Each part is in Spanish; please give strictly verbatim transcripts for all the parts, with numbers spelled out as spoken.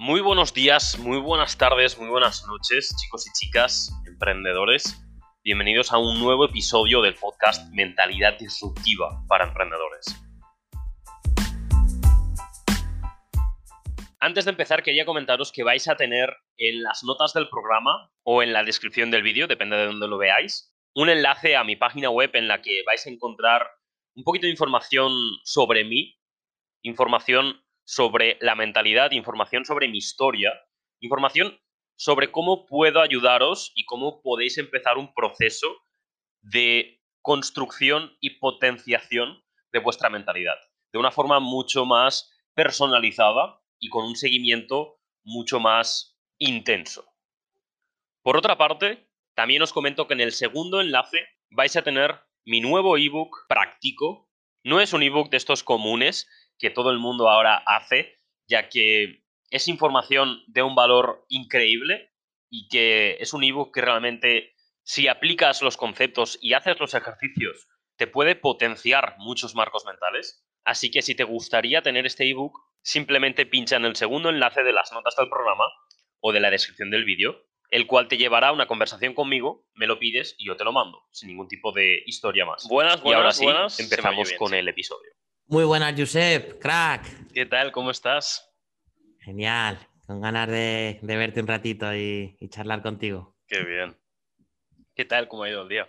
Muy buenos días, muy buenas tardes, muy buenas noches, chicos y chicas, emprendedores. Bienvenidos a un nuevo episodio del podcast Mentalidad Disruptiva para Emprendedores. Antes de empezar, quería comentaros que vais a tener en las notas del programa o en la descripción del vídeo, depende de dónde lo veáis, un enlace a mi página web en la que vais a encontrar un poquito de información sobre mí, información sobre la mentalidad, información sobre mi historia, información sobre cómo puedo ayudaros y cómo podéis empezar un proceso de construcción y potenciación de vuestra mentalidad, de una forma mucho más personalizada y con un seguimiento mucho más intenso. Por otra parte, también os comento que en el segundo enlace vais a tener mi nuevo ebook práctico. No es un ebook de estos comunes que todo el mundo ahora hace, ya que es información de un valor increíble y que es un ebook que realmente, si aplicas los conceptos y haces los ejercicios, te puede potenciar muchos marcos mentales. Así que si te gustaría tener este ebook, simplemente pincha en el segundo enlace de las notas del programa o de la descripción del vídeo, el cual te llevará a una conversación conmigo, me lo pides y yo te lo mando, sin ningún tipo de historia más. Buenas, buenas, y ahora sí, buenas. empezamos bien, con sí. el episodio. Muy buenas, Josep, crack. ¿Qué tal? ¿Cómo estás? Genial, con ganas de, de verte un ratito y, y charlar contigo. Qué bien. ¿Qué tal? ¿Cómo ha ido el día?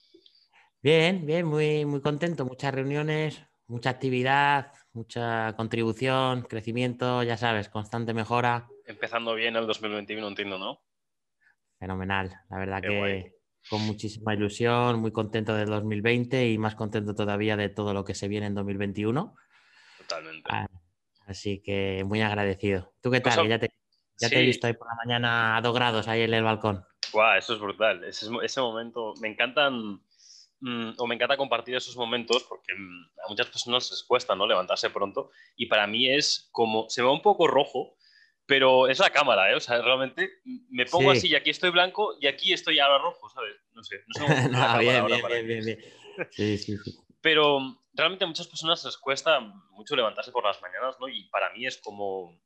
Bien, bien, muy, muy contento. Muchas reuniones, mucha actividad, mucha contribución, crecimiento, ya sabes, constante mejora. Empezando bien el dos mil veintiuno, entiendo, ¿no? Fenomenal, la verdad Qué que guay. con muchísima ilusión, muy contento del dos mil veinte y más contento todavía de todo lo que se viene en dos mil veintiuno. Totalmente. Ah, así que muy agradecido. ¿Tú qué Tú tal? sab- Que ya te, ya te he Sí. visto ahí por la mañana a dos grados ahí en el balcón. Guau, eso es brutal. Ese, es- ese momento, me encantan, mm, o me encanta compartir esos momentos porque mm, a muchas personas les cuesta, ¿no? Levantarse pronto y para mí es como, se me va un poco rojo, pero es la cámara, ¿eh? O sea, realmente me pongo así Sí. y aquí estoy blanco y aquí estoy ahora rojo, ¿sabes? No sé, no sé cómo funciona la No, cámara bien, ahora bien, para bien, mí. bien, bien. Sí, sí, sí. Pero realmente a muchas personas les cuesta mucho levantarse por las mañanas, ¿no? Y para mí es como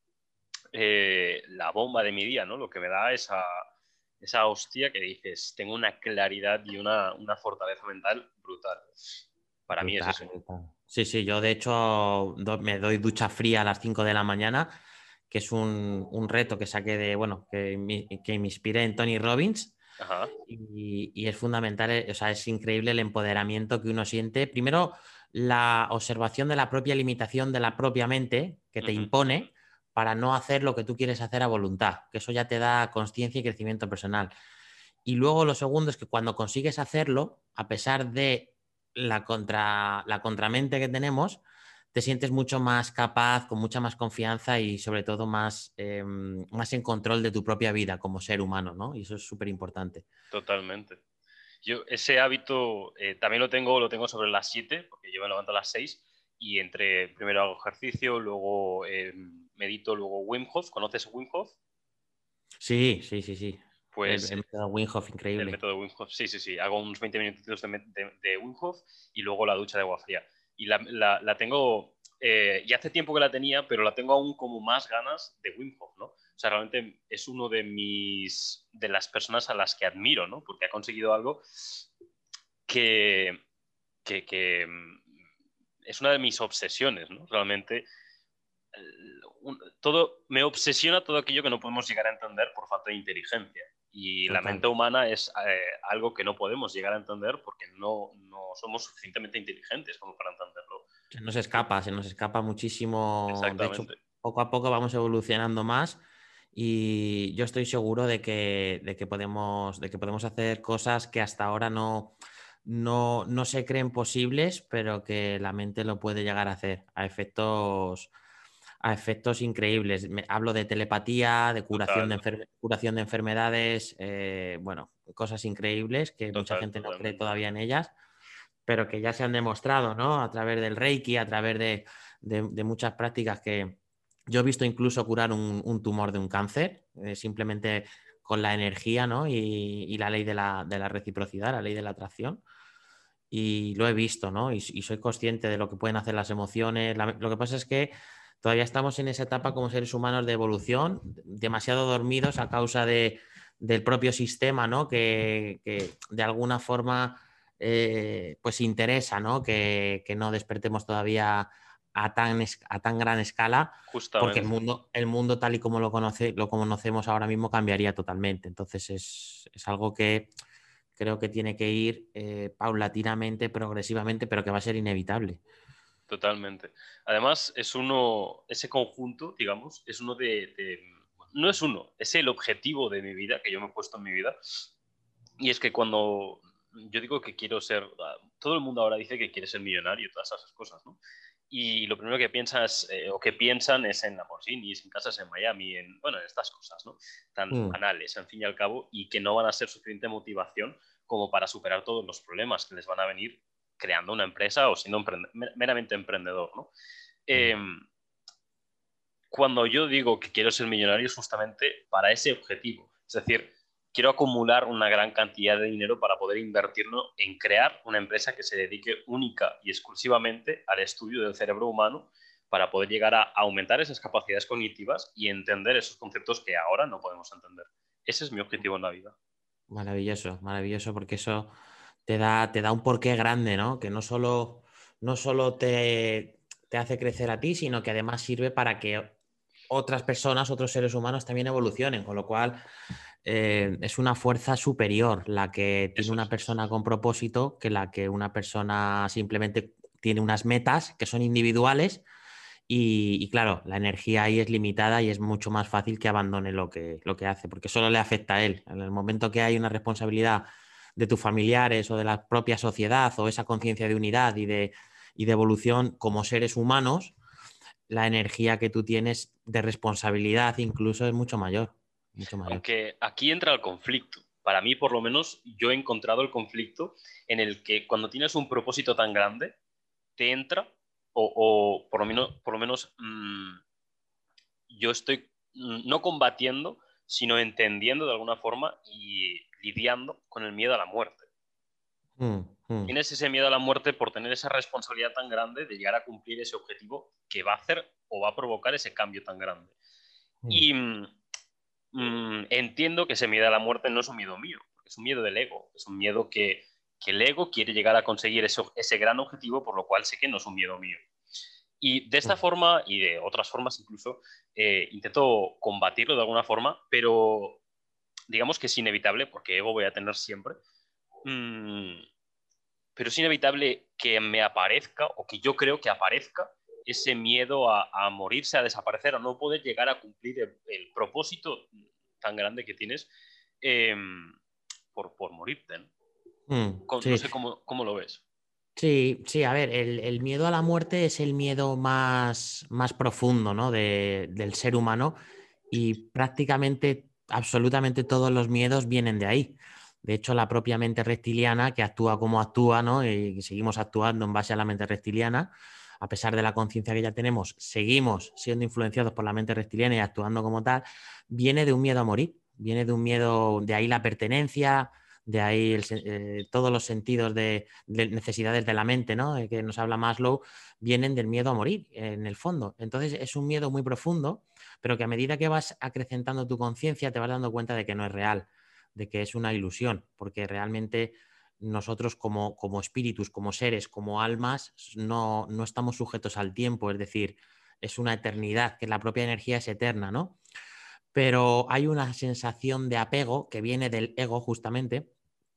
eh, la bomba de mi día, ¿no? Lo que me da esa, esa hostia que dices, tengo una claridad y una, una fortaleza mental brutal. Para mí es Brutal, eso. brutal. Sí, sí, yo de hecho do- me doy ducha fría a las cinco de la mañana, que es un, un reto que saqué de, bueno, que, mi- que me inspiré en Tony Robbins. Ajá. Y, y es fundamental, eh, o sea, es increíble el empoderamiento que uno siente. Primero, la observación de la propia limitación de la propia mente que te Uh-huh. impone para no hacer lo que tú quieres hacer a voluntad, que eso ya te da conciencia y crecimiento personal. Y luego lo segundo es que cuando consigues hacerlo, a pesar de la, contra, la contramente que tenemos, te sientes mucho más capaz, con mucha más confianza y sobre todo más, eh, más en control de tu propia vida como ser humano, ¿no? Y eso es súper importante. Totalmente. Yo ese hábito eh, también lo tengo, lo tengo sobre las siete, porque yo me levanto a las seis y entre, primero hago ejercicio, luego eh, medito, luego Wim Hof. ¿Conoces Wim Hof? Sí, sí, sí, sí. El, Pues el método Wim Hof, el increíble. método Wim Hof, sí, sí, sí. Hago unos veinte minutitos de, de, de Wim Hof y luego la ducha de agua fría. Y la, la, la tengo, eh, y hace tiempo que la tenía, pero la tengo aún como más ganas de Wim Hof, ¿no? O sea, realmente es uno de mis, de las personas a las que admiro, ¿no? Porque ha conseguido algo que, que, que es una de mis obsesiones, ¿no? Realmente todo, me obsesiona todo aquello que no podemos llegar a entender por falta de inteligencia. Y Total. la mente humana es eh, algo que no podemos llegar a entender porque no, no somos suficientemente inteligentes como para entenderlo. Se nos escapa, se nos escapa muchísimo. De hecho, Exactamente. poco a poco vamos evolucionando más y yo estoy seguro de que, de que, podemos, de que podemos hacer cosas que hasta ahora no, no, no se creen posibles, pero que la mente lo puede llegar a hacer a efectos, a efectos increíbles. Me, hablo de telepatía, de curación de, Total, enfer curación de enfermedades, eh, bueno, cosas increíbles que mucha total, gente no cree totalmente. todavía en ellas, pero que ya se han demostrado, ¿no? A través del Reiki, a través de, de, de muchas prácticas que yo he visto incluso curar un, un tumor de un cáncer, eh, simplemente con la energía, ¿no? Y, y la ley de la, de la reciprocidad, la ley de la atracción. Y lo he visto, ¿no? Y, y soy consciente de lo que pueden hacer las emociones. La, lo que pasa es que Todavía estamos en esa etapa como seres humanos de evolución, demasiado dormidos a causa de, del propio sistema, ¿no? Que, que de alguna forma eh, pues interesa, ¿no? Que, que no despertemos todavía a tan, a tan gran escala, porque el Justamente. mundo, el mundo tal y como lo, conoce, lo conocemos ahora mismo cambiaría totalmente. Entonces es, es algo que creo que tiene que ir eh, paulatinamente, progresivamente, pero que va a ser inevitable. Totalmente. Además, es uno, ese conjunto, digamos, es uno de, de, no es uno, es el objetivo de mi vida, que yo me he puesto en mi vida. Y es que cuando yo digo que quiero ser, todo el mundo ahora dice que quiere ser millonario y todas esas cosas, ¿no? Y lo primero que piensas, eh, o que piensan es en Lamborghinis, en casas en Miami, en, bueno, en estas cosas, ¿no? Tan Mm. banales, al fin y al cabo, y que no van a ser suficiente motivación como para superar todos los problemas que les van a venir creando una empresa o siendo emprende meramente emprendedor, ¿no? Eh, cuando yo digo que quiero ser millonario es justamente para ese objetivo. Es decir, quiero acumular una gran cantidad de dinero para poder invertirlo en crear una empresa que se dedique única y exclusivamente al estudio del cerebro humano para poder llegar a aumentar esas capacidades cognitivas y entender esos conceptos que ahora no podemos entender. Ese es mi objetivo en la vida. Maravilloso, maravilloso, porque eso te da, te da un porqué grande, ¿no? Que no solo, no solo te, te hace crecer a ti, sino que además sirve para que otras personas, otros seres humanos también evolucionen, con lo cual eh, es una fuerza superior la que tiene Eso una es. persona con propósito que la que una persona simplemente tiene unas metas que son individuales y, y claro, la energía ahí es limitada y es mucho más fácil que abandone lo que, lo que hace, porque solo le afecta a él. En el momento que hay una responsabilidad de tus familiares o de la propia sociedad o esa conciencia de unidad y de, y de evolución como seres humanos, la energía que tú tienes de responsabilidad incluso es mucho mayor, mucho mayor. Aunque aquí entra el conflicto. Para mí, por lo menos, yo he encontrado el conflicto en el que cuando tienes un propósito tan grande, te entra, o, o por lo menos, por lo menos mmm, yo estoy mmm, no combatiendo, sino entendiendo de alguna forma y lidiando con el miedo a la muerte. Mm, mm, Tienes ese miedo a la muerte por tener esa responsabilidad tan grande de llegar a cumplir ese objetivo que va a hacer o va a provocar ese cambio tan grande. mm. Y mmm, entiendo que ese miedo a la muerte no es un miedo mío, es un miedo del ego, es un miedo que, que el ego quiere llegar a conseguir eso, ese gran objetivo, por lo cual sé que no es un miedo mío. Y de esta forma, y de otras formas incluso, eh, intento combatirlo de alguna forma, pero digamos que es inevitable, porque ego voy a tener siempre, mmm, pero es inevitable que me aparezca, o que yo creo que aparezca, ese miedo a, a morirse, a desaparecer, a no poder llegar a cumplir el, el propósito tan grande que tienes eh, por, por morirte, ¿no? Mm, Con, no sí. sé cómo, cómo lo ves. Sí, sí, a ver, el, el miedo a la muerte es el miedo más, más profundo, ¿no? de- del ser humano y prácticamente, absolutamente todos los miedos vienen de ahí. De hecho, la propia mente reptiliana, que actúa como actúa, ¿no? Y seguimos actuando en base a la mente reptiliana, a pesar de la conciencia que ya tenemos, seguimos siendo influenciados por la mente reptiliana y actuando como tal, viene de un miedo a morir, viene de un miedo, de ahí la pertenencia, de ahí el, eh, todos los sentidos de, de, necesidades de la mente, ¿no? Eh, que nos habla Maslow, vienen del miedo a morir, en el fondo. Entonces es un miedo muy profundo, pero que a medida que vas acrecentando tu conciencia te vas dando cuenta de que no es real, de que es una ilusión, porque realmente nosotros como, como espíritus, como seres, como almas, no, no estamos sujetos al tiempo, es decir, es una eternidad, que la propia energía es eterna, ¿no? Pero hay una sensación de apego que viene del ego justamente,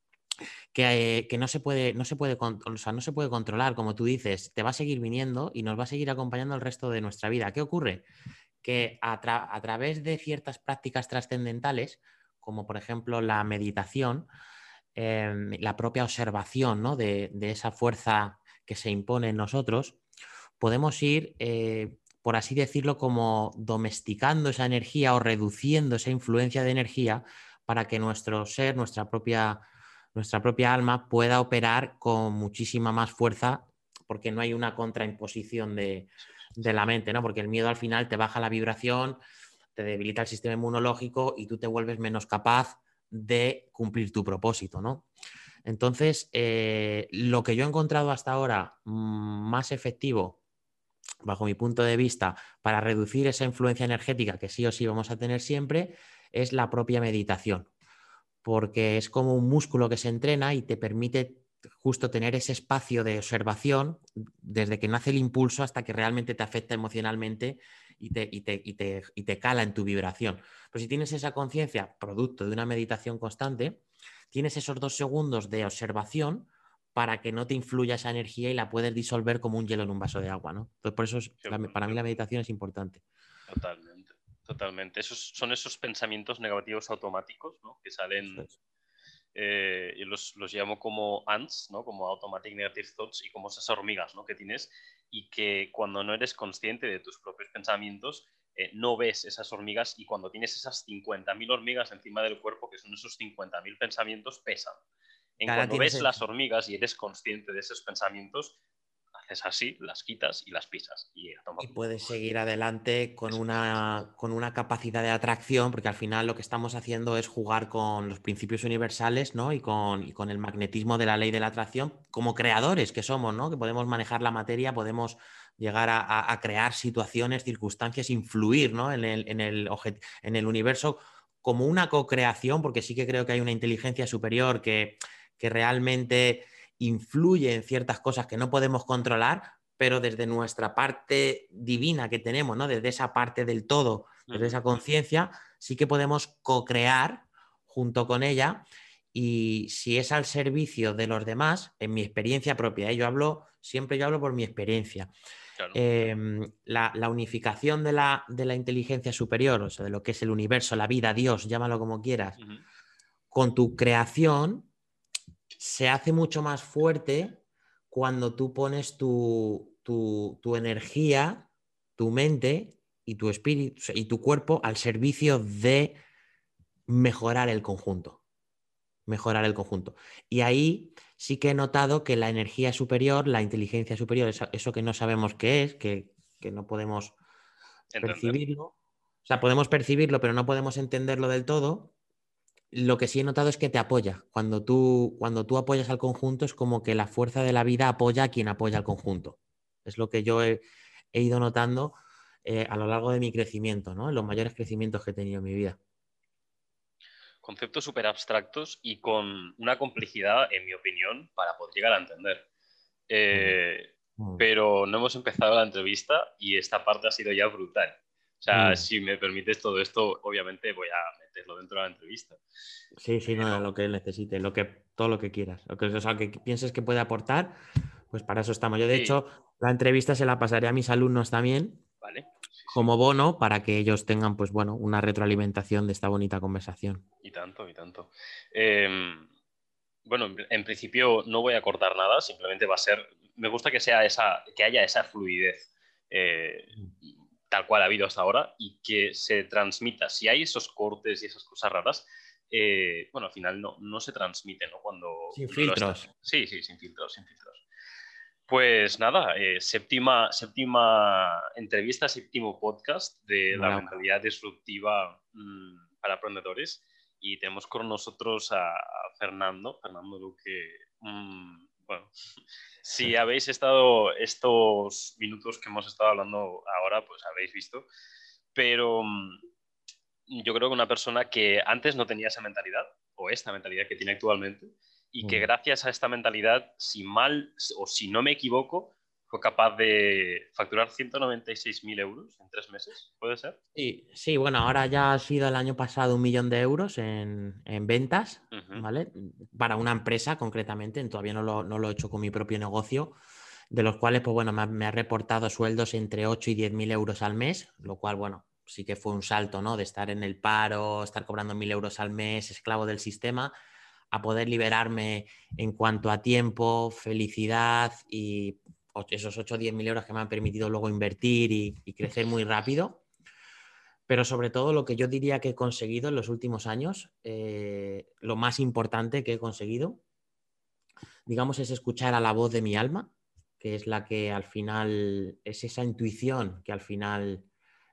que, eh, que no, se puede, no, se puede, o sea, no se puede controlar, como tú dices, te va a seguir viniendo y nos va a seguir acompañando el resto de nuestra vida. ¿Qué ocurre? Que a, tra a través de ciertas prácticas trascendentales, como por ejemplo la meditación, eh, la propia observación, ¿no? de, de esa fuerza que se impone en nosotros, podemos ir, eh, por así decirlo, como domesticando esa energía o reduciendo esa influencia de energía para que nuestro ser, nuestra propia, nuestra propia alma pueda operar con muchísima más fuerza, porque no hay una contraimposición de, de la mente, ¿no? Porque el miedo al final te baja la vibración, te debilita el sistema inmunológico y tú te vuelves menos capaz de cumplir tu propósito, ¿no? Entonces, eh, lo que yo he encontrado hasta ahora mmm, más efectivo bajo mi punto de vista, para reducir esa influencia energética que sí o sí vamos a tener siempre, es la propia meditación, porque es como un músculo que se entrena y te permite justo tener ese espacio de observación desde que nace el impulso hasta que realmente te afecta emocionalmente y te, y te, y te, y te cala en tu vibración. Pero si tienes esa conciencia, producto de una meditación constante, tienes esos dos segundos de observación para que no te influya esa energía y la puedes disolver como un hielo en un vaso de agua, ¿no? Entonces, por eso es, la, para mí la meditación es importante. Totalmente, totalmente. Esos son esos pensamientos negativos automáticos, ¿no? Que salen, eh, yo los, los llamo como ants, ¿no? Como automatic negative thoughts, y como esas hormigas, ¿no? Que tienes, y que cuando no eres consciente de tus propios pensamientos, eh, no ves esas hormigas, y cuando tienes esas cincuenta mil hormigas encima del cuerpo, que son esos cincuenta mil pensamientos, pesan. En Ahora cuando tienes ves el... las hormigas y eres consciente de esos pensamientos, haces así, las quitas y las pisas. Y, a tomar Y por puedes culo. seguir adelante con Eso es. una, con una capacidad de atracción, porque al final lo que estamos haciendo es jugar con los principios universales, ¿no? Y con, y con el magnetismo de la ley de la atracción, como creadores que somos, ¿no? Que podemos manejar la materia, podemos llegar a, a- a crear situaciones, circunstancias, influir, ¿no? En el, en el, objet- en el universo como una co-creación, porque sí que creo que hay una inteligencia superior que, que realmente influye en ciertas cosas que no podemos controlar, pero desde nuestra parte divina que tenemos, ¿no? Desde esa parte del todo, desde esa conciencia, sí que podemos co-crear junto con ella, y si es al servicio de los demás, en mi experiencia propia, ¿eh? Yo hablo, siempre yo hablo por mi experiencia, Claro. eh, la, la, unificación de la, de la inteligencia superior, o sea, de lo que es el universo, la vida, Dios, llámalo como quieras, Uh-huh. con tu creación, se hace mucho más fuerte cuando tú pones tu, tu, tu energía, tu mente y tu espíritu y tu cuerpo al servicio de mejorar el conjunto. Mejorar el conjunto. Y ahí sí que he notado que la energía superior, la inteligencia superior, eso, eso que no sabemos qué es, que, que no podemos Entender. percibirlo, o sea, podemos percibirlo, pero no podemos entenderlo del todo. Lo que sí he notado es que te apoya. Cuando tú, cuando tú apoyas al conjunto, es como que la fuerza de la vida apoya a quien apoya al conjunto. Es lo que yo he, he ido notando eh, a lo largo de mi crecimiento, ¿no? En los mayores crecimientos que he tenido en mi vida. Conceptos súper abstractos y con una complejidad, en mi opinión, para poder llegar a entender. Eh, Mm. Pero no hemos empezado la entrevista y esta parte ha sido ya brutal. O sea, Mm. si me permites todo esto, obviamente voy a meterlo dentro de la entrevista. Sí, sí, Pero... no, lo que necesites, lo que, todo lo que quieras. Lo que, o sea, que pienses que puede aportar, pues para eso estamos. Yo, de Sí, hecho, la entrevista se la pasaré a mis alumnos también, vale. Sí, sí. como bono, para que ellos tengan, pues bueno, una retroalimentación de esta bonita conversación. Y tanto, y tanto. Eh, bueno, en, en principio no voy a cortar nada, simplemente va a ser... Me gusta que, sea esa, que haya esa fluidez eh, tal cual ha habido hasta ahora y que se transmita. Si hay esos cortes y esas cosas raras, eh, bueno, al final no, no se transmite, ¿no? Cuando Sin uno lo está... filtros. Sí, sí, sin filtros, sin filtros. Pues nada, eh, séptima, séptima entrevista, séptimo podcast de la Enhorabuena. mentalidad disruptiva mmm, para emprendedores. Y tenemos con nosotros a, a Fernando, Fernando Luque. Mmm, bueno, si habéis estado estos minutos que hemos estado hablando ahora, pues habéis visto. Pero mmm, yo creo que una persona que antes no tenía esa mentalidad, o esta mentalidad que tiene actualmente, y que gracias a esta mentalidad, si mal o si no me equivoco, fue capaz de facturar ciento noventa y seis mil euros en tres meses, ¿puede ser? Sí, sí, bueno, ahora ya ha sido el año pasado un millón de euros en, en ventas, Uh-huh. ¿vale? Para una empresa concretamente, todavía no lo, no lo he hecho con mi propio negocio, de los cuales, pues bueno, me ha, me ha reportado sueldos entre ocho y diez mil euros al mes, lo cual, bueno, sí que fue un salto, ¿no? De estar en el paro, estar cobrando mil euros al mes, esclavo del sistema, a poder liberarme en cuanto a tiempo, felicidad y esos ocho o diez mil euros que me han permitido luego invertir y, y crecer muy rápido. Pero sobre todo lo que yo diría que he conseguido en los últimos años, eh, lo más importante que he conseguido, digamos, es escuchar a la voz de mi alma, que es la que al final, es esa intuición que al final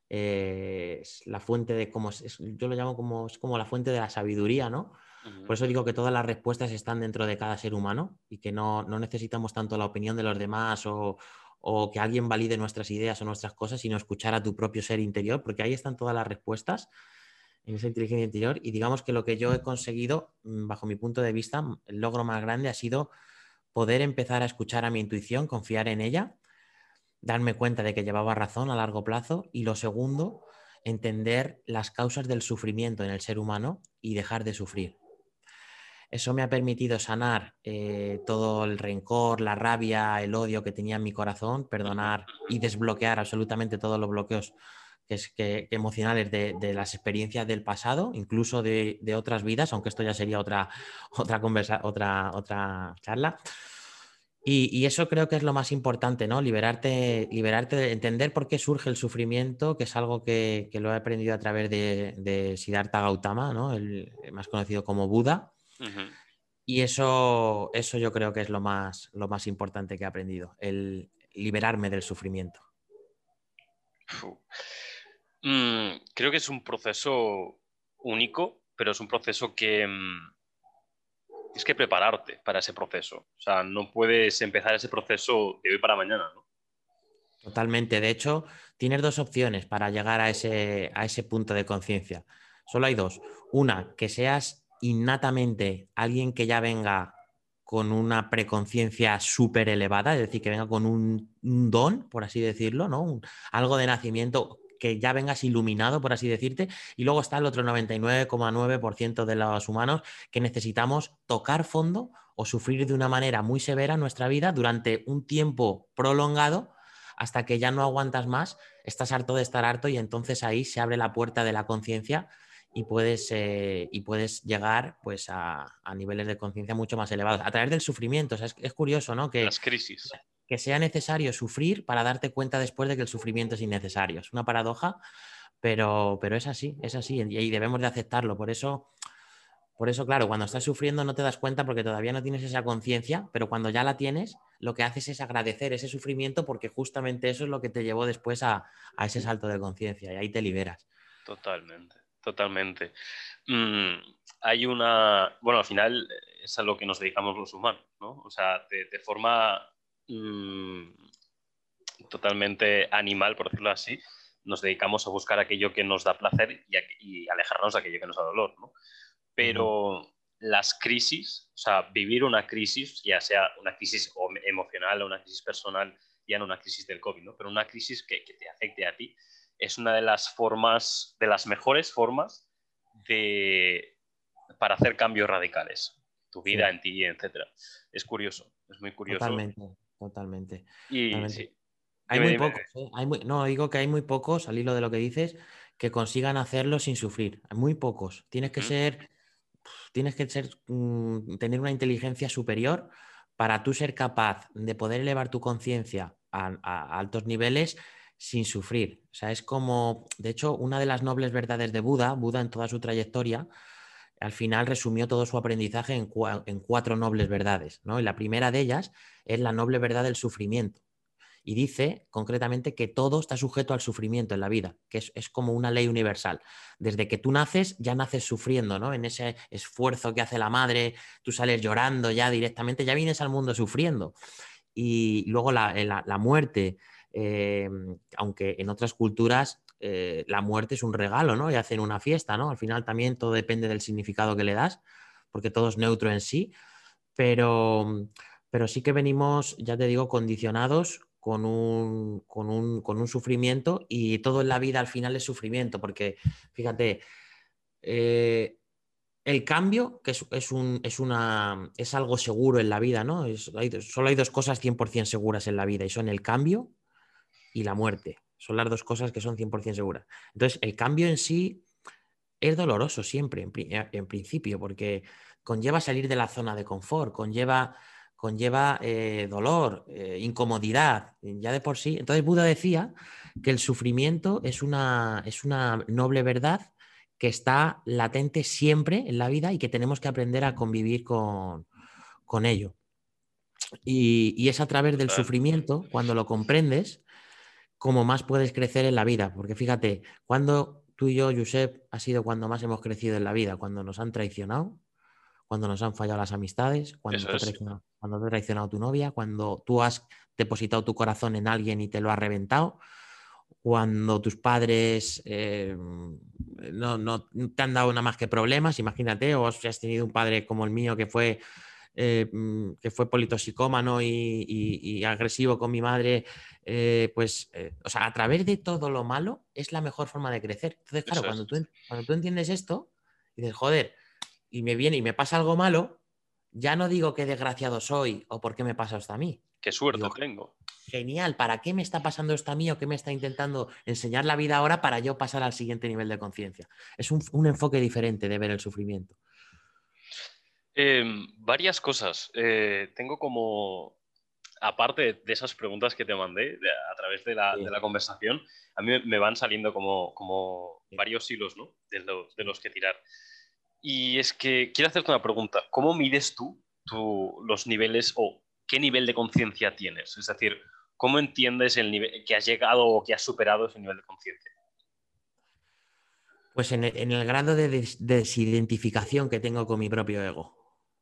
eh, es la fuente de, como es, yo lo llamo como, es como la fuente de la sabiduría, ¿no? Uh-huh. Por eso digo que todas las respuestas están dentro de cada ser humano y que no, no necesitamos tanto la opinión de los demás o, o que alguien valide nuestras ideas o nuestras cosas, sino escuchar a tu propio ser interior, porque ahí están todas las respuestas en esa inteligencia interior. Y digamos que lo que yo he conseguido, bajo mi punto de vista, el logro más grande ha sido poder empezar a escuchar a mi intuición, confiar en ella, darme cuenta de que llevaba razón a largo plazo, y lo segundo, entender las causas del sufrimiento en el ser humano y dejar de sufrir. Eso me ha permitido sanar eh, todo el rencor, la rabia, el odio que tenía en mi corazón, perdonar y desbloquear absolutamente todos los bloqueos que es, que, que emocionales de, de las experiencias del pasado, incluso de, de otras vidas, aunque esto ya sería otra, otra, conversa, otra, otra charla. Y, y eso creo que es lo más importante, ¿no? Liberarte, liberarte, entender por qué surge el sufrimiento, que es algo que, que lo he aprendido a través de, de Siddhartha Gautama, ¿no? El más conocido como Buda. Uh-huh. Y eso, eso yo creo que es lo más, lo más importante que he aprendido, el liberarme del sufrimiento. Mm, creo que es un proceso único, pero es un proceso que mm, tienes que prepararte para ese proceso. O sea, no puedes empezar ese proceso de hoy para mañana, ¿no? Totalmente. De hecho, tienes dos opciones para llegar a ese, a ese punto de conciencia. Solo hay dos. Una, que seas innatamente alguien que ya venga con una preconciencia súper elevada, es decir, que venga con un, un don, por así decirlo, ¿no? Un, algo de nacimiento, que ya vengas iluminado, por así decirte. Y luego está el otro noventa y nueve coma nueve por ciento de los humanos que necesitamos tocar fondo o sufrir de una manera muy severa en nuestra vida durante un tiempo prolongado, hasta que ya no aguantas más, estás harto de estar harto, y entonces ahí se abre la puerta de la conciencia y puedes, eh, y puedes llegar pues, a, a niveles de conciencia mucho más elevados, a través del sufrimiento. O sea, es, es curioso, ¿no? Que, Las crisis. que sea necesario sufrir para darte cuenta después de que el sufrimiento es innecesario. Es una paradoja, pero, pero es así, es así, y, y debemos de aceptarlo. Por eso... Por eso, claro, cuando estás sufriendo no te das cuenta porque todavía no tienes esa conciencia, pero cuando ya la tienes, lo que haces es agradecer ese sufrimiento, porque justamente eso es lo que te llevó después a, a ese salto de conciencia, y ahí te liberas. Totalmente, totalmente. Mm, hay una... Bueno, al final es a lo que nos dedicamos los humanos, ¿no? O sea, de, de forma mm, totalmente animal, por decirlo así, nos dedicamos a buscar aquello que nos da placer y, a, y alejarnos de aquello que nos da dolor, ¿no? Pero uh-huh. las crisis, o sea, vivir una crisis, ya sea una crisis emocional o una crisis personal, ya no una crisis del COVID, ¿no? Pero una crisis que, que te afecte a ti, es una de las formas, de las mejores formas de, para hacer cambios radicales. Tu vida, sí. En ti, etcétera. Es curioso, es muy curioso. Totalmente, totalmente. Y totalmente. sí. Hay Dime, muy dime. pocos, ¿eh? Hay muy, no, digo que hay muy pocos, al hilo de lo que dices, que consigan hacerlo sin sufrir. Hay muy pocos. Tienes que uh-huh. ser, tienes que ser, mmm, tener una inteligencia superior para tú ser capaz de poder elevar tu conciencia a, a altos niveles sin sufrir. O sea, es como, de hecho, una de las nobles verdades de Buda, Buda en toda su trayectoria, al final resumió todo su aprendizaje en, cu- en cuatro nobles verdades, ¿no? Y la primera de ellas es la noble verdad del sufrimiento. Y dice concretamente que todo está sujeto al sufrimiento en la vida, que es, es como una ley universal. Desde que tú naces, ya naces sufriendo, ¿no? En ese esfuerzo que hace la madre, tú sales llorando ya directamente, ya vienes al mundo sufriendo. Y luego la, la, la muerte, eh, aunque en otras culturas eh, la muerte es un regalo, ¿no? Y hacen una fiesta, ¿no? Al final también todo depende del significado que le das, porque todo es neutro en sí, pero, pero sí que venimos, ya te digo, condicionados con un, con, un, con un sufrimiento, y todo en la vida al final es sufrimiento, porque fíjate, eh, el cambio, que es, es, un, es, una, es algo seguro en la vida, ¿no? Es, hay, solo hay dos cosas cien por ciento seguras en la vida, y son el cambio y la muerte. Son las dos cosas que son cien por ciento seguras. Entonces, el cambio en sí es doloroso siempre, en, en principio, porque conlleva salir de la zona de confort, conlleva, conlleva eh, dolor, eh, incomodidad, ya de por sí. Entonces Buda decía que el sufrimiento es una, es una noble verdad que está latente siempre en la vida y que tenemos que aprender a convivir con, con ello. Y, y es a través del sufrimiento, cuando lo comprendes, como más puedes crecer en la vida. Porque fíjate, cuando tú y yo, Josep, ha sido cuando más hemos crecido en la vida, cuando nos han traicionado, cuando nos han fallado las amistades, cuando te, ha Eso es. traicionado, cuando te ha traicionado tu novia, cuando tú has depositado tu corazón en alguien y te lo ha reventado, cuando tus padres eh, no, no te han dado nada más que problemas, imagínate, o si has tenido un padre como el mío que fue, eh, que fue politoxicómano y, y, y agresivo con mi madre, eh, pues, eh, o sea, a través de todo lo malo es la mejor forma de crecer. Entonces, claro, Eso cuando es. tú, cuando tú entiendes esto, dices, joder, y me viene y me pasa algo malo, ya no digo qué desgraciado soy o por qué me pasa esto a mí. Qué suerte Digo, tengo. genial, ¿para qué me está pasando esto a mí o qué me está intentando enseñar la vida ahora para yo pasar al siguiente nivel de conciencia? Es un, un enfoque diferente de ver el sufrimiento. Eh, varias cosas. Eh, tengo como, aparte de esas preguntas que te mandé de- a través de la, de Sí, la conversación, a mí me, me van saliendo como, como sí, varios hilos, ¿no? de, los, de sí. los que tirar. Y es que quiero hacerte una pregunta. ¿Cómo mides tú, tú los niveles o qué nivel de conciencia tienes? Es decir, ¿cómo entiendes el nivel que has llegado o que has superado ese nivel de conciencia? Pues en el, en el grado de des- desidentificación que tengo con mi propio ego.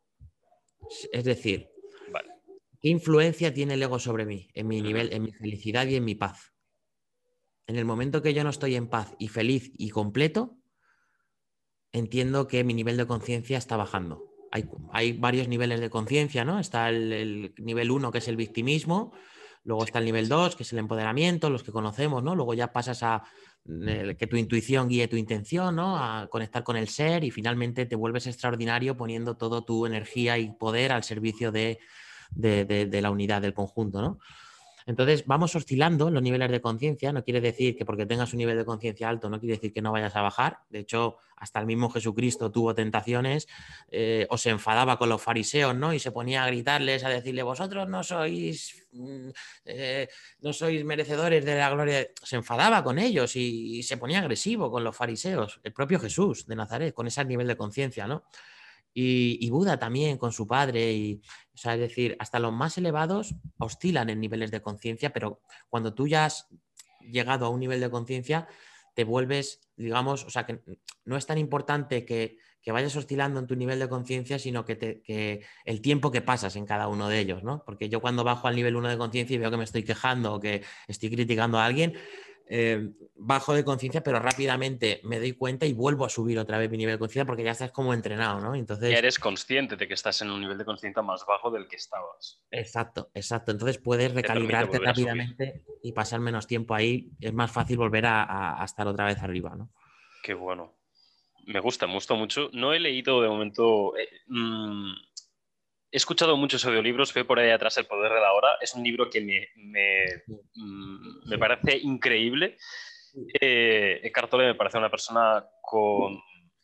Es decir, Vale. ¿qué influencia tiene el ego sobre mí, en mi Ujú. nivel, en mi felicidad y en mi paz? En el momento que yo no estoy en paz y feliz y completo, entiendo que mi nivel de conciencia está bajando. Hay, hay varios niveles de conciencia, ¿no? Está el, el nivel uno, que es el victimismo, luego Sí. está el nivel dos, que es el empoderamiento, los que conocemos, ¿no? Luego ya pasas a eh, que tu intuición guíe tu intención, ¿no? A conectar con el ser y finalmente te vuelves extraordinario poniendo toda tu energía y poder al servicio de, de, de, de la unidad del conjunto, ¿no? Entonces, vamos oscilando los niveles de conciencia. No quiere decir que porque tengas un nivel de conciencia alto, no quiere decir que no vayas a bajar. De hecho, hasta el mismo Jesucristo tuvo tentaciones eh, o se enfadaba con los fariseos, ¿no? Y se ponía a gritarles, a decirle, vosotros no sois, mm, eh, no sois merecedores de la gloria. Se enfadaba con ellos y, y se ponía agresivo con los fariseos. El propio Jesús de Nazaret, con ese nivel de conciencia, ¿no? Y, y Buda también con su padre. Y, o sea, es decir, hasta los más elevados oscilan en niveles de conciencia, pero cuando tú ya has llegado a un nivel de conciencia, te vuelves, digamos, o sea, que no es tan importante que, que vayas oscilando en tu nivel de conciencia, sino que, te, que el tiempo que pasas en cada uno de ellos, ¿no? Porque yo cuando bajo al nivel uno de conciencia y veo que me estoy quejando o que estoy criticando a alguien, eh, bajo de conciencia, pero rápidamente me doy cuenta y vuelvo a subir otra vez mi nivel de conciencia porque ya estás como entrenado, ¿no? Ya Entonces, eres consciente de que estás en un nivel de conciencia más bajo del que estabas. exacto, exacto. Entonces puedes Te permite recalibrarte volver a subir. rápidamente y pasar menos tiempo ahí. Es más fácil volver a, a- a estar otra vez arriba, ¿no? Qué bueno. Me gusta, me gusta mucho. No he leído de momento. eh, mm, he escuchado muchos audiolibros. Ve por ahí atrás El poder de la hora. Es un libro que me, me, mm, me parece increíble. Eh, Eckhart Tolle me parece una persona con.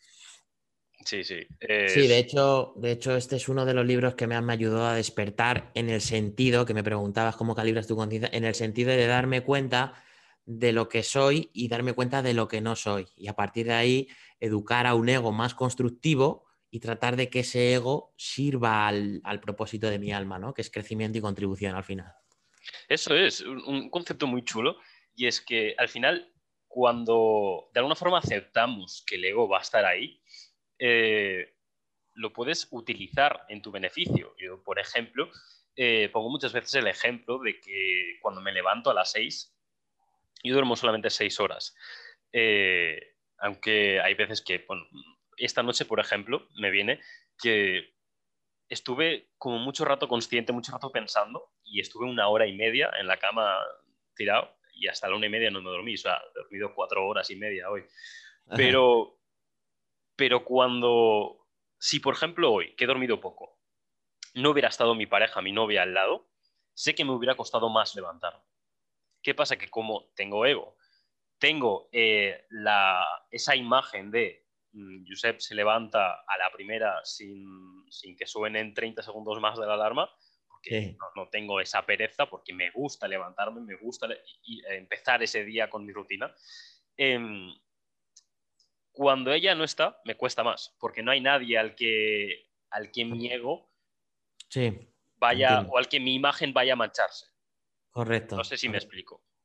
Sí, sí. Sí, de Es... hecho, de hecho, este es uno de los libros que me han me ayudado a despertar en el sentido, que me preguntabas cómo calibras tu conciencia, en el sentido de darme cuenta de lo que soy y darme cuenta de lo que no soy. Y a partir de ahí, educar a un ego más constructivo y tratar de que ese ego sirva al, al propósito de mi alma, ¿no? Que es crecimiento y contribución al final. Eso es un, un concepto muy chulo. Y es que al final, cuando de alguna forma aceptamos que el ego va a estar ahí, eh, lo puedes utilizar en tu beneficio. Yo, por ejemplo, eh, pongo muchas veces el ejemplo de que cuando me levanto a las seis, yo duermo solamente seis horas. Eh, aunque hay veces que, bueno, esta noche, por ejemplo, me viene que estuve como mucho rato consciente, mucho rato pensando y estuve una hora y media en la cama tirado y hasta la una y media no me dormí. O sea, he dormido cuatro horas y media hoy. Pero, pero cuando, si por ejemplo hoy, que he dormido poco, no hubiera estado mi pareja, mi novia al lado, sé que me hubiera costado más levantarme. ¿Qué pasa? Que como tengo ego, tengo eh, la, esa imagen de mm, Josep se levanta a la primera sin, sin que suenen treinta segundos más de la alarma, porque Sí, no, no tengo esa pereza, porque me gusta levantarme, me gusta y, y empezar ese día con mi rutina. Eh, Cuando ella no está, me cuesta más, porque no hay nadie al que, al que mi ego sí, vaya entiendo. o al que mi imagen vaya a mancharse. No Correcto, sé si me correcto. explico.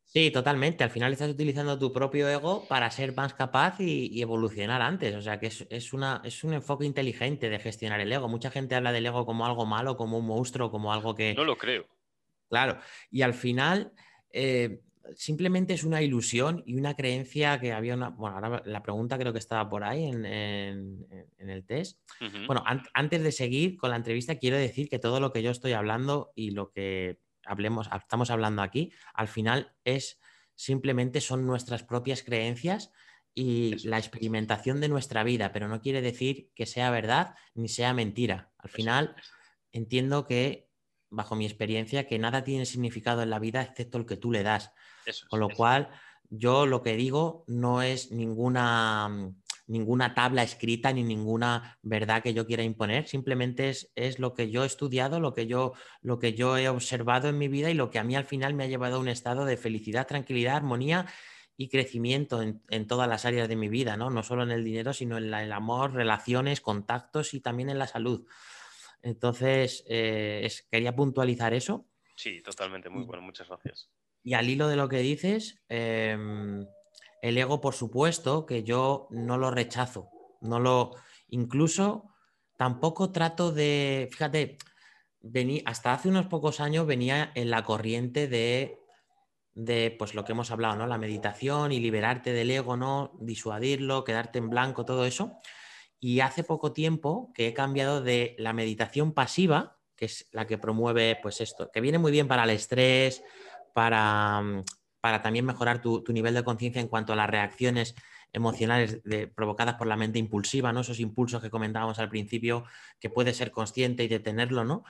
Sí, totalmente. Al final estás utilizando tu propio ego para ser más capaz y, y evolucionar antes. O sea que es, es una, es un enfoque inteligente de gestionar el ego. Mucha gente habla del ego como algo malo, como un monstruo, como algo que... No lo creo. Claro. Y al final eh, simplemente es una ilusión y una creencia que había una... Bueno, ahora la pregunta creo que estaba por ahí en, en- en el test. Ujú. Bueno, an- antes de seguir con la entrevista, quiero decir que todo lo que yo estoy hablando y lo que hablemos, estamos hablando aquí, al final es simplemente son nuestras propias creencias y Eso la es, experimentación de nuestra vida, pero no quiere decir que sea verdad ni sea mentira. Al eso es. final entiendo que, bajo mi experiencia, que nada tiene significado en la vida excepto el que tú le das. Eso Con es. lo cual, yo lo que digo no es ninguna, mm, ninguna tabla escrita ni ninguna verdad que yo quiera imponer, simplemente es, es lo que yo he estudiado, lo que yo, lo que yo he observado en mi vida y lo que a mí al final me ha llevado a un estado de felicidad, tranquilidad, armonía y crecimiento en, en todas las áreas de mi vida, ¿no? No solo en el dinero, sino en la- el amor, relaciones, contactos y también en la salud. Entonces, eh, es- quería puntualizar eso. Sí, totalmente. Muy bueno. Muchas gracias. Y al hilo de lo que dices, eh, el ego, por supuesto, que yo no lo rechazo, no lo, incluso tampoco trato de, fíjate, vení, hasta hace unos pocos años venía en la corriente de, de, pues lo que hemos hablado, ¿no? La meditación y liberarte del ego, ¿no? Disuadirlo, quedarte en blanco, todo eso. Y hace poco tiempo que he cambiado de la meditación pasiva, que es la que promueve, pues esto, que viene muy bien para el estrés, para, mm, para también mejorar tu, tu nivel de conciencia en cuanto a las reacciones emocionales de, provocadas por la mente impulsiva, ¿no? Esos impulsos que comentábamos al principio, que puedes ser consciente y detenerlo, ¿no?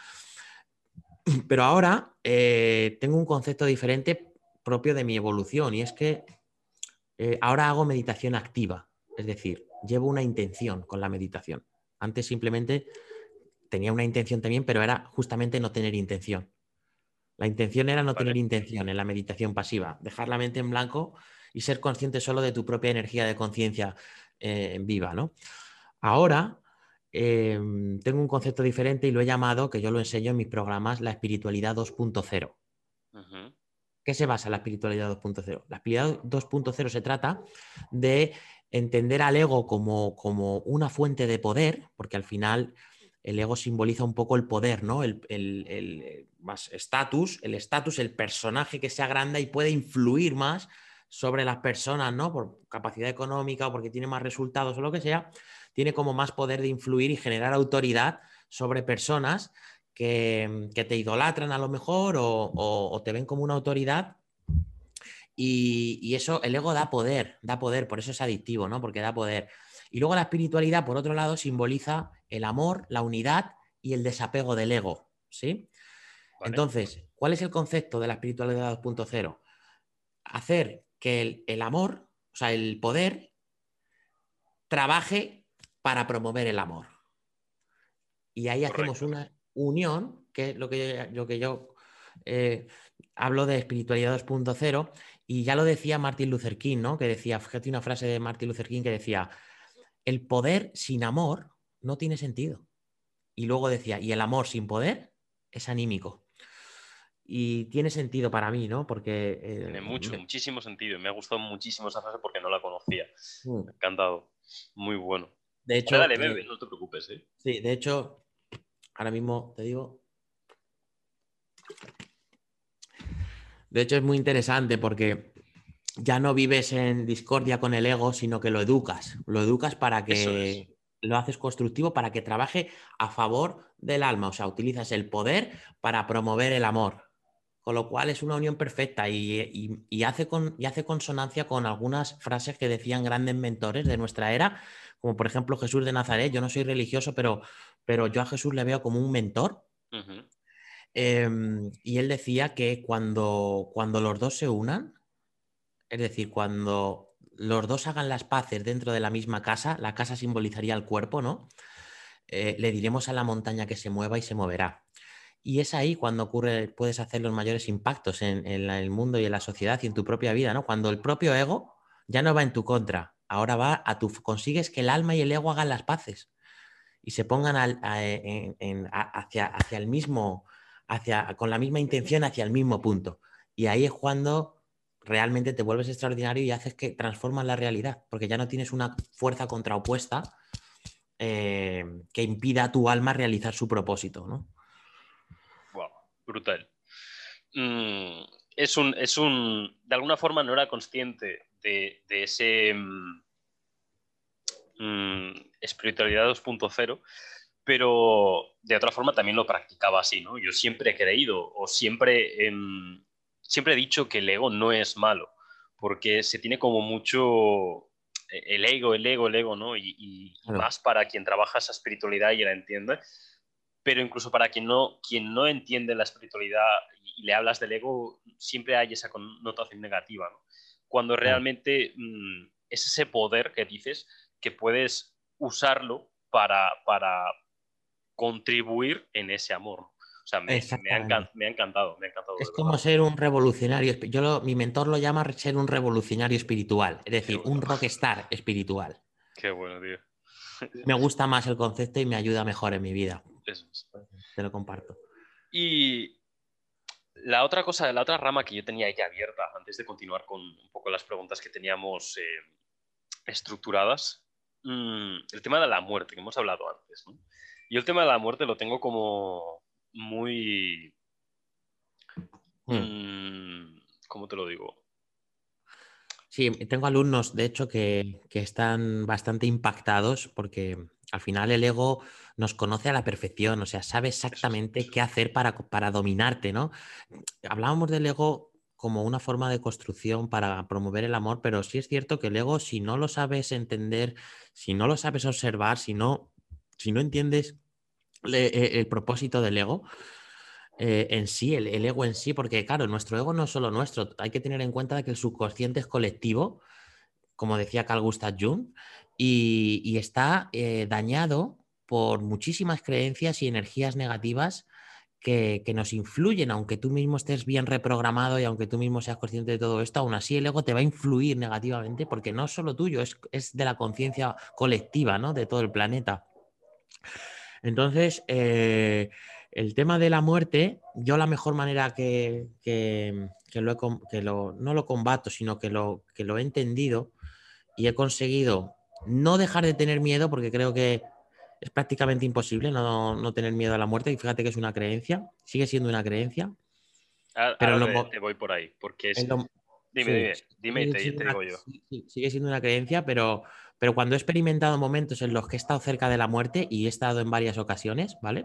Pero ahora eh, tengo un concepto diferente propio de mi evolución y es que eh, ahora hago meditación activa, es decir, llevo una intención con la meditación. Antes simplemente tenía una intención también, pero era justamente no tener intención. La intención era no Vale. tener intención en la meditación pasiva, dejar la mente en blanco y ser consciente solo de tu propia energía de conciencia eh, viva, ¿no? Ahora eh, tengo un concepto diferente y lo he llamado, que yo lo enseño en mis programas, la espiritualidad dos punto cero. Ujú. ¿Qué se basa en la espiritualidad dos punto cero? La espiritualidad dos punto cero se trata de entender al ego como, como una fuente de poder, porque al final el ego simboliza un poco el poder, ¿no? El, el, el más estatus, el estatus, el personaje que se agranda y puede influir más sobre las personas, ¿no? Por capacidad económica o porque tiene más resultados o lo que sea, tiene como más poder de influir y generar autoridad sobre personas que, que te idolatran a lo mejor o, o, o te ven como una autoridad y, y, eso, el ego da poder, da poder, por eso es adictivo, ¿no? Porque da poder. Y luego la espiritualidad, por otro lado, simboliza el amor, la unidad y el desapego del ego, ¿sí? Vale. Entonces, ¿cuál es el concepto de la espiritualidad dos punto cero? Hacer que el, el amor, o sea, el poder, trabaje para promover el amor. Y ahí hacemos Correcto. una unión, que es lo que, lo que yo eh, hablo de espiritualidad dos punto cero, y ya lo decía Martin Luther King, ¿no? Que decía, fíjate una frase de Martin Luther King que decía, el poder sin amor no tiene sentido. Y luego decía, y el amor sin poder es anímico. Y tiene sentido para mí, ¿no? Porque... Tiene Eh, mucho, me... muchísimo sentido. Me ha gustado muchísimo esa frase porque no la conocía. Me Mm. ha encantado. Muy bueno. De Dale, hecho, dale, bebe, eh, no te preocupes, ¿eh? sí, de hecho, ahora mismo te digo, de hecho es muy interesante porque ya no vives en discordia con el ego, sino que lo educas. Lo educas para Eso es. que lo haces constructivo, para que trabaje a favor del alma. O sea, utilizas el poder para promover el amor. Con lo cual es una unión perfecta y, y, y, hace con, y hace consonancia con algunas frases que decían grandes mentores de nuestra era, como por ejemplo Jesús de Nazaret. Yo no soy religioso, pero, pero yo a Jesús le veo como un mentor. Ujú. Eh, y él decía que cuando, cuando los dos se unan, es decir, cuando los dos hagan las paces dentro de la misma casa, la casa simbolizaría el cuerpo, ¿no? Eh, le diremos a la montaña que se mueva y se moverá. Y es ahí cuando ocurre, puedes hacer los mayores impactos en, en el mundo y en la sociedad y en tu propia vida, ¿no? Cuando el propio ego ya no va en tu contra, ahora va a tu... consigues que el alma y el ego hagan las paces y se pongan al, a, en, en, a, hacia, hacia el mismo, hacia, con la misma intención hacia el mismo punto. Y ahí es cuando realmente te vuelves extraordinario y haces que transformas la realidad, porque ya no tienes una fuerza contraopuesta eh, que impida a tu alma realizar su propósito, ¿no? Wow, brutal. Mm, es un, es un... De alguna forma no era consciente de, de ese... Mm, espiritualidad dos punto cero, pero de otra forma también lo practicaba así, ¿no? Yo siempre he creído o siempre, em, siempre he dicho que el ego no es malo, porque se tiene como mucho el ego, el ego, el ego, ¿no? Y, y, y Claro. más para quien trabaja esa espiritualidad y la entiende, pero incluso para quien no, quien no entiende la espiritualidad y le hablas del ego, siempre hay esa connotación negativa, ¿no? Cuando Claro. realmente mmm, es ese poder que dices que puedes usarlo para, para contribuir en ese amor. O sea, me, me, ha, Exactamente. me ha encantado, me ha encantado Es de verdad. como ser un revolucionario. Yo lo- mi mentor lo llama ser un revolucionario espiritual, es Qué decir, bueno, un rockstar espiritual. qué bueno, tío. Me gusta más el concepto y me ayuda mejor en mi vida. Eso es. Te lo comparto. Y la otra cosa, la otra rama que yo tenía ahí abierta, antes de continuar con un poco las preguntas que teníamos eh, estructuradas, mmm, el tema de la muerte, que hemos hablado antes, ¿no? Y el tema de la muerte lo tengo como muy... Mm. Mmm, ¿cómo te lo digo? Sí, tengo alumnos, de hecho, que, que están bastante impactados porque al final el ego nos conoce a la perfección, o sea, sabe exactamente qué hacer para, para dominarte, ¿no? Hablábamos del ego como una forma de construcción para promover el amor, pero sí es cierto que el ego, si no lo sabes entender, si no lo sabes observar, si no, si no entiendes le- el propósito del ego, eh, en sí, el, el ego en sí, porque claro, nuestro ego no es solo nuestro, hay que tener en cuenta que el subconsciente es colectivo, como decía Carl Gustav Jung, y, y está eh, dañado por muchísimas creencias y energías negativas que, que nos influyen, aunque tú mismo estés bien reprogramado y aunque tú mismo seas consciente de todo esto, aún así el ego te va a influir negativamente porque no es solo tuyo, es, es de la conciencia colectiva, ¿no? De todo el planeta. Entonces, eh, el tema de la muerte, yo la mejor manera que, que, que lo, he, que lo no lo combato, sino que lo, que lo he entendido y he conseguido no dejar de tener miedo, porque creo que es prácticamente imposible no, no tener miedo a la muerte, y fíjate que es una creencia, sigue siendo una creencia, pero en Ahora lo, te, te voy por ahí, porque es... en lo, Dime, sí, dime, dime y sigue te, siendo te una, digo yo. sí, sigue siendo una creencia, pero, pero cuando he experimentado momentos en los que he estado cerca de la muerte, y he estado en varias ocasiones, ¿vale?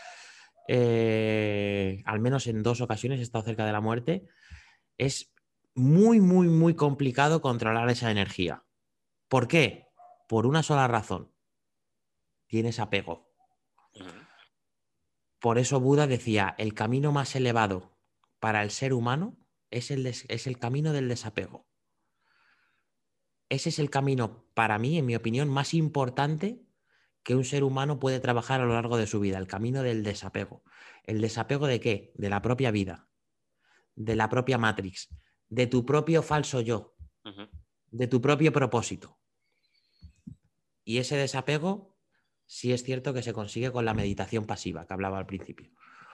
Eh, al menos en dos ocasiones he estado cerca de la muerte, es muy, muy, muy complicado controlar esa energía. ¿Por qué? Por una sola razón. Tienes apego. Uh-huh. Por eso Buda decía, el camino más elevado para el ser humano es el, des- es el camino del desapego. Ese es el camino, para mí, en mi opinión, más importante que un ser humano puede trabajar a lo largo de su vida, el camino del desapego. ¿El desapego de qué? De la propia vida, de la propia Matrix, de tu propio falso yo, Uh-huh. de tu propio propósito. Y ese desapego sí es cierto que se consigue con la meditación pasiva que hablaba al principio.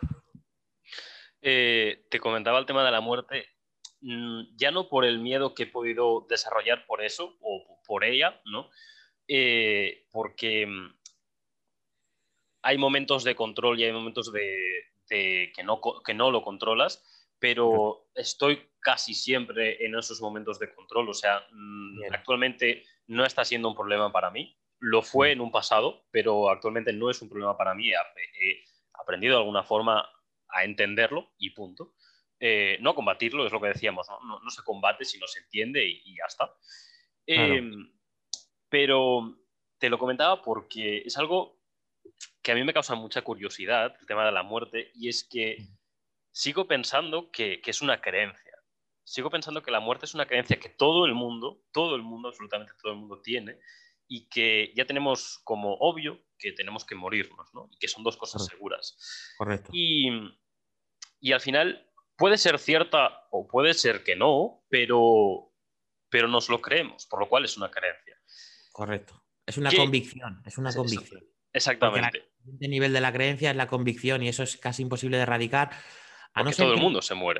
Eh, te comentaba el tema de la muerte, mmm, ya no por el miedo que he podido desarrollar por eso o por ella, ¿no? Eh, porque mmm, hay momentos de control y hay momentos de, de que, no, que no lo controlas, pero estoy casi siempre en esos momentos de control. O sea, mmm, Bien. actualmente no está siendo un problema para mí. Lo fue en un pasado, pero actualmente no es un problema para mí. He, he aprendido de alguna forma a entenderlo y punto. Eh, no combatirlo, es lo que decíamos, no, no, no se combate, sino se entiende y, y ya está. Eh, Claro. pero te lo comentaba porque es algo que a mí me causa mucha curiosidad, el tema de la muerte, y es que sigo pensando que, que es una creencia. Sigo pensando que la muerte es una creencia que todo el mundo, todo el mundo, absolutamente todo el mundo tiene, y que ya tenemos como obvio que tenemos que morirnos, ¿no? Y que son dos cosas Correcto. seguras. Correcto. Y, y al final puede ser cierta o puede ser que no, pero, pero nos lo creemos, por lo cual es una creencia. Correcto. Es una ¿Qué? convicción, es una convicción. Porque el Exactamente. nivel de la creencia es la convicción y eso es casi imposible de erradicar, a no Porque ser todo el que... mundo se muere.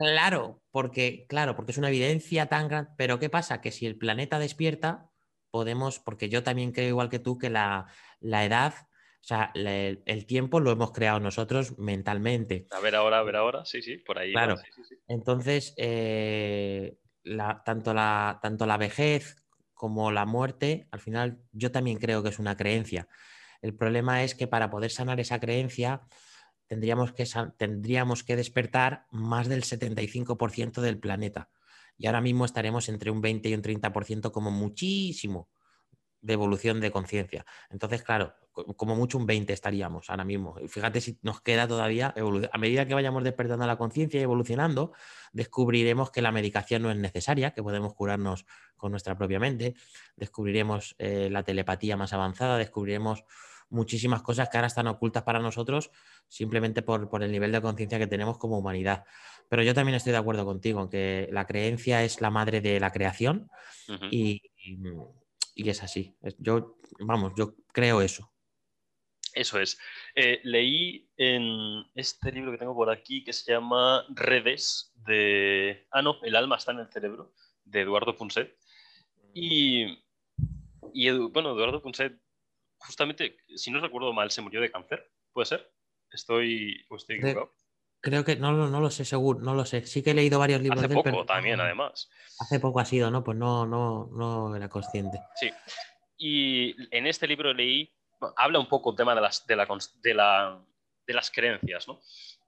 Claro, porque, claro, porque es una evidencia tan grande. Pero ¿qué pasa? Que si el planeta despierta, podemos, porque yo también creo igual que tú que la, la edad, o sea, la- el, el tiempo lo hemos creado nosotros mentalmente. A ver ahora, a ver ahora, sí, sí, por ahí va, Claro. sí, sí, sí. Entonces, eh, la- tanto, la, tanto la vejez como la muerte, al final yo también creo que es una creencia. El problema es que para poder sanar esa creencia tendríamos que, sa- tendríamos que despertar más del setenta y cinco por ciento del planeta. Y ahora mismo estaremos entre un veinte y un treinta por ciento como muchísimo de evolución de conciencia. Entonces, claro, co- como mucho un veinte estaríamos ahora mismo. Y fíjate si nos queda todavía evolución. A medida que vayamos despertando la conciencia y evolucionando, descubriremos que la medicación no es necesaria, que podemos curarnos con nuestra propia mente, descubriremos eh, la telepatía más avanzada, descubriremos muchísimas cosas que ahora están ocultas para nosotros simplemente por, por el nivel de conciencia que tenemos como humanidad. Pero yo también estoy de acuerdo contigo en que la creencia es la madre de la creación Ujú. y, y, y es así. Es- Yo, vamos, yo creo eso. Eso es. Eh, leí en este libro que tengo por aquí que se llama Redes de... Ah, no, El alma está en el cerebro, de Eduardo Punset. Y, y Edu- bueno, Eduardo Punset, justamente, si no recuerdo mal, se murió de cáncer. ¿Puede ser? Estoy, o estoy Creo, equivocado. creo que no, lo- no lo sé seguro, no lo sé. Sí que he leído varios libros Hace de él, pero poco también, no- además. hace poco ha sido, ¿no? Pues no, no, no era consciente. Sí. Y en este libro leí, bueno, habla un poco el tema de las, de la, cons- de la- de las creencias, ¿no?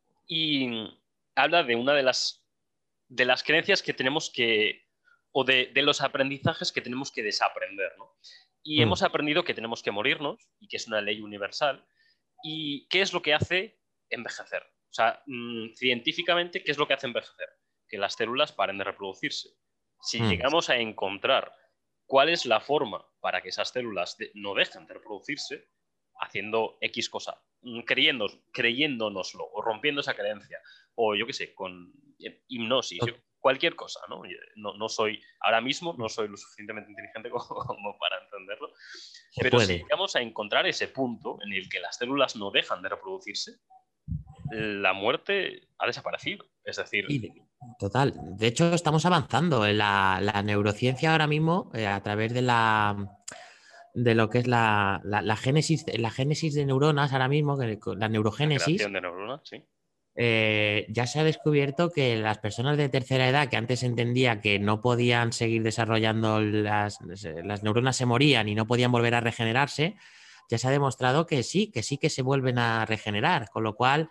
Y habla de una de las, de las creencias que tenemos que, o de, de los aprendizajes que tenemos que desaprender, ¿no? Y Mm, hemos aprendido que tenemos que morirnos y que es una ley universal. ¿Y qué es lo que hace envejecer? O sea, mmm, científicamente, ¿qué es lo que hace envejecer? Que las células paren de reproducirse. Si mm. llegamos a encontrar cuál es la forma para que esas células de, no dejen de reproducirse, haciendo X cosa, mm, creyendo, creyéndonoslo o rompiendo esa creencia, o yo qué sé, con hipnosis, yo, cualquier cosa, ¿no? ¿no? No soy, ahora mismo no soy lo suficientemente inteligente como, como para entenderlo, Se pero si puede. llegamos a encontrar ese punto en el que las células no dejan de reproducirse, la muerte ha desaparecido. Es decir, Sí, de- total. De hecho, estamos avanzando en la, la neurociencia ahora mismo eh, a través de la de lo que es la, la, la génesis, la génesis de neuronas ahora mismo, que- la la neurogénesis. creación de neuronas, sí. Eh, ya se ha descubierto que las personas de tercera edad, que antes entendía que no podían seguir desarrollando las, las neuronas se morían y no podían volver a regenerarse, ya se ha demostrado que sí, que sí que se vuelven a regenerar. Con lo cual,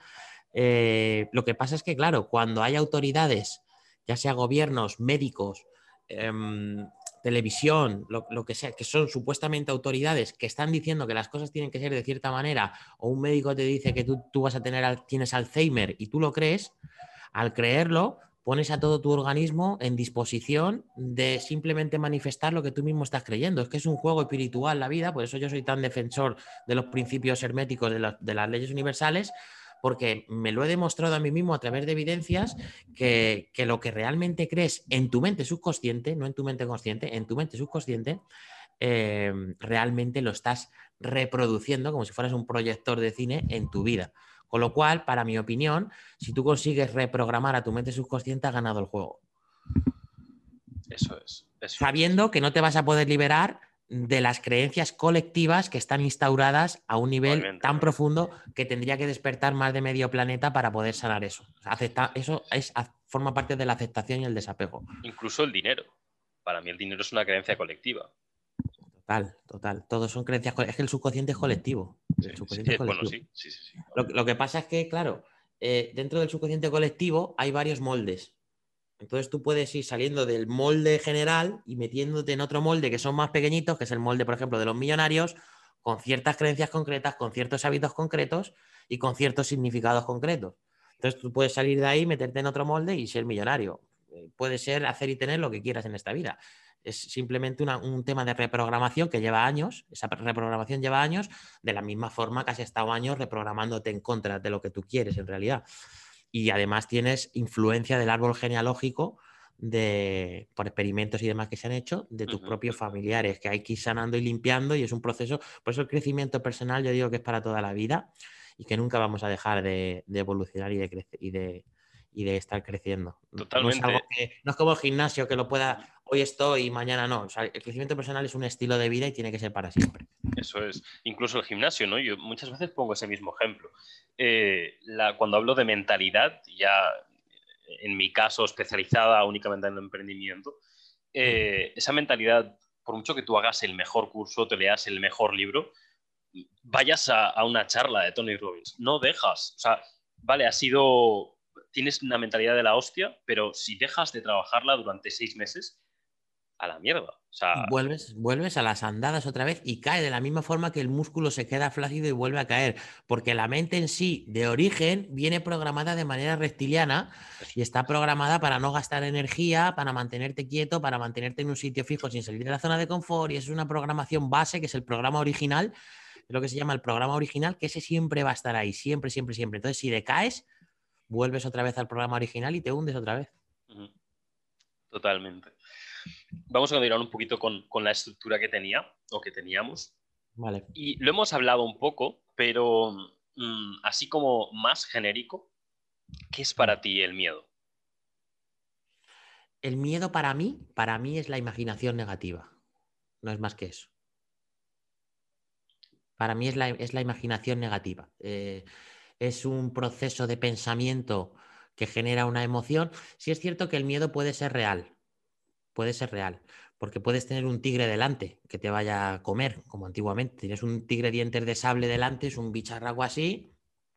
eh, lo que pasa es que, claro, cuando hay autoridades, ya sea gobiernos, médicos, em, televisión, lo, lo que sea, que son supuestamente autoridades que están diciendo que las cosas tienen que ser de cierta manera, o un médico te dice que tú, tú vas a tener, tienes Alzheimer y tú lo crees, al creerlo, pones a todo tu organismo en disposición de simplemente manifestar lo que tú mismo estás creyendo. Es que es un juego espiritual la vida, por eso yo soy tan defensor de los principios herméticos de, la, de las leyes universales, porque me lo he demostrado a mí mismo a través de evidencias que, que lo que realmente crees en tu mente subconsciente, no en tu mente consciente, en tu mente subconsciente, eh, realmente lo estás reproduciendo como si fueras un proyector de cine en tu vida. Con lo cual, para mi opinión, si tú consigues reprogramar a tu mente subconsciente, has ganado el juego. Eso es. Eso Sabiendo es. que no te vas a poder liberar de las creencias colectivas que están instauradas a un nivel Igualmente. tan profundo que tendría que despertar más de medio planeta para poder sanar eso. O sea, acepta, eso es, forma parte de la aceptación y el desapego. Incluso el dinero. Para mí el dinero es una creencia colectiva. Total, total. Todos son creencias. Es que el subconsciente es colectivo. Sí, El sí, subconsciente es bueno, colectivo. sí, sí, sí, sí. Lo, lo que pasa es que, claro, eh, dentro del subconsciente colectivo hay varios moldes. Entonces tú puedes ir saliendo del molde general y metiéndote en otro molde que son más pequeñitos, que es el molde, por ejemplo, de los millonarios, con ciertas creencias concretas, con ciertos hábitos concretos y con ciertos significados concretos. Entonces tú puedes salir de ahí, meterte en otro molde y ser millonario. Eh, Puede ser hacer y tener lo que quieras en esta vida. Es simplemente una, un tema de reprogramación que lleva años, esa reprogramación lleva años, de la misma forma que has estado años reprogramándote en contra de lo que tú quieres en realidad. Y además tienes influencia del árbol genealógico de, por experimentos y demás que se han hecho, de tus Uh-huh. propios familiares, que hay que ir sanando y limpiando y es un proceso. Por eso el crecimiento personal yo digo que es para toda la vida y que nunca vamos a dejar de, de evolucionar y de crecer y de, y de estar creciendo. Totalmente. No es algo que, no es como el gimnasio que lo pueda, hoy estoy y mañana no. O sea, el crecimiento personal es un estilo de vida y tiene que ser para siempre. Eso es. Incluso el gimnasio, ¿no? Yo muchas veces pongo ese mismo ejemplo. Eh, la, cuando hablo de mentalidad, ya en mi caso especializada únicamente en el emprendimiento, eh, esa mentalidad, por mucho que tú hagas el mejor curso, te leas el mejor libro, vayas a, a una charla de Tony Robbins, no dejas. O sea, vale, ha sido... Tienes una mentalidad de la hostia, pero si dejas de trabajarla durante seis meses, a la mierda. O sea, Y vuelves, vuelves a las andadas otra vez y cae de la misma forma que el músculo se queda flácido y vuelve a caer. Porque la mente en sí, de origen, viene programada de manera reptiliana y está programada para no gastar energía, para mantenerte quieto, para mantenerte en un sitio fijo sin salir de la zona de confort. Y eso es una programación base, que es el programa original, es lo que se llama el programa original, que ese siempre va a estar ahí, siempre, siempre, siempre. Entonces, si decaes, vuelves otra vez al programa original y te hundes otra vez. uh-huh. Totalmente. Vamos a continuar un poquito con, con la estructura que tenía o que teníamos. Vale. Y lo hemos hablado un poco, pero mmm, así como más genérico, ¿qué es para ti el miedo? El miedo para mí, para mí es la imaginación negativa. No es más que eso. Para mí es la, es la imaginación negativa. Eh, es un proceso de pensamiento que genera una emoción. Sí es cierto que el miedo puede ser real. Puede ser real. Porque puedes tener un tigre delante que te vaya a comer, como antiguamente. Tienes un tigre dientes de sable delante, es un bicharraco así.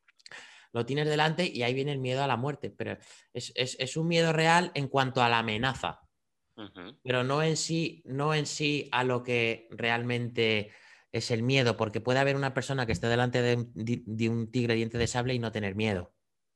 Lo tienes delante y ahí viene el miedo a la muerte. Pero es, es, es un miedo real en cuanto a la amenaza. Uh-huh. Pero no en sí, no en sí a lo que realmente es el miedo, porque puede haber una persona que esté delante de un, de un tigre diente de sable y no tener miedo,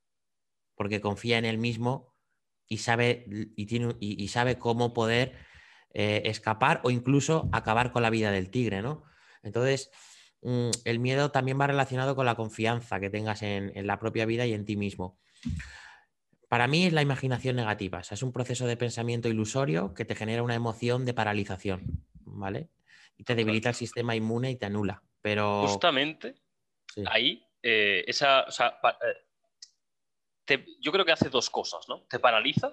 porque confía en él mismo y sabe, y tiene, y, y sabe cómo poder eh, escapar o incluso acabar con la vida del tigre, ¿no? Entonces, mmm, el miedo también va relacionado con la confianza que tengas en, en la propia vida y en ti mismo. Para mí es la imaginación negativa, o sea, es un proceso de pensamiento ilusorio que te genera una emoción de paralización, ¿vale? Y te debilita el sistema inmune y te anula. Pero Justamente sí. ahí, eh, esa, o sea, pa, eh, te, yo creo que hace dos cosas, ¿no? Te paraliza,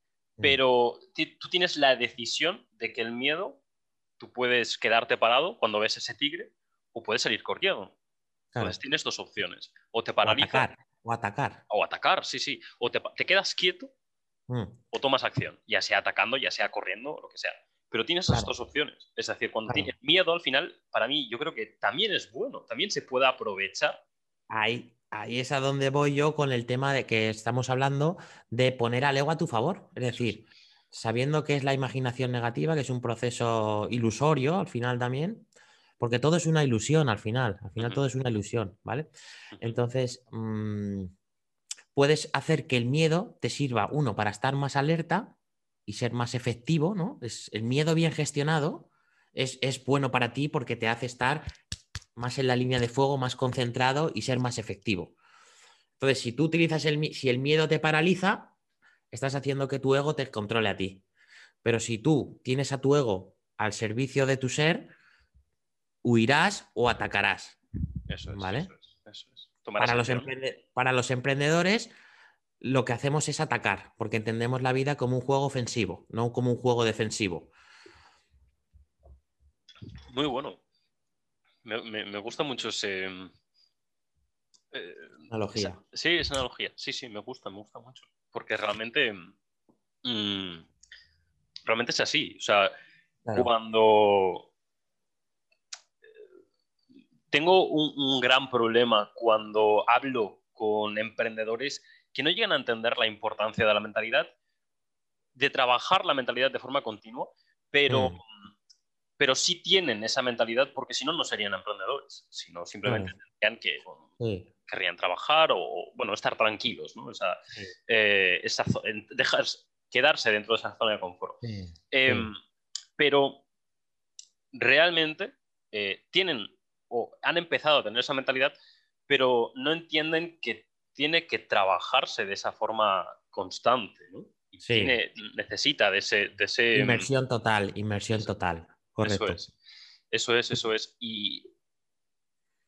pero t- tú tienes la decisión de que el miedo, tú puedes quedarte parado cuando ves ese tigre o puedes salir corriendo. Claro. Entonces tienes dos opciones. O te O paraliza atacar, o atacar. o atacar, sí, sí. O te, te quedas quieto Mm, o tomas acción, ya sea atacando, ya sea corriendo, o lo que sea. Pero tienes esas claro, dos opciones. Es decir, cuando claro. tienes miedo, al final, para mí, yo creo que también es bueno, también se puede aprovechar. Ahí, ahí es a donde voy yo con el tema de que estamos hablando de poner al ego a tu favor. Es Eso es. decir, sabiendo que es la imaginación negativa, que es un proceso ilusorio al final también, porque todo es una ilusión al final, al final Uh-huh, todo es una ilusión, ¿vale? uh-huh. Entonces, mmm, puedes hacer que el miedo te sirva, uno, para estar más alerta y ser más efectivo, ¿no? Es, el miedo bien gestionado es, es bueno para ti porque te hace estar más en la línea de fuego, más concentrado y ser más efectivo. Entonces, si tú utilizas el, si el miedo te paraliza, estás haciendo que tu ego te controle a ti. Pero si tú tienes a tu ego al servicio de tu ser, huirás o atacarás. Eso es, ¿Vale? eso es, eso es. Tomarás Para los, acción. emprende para los emprendedores, lo que hacemos es atacar, porque entendemos la vida como un juego ofensivo, no como un juego defensivo. Muy bueno. Me, me, me gusta mucho ese... Eh, esa, Analogía. sí, esa analogía. Sí, sí, me gusta, me gusta mucho. Porque realmente... Mmm, realmente es así. O sea, Claro. cuando... Tengo un, un gran problema cuando hablo con emprendedores que no llegan a entender la importancia de la mentalidad, de trabajar la mentalidad de forma continua, pero, Mm, pero sí tienen esa mentalidad porque si no, no serían emprendedores, sino simplemente claro. tendrían que, bueno, Sí, querrían trabajar o, bueno, estar tranquilos, ¿no? O sea, sí, eh, esa, dejar, quedarse dentro de esa zona de confort. sí, Eh, sí. pero realmente eh, tienen o han empezado a tener esa mentalidad, pero no entienden que tiene que trabajarse de esa forma constante, ¿no? Y Sí. tiene, necesita de ese... De ese Inmersión total, inmersión eso, total. eso Correcto. es, eso es, eso es. Y,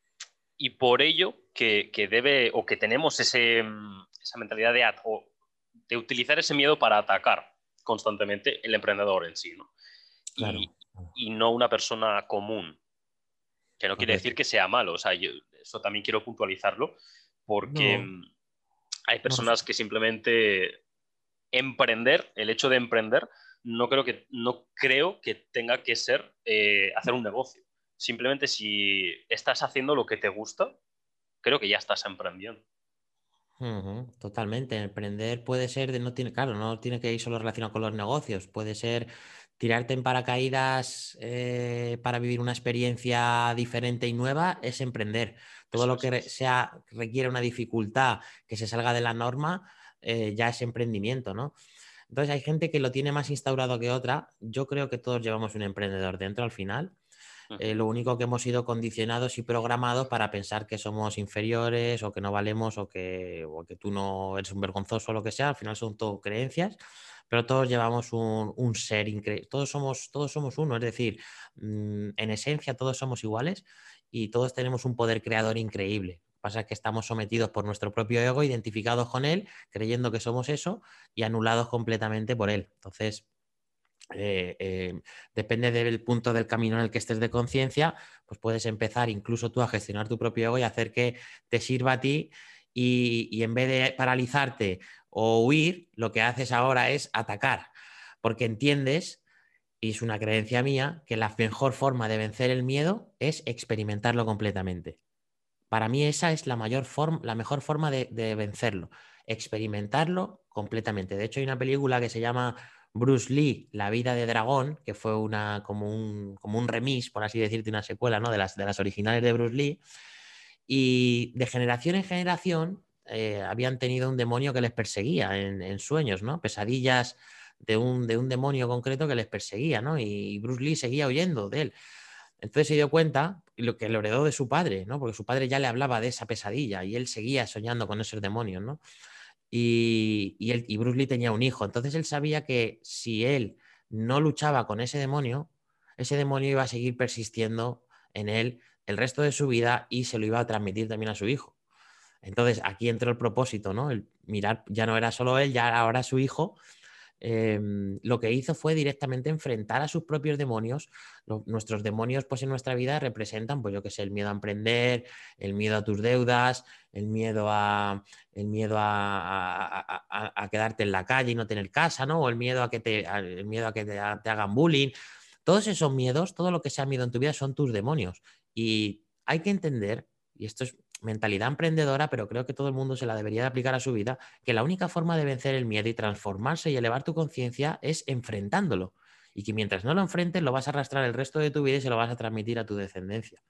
y por ello que, que, debe o que tenemos ese, esa mentalidad de, o de utilizar ese miedo para atacar constantemente el emprendedor en sí, ¿no? Claro. Y, y no una persona común. Que no quiere Correcto. decir que sea malo. O sea, yo eso también quiero puntualizarlo porque No, mm, hay no, personas que simplemente emprender, el hecho de emprender, no creo que, no creo que tenga que ser eh, hacer un negocio. Simplemente si estás haciendo lo que te gusta, creo que ya estás emprendiendo. ujú, totalmente. Emprender puede ser de no tiene, claro, no tiene que ir solo relacionado con los negocios. Puede ser tirarte en paracaídas eh, para vivir una experiencia diferente y nueva, es emprender. Todo Eso lo que es. re- sea, requiere una dificultad que se salga de la norma, eh, ya es emprendimiento, ¿no? Entonces hay gente que lo tiene más instaurado que otra. Yo creo que todos llevamos un emprendedor dentro al final. Eh, Ujú. lo único que hemos sido condicionados y programados para pensar que somos inferiores o que no valemos o que, o que tú no eres un vergonzoso o lo que sea. Al final son todo creencias, pero todos llevamos un, un ser increíble. Todos somos, todos somos uno, es decir, mm, en esencia todos somos iguales y todos tenemos un poder creador increíble. Lo que pasa es que estamos sometidos por nuestro propio ego, identificados con él, creyendo que somos eso y anulados completamente por él. Entonces, eh, eh, depende del punto del camino en el que estés de conciencia, pues puedes empezar incluso tú a gestionar tu propio ego y hacer que te sirva a ti y, y en vez de paralizarte o huir, lo que haces ahora es atacar, porque entiendes, y es una creencia mía, que la mejor forma de vencer el miedo es experimentarlo completamente. Para mí esa es la, mayor forma, la mejor forma de, de vencerlo, experimentarlo completamente. De hecho, hay una película que se llama Bruce Lee, La vida de dragón, que fue una, como, un, como un remix, por así decirte, una secuela, ¿no? de, las, de las originales de Bruce Lee. Y de generación en generación eh, habían tenido un demonio que les perseguía en, en sueños, ¿no? Pesadillas de un, de un demonio concreto que les perseguía, ¿no? Y Bruce Lee seguía huyendo de él. Entonces se dio cuenta lo que lo heredó de su padre, ¿no? Porque su padre ya le hablaba de esa pesadilla y él seguía soñando con esos demonios, ¿no? Y, y, él, y Bruce Lee tenía un hijo. Entonces él sabía que si él no luchaba con ese demonio, ese demonio iba a seguir persistiendo en él el resto de su vida y se lo iba a transmitir también a su hijo. Entonces aquí entró el propósito, ¿no? El mirar, ya no era solo él, ya ahora su hijo. Eh, lo que hizo fue directamente enfrentar a sus propios demonios. Lo, nuestros demonios, pues en nuestra vida representan, pues yo qué sé, el miedo a emprender, el miedo a tus deudas, el miedo a, el miedo a, a, a, a quedarte en la calle y no tener casa, ¿no? O el miedo a que te, a, el miedo a que te, a, te hagan bullying. Todos esos miedos, todo lo que sea miedo en tu vida son tus demonios. Y hay que entender, y esto es mentalidad emprendedora, pero creo que todo el mundo se la debería de aplicar a su vida, que la única forma de vencer el miedo y transformarse y elevar tu conciencia es enfrentándolo. Y que mientras no lo enfrentes, lo vas a arrastrar el resto de tu vida y se lo vas a transmitir a tu descendencia.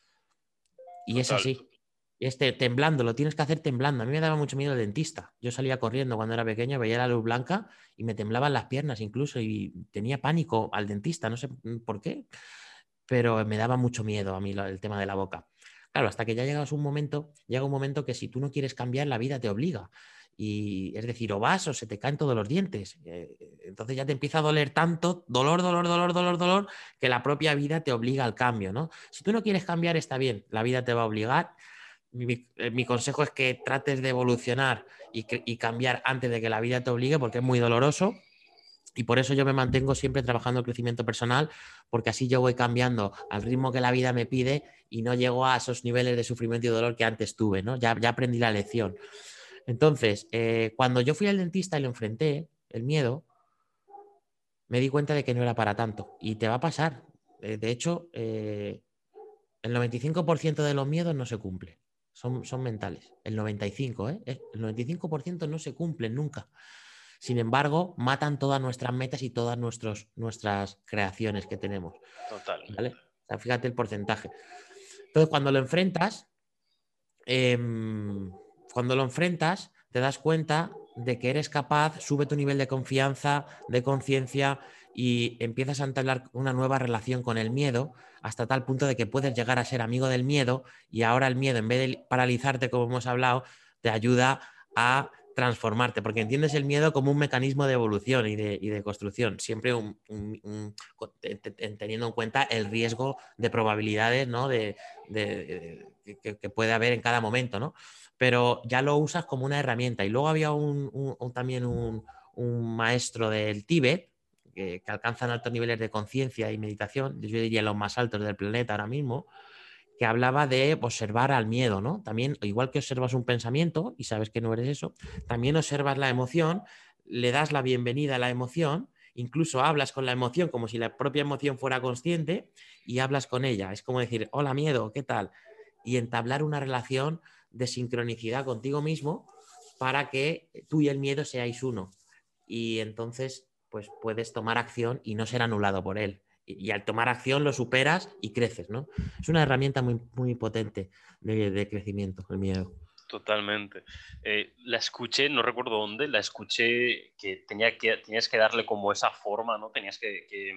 Y es Total. así. Este, temblando, lo tienes que hacer temblando. A mí me daba mucho miedo el dentista. Yo salía corriendo cuando era pequeño, veía la luz blanca y me temblaban las piernas incluso y tenía pánico al dentista, no sé por qué, pero me daba mucho miedo a mí el tema de la boca. Claro, hasta que ya llegas un momento, llega un momento que si tú no quieres cambiar, la vida te obliga. Y es decir, o vas o se te caen todos los dientes. Entonces ya te empieza a doler tanto, dolor, dolor, dolor, dolor, dolor, que la propia vida te obliga al cambio, ¿no? Si tú no quieres cambiar, está bien, la vida te va a obligar. Mi, mi consejo es que trates de evolucionar y, y cambiar antes de que la vida te obligue, porque es muy doloroso. Y por eso yo me mantengo siempre trabajando el crecimiento personal, porque así yo voy cambiando al ritmo que la vida me pide y no llego a esos niveles de sufrimiento y dolor que antes tuve, ¿no? Ya, ya aprendí la lección. Entonces, eh, cuando yo fui al dentista y lo enfrenté, el miedo, me di cuenta de que no era para tanto. Y te va a pasar. Eh, de hecho, eh, el noventa y cinco por ciento de los miedos no se cumple. Son, son mentales. El noventa y cinco por ciento, ¿eh? El noventa y cinco por ciento no se cumplen nunca. Sin embargo, matan todas nuestras metas y todas nuestros, nuestras creaciones que tenemos. Total. ¿Vale? O sea, fíjate el porcentaje. Entonces, cuando lo enfrentas, eh, cuando lo enfrentas, te das cuenta de que eres capaz, sube tu nivel de confianza, de conciencia y empiezas a entablar una nueva relación con el miedo hasta tal punto de que puedes llegar a ser amigo del miedo y ahora el miedo, en vez de paralizarte, como hemos hablado, te ayuda a transformarte, porque entiendes el miedo como un mecanismo de evolución y de, y de construcción, siempre un, un, un, teniendo en cuenta el riesgo de probabilidades, ¿no? de, de, de que, que puede haber en cada momento, ¿no? pero ya lo usas como una herramienta. Y luego había un, un, un, también un, un maestro del Tíbet que, que alcanzan altos niveles de conciencia y meditación, yo diría los más altos del planeta ahora mismo, que hablaba de observar al miedo, ¿no? También, igual que observas un pensamiento y sabes que no eres eso, también observas la emoción, le das la bienvenida a la emoción, incluso hablas con la emoción como si la propia emoción fuera consciente y hablas con ella. Es como decir, hola miedo, ¿qué tal? Y entablar una relación de sincronicidad contigo mismo para que tú y el miedo seáis uno. Y entonces, pues puedes tomar acción y no ser anulado por él. Y, y al tomar acción lo superas y creces, ¿no? Es una herramienta muy, muy potente de, de crecimiento, el miedo. Totalmente. Eh, la escuché, no recuerdo dónde, la escuché que, tenía que tenías que darle como esa forma, ¿no? Tenías que, que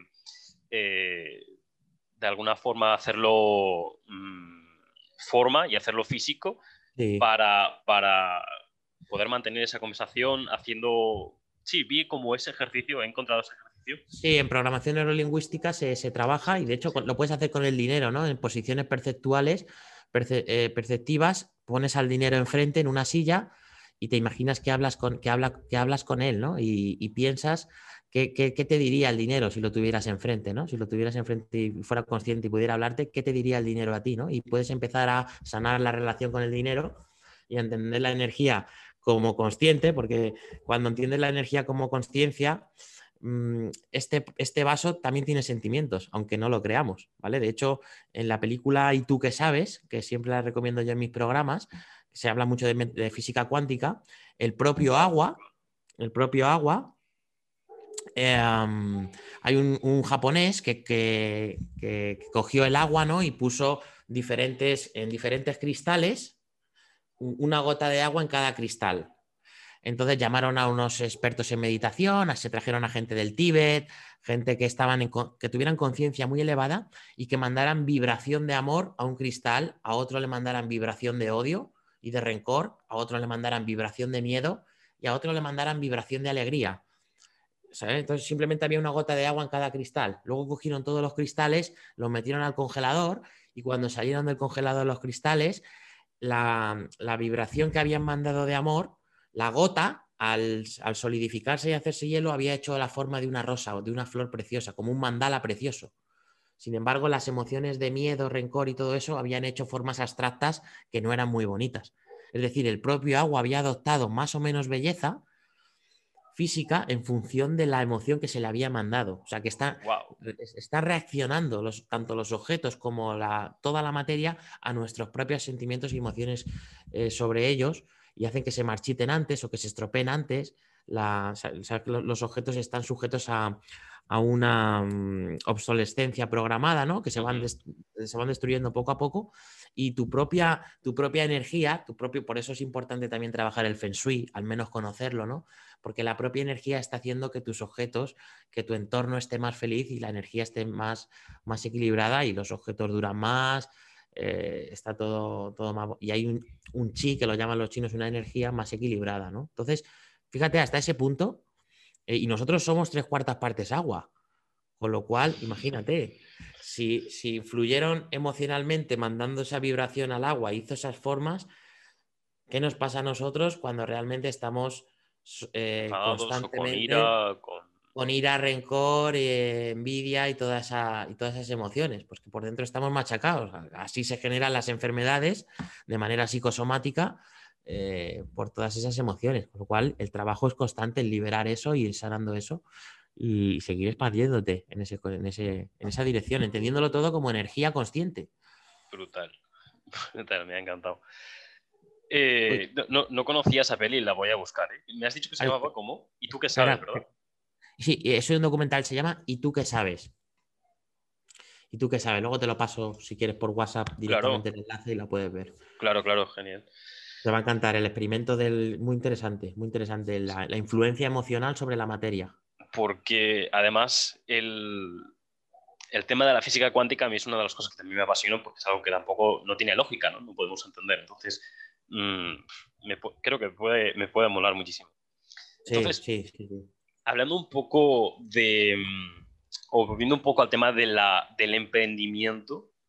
eh, de alguna forma hacerlo mmm, forma y hacerlo físico Sí. para, para poder mantener esa conversación haciendo... Sí, vi como ese ejercicio, he encontrado ese ejercicio. Sí, en programación neurolingüística se, se trabaja y de hecho lo puedes hacer con el dinero, ¿no? En posiciones perceptuales, perce, eh, perceptivas, pones al dinero enfrente en una silla y te imaginas que hablas con, que habla, que hablas con él, ¿no? Y, y piensas qué, qué, qué te diría el dinero si lo tuvieras enfrente, ¿no? Si lo tuvieras enfrente y fuera consciente y pudiera hablarte, ¿qué te diría el dinero a ti, ¿no? Y puedes empezar a sanar la relación con el dinero y a entender la energía como consciente, porque cuando entiendes la energía como conciencia, Este, este vaso también tiene sentimientos, aunque no lo creamos, ¿vale? De hecho, en la película ¿Y tú qué sabes?, que siempre la recomiendo yo en mis programas, se habla mucho de, de física cuántica, el propio agua, el propio agua, eh, um, hay un, un japonés que, que, que, que cogió el agua, ¿no? Y puso diferentes, en diferentes cristales una gota de agua en cada cristal. Entonces llamaron a unos expertos en meditación, se trajeron a gente del Tíbet, gente que, estaban en, que tuvieran conciencia muy elevada y que mandaran vibración de amor a un cristal, a otro le mandaran vibración de odio y de rencor, a otro le mandaran vibración de miedo y a otro le mandaran vibración de alegría. ¿Sabes? Entonces simplemente había una gota de agua en cada cristal. Luego cogieron todos los cristales, los metieron al congelador y cuando salieron del congelador los cristales, la, la vibración que habían mandado de amor, la gota, al, al solidificarse y hacerse hielo, había hecho la forma de una rosa o de una flor preciosa, como un mandala precioso. Sin embargo, las emociones de miedo, rencor y todo eso habían hecho formas abstractas que no eran muy bonitas. Es decir, el propio agua había adoptado más o menos belleza física en función de la emoción que se le había mandado. O sea, que está, wow. está reaccionando los, tanto los objetos como la, toda la materia a nuestros propios sentimientos y emociones eh, sobre ellos y hacen que se marchiten antes o que se estropeen antes. La, o sea, los objetos están sujetos a, a una um, obsolescencia programada, ¿no? Que se van, des, se van destruyendo poco a poco y tu propia, tu propia energía, tu propio, por eso es importante también trabajar el Feng Shui, al menos conocerlo, ¿no? Porque la propia energía está haciendo que tus objetos, que tu entorno esté más feliz y la energía esté más, más equilibrada y los objetos duran más, eh, está todo, todo más... Y hay un, un chi, que lo llaman los chinos, una energía más equilibrada, ¿no? Entonces, fíjate, hasta ese punto, eh, y nosotros somos tres cuartas partes agua, con lo cual, imagínate, si, si influyeron emocionalmente mandando esa vibración al agua, hizo esas formas, ¿qué nos pasa a nosotros cuando realmente estamos eh, Enfadados o con constantemente ira, con... con ira, rencor, eh, envidia y, toda esa, y todas esas emociones? Pues que por dentro estamos machacados. Así se generan las enfermedades de manera psicosomática eh, por todas esas emociones. Con lo cual, el trabajo es constante, el liberar eso y ir sanando eso y seguir expandiéndote en, ese, en, ese, en esa dirección, entendiéndolo todo como energía consciente. Brutal. Brutal, me ha encantado. Eh, no, no conocía esa peli, la voy a buscar. ¿eh? Me has dicho que se Ay, llamaba ¿cómo? ¿Y tú qué sabes, espera, verdad? sí, eso es un documental, se llama ¿Y tú qué sabes? ¿Y tú qué sabes? Luego te lo paso, si quieres, por WhatsApp directamente Claro, el enlace y la puedes ver. claro, claro, genial. Te va a encantar el experimento del... Muy interesante, muy interesante. La, la influencia emocional sobre la materia. Porque además el, el tema de la física cuántica a mí es una de las cosas que también me apasiona porque es algo que tampoco no tiene lógica, ¿no? No podemos entender. Entonces, mmm, me, creo que puede, me puede molar muchísimo. Sí, Entonces, sí, sí, sí. hablando un poco de, o volviendo un poco al tema de la, del emprendimiento,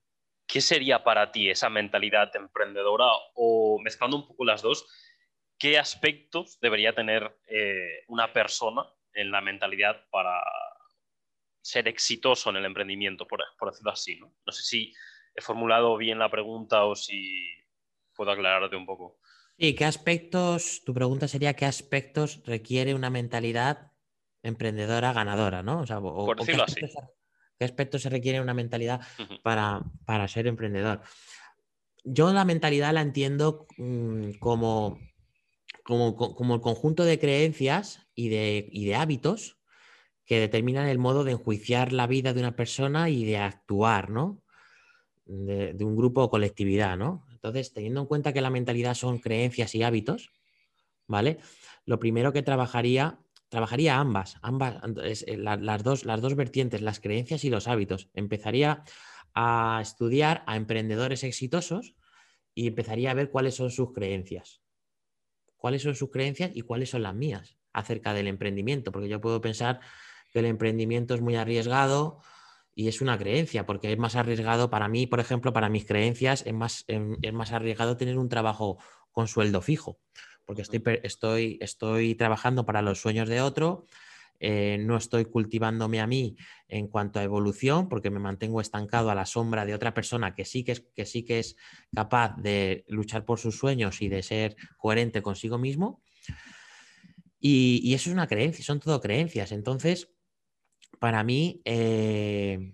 ¿qué sería para ti esa mentalidad emprendedora? O mezclando un poco las dos, ¿qué aspectos debería tener eh, una persona en la mentalidad para ser exitoso en el emprendimiento, por, por decirlo así, ¿no? No sé si he formulado bien la pregunta o si puedo aclararte un poco. Sí, ¿qué aspectos, tu pregunta sería qué aspectos requiere una mentalidad emprendedora ganadora, ¿no? O sea, o, Por o qué decirlo así. aspectos, qué aspectos se requiere una mentalidad Uh-huh. para, para ser emprendedor. Yo la mentalidad la entiendo mmm, como, como, como el conjunto de creencias y de, y de hábitos que determinan el modo de enjuiciar la vida de una persona y de actuar, ¿no? De, de un grupo o colectividad, ¿no? Entonces, teniendo en cuenta que la mentalidad son creencias y hábitos, ¿vale? Lo primero que trabajaría, trabajaría ambas, ambas es, la, las, dos, las dos vertientes, las creencias y los hábitos. Empezaría a estudiar a emprendedores exitosos y empezaría a ver cuáles son sus creencias. Cuáles son sus creencias y cuáles son las mías acerca del emprendimiento, porque yo puedo pensar que el emprendimiento es muy arriesgado y es una creencia, porque es más arriesgado para mí, por ejemplo, para mis creencias, es más, es más arriesgado tener un trabajo con sueldo fijo, porque estoy, estoy, estoy trabajando para los sueños de otro, eh, no estoy cultivándome a mí en cuanto a evolución, porque me mantengo estancado a la sombra de otra persona que sí que es, que sí que es capaz de luchar por sus sueños y de ser coherente consigo mismo. Y, y eso es una creencia, son todo creencias. Entonces, para mí, eh,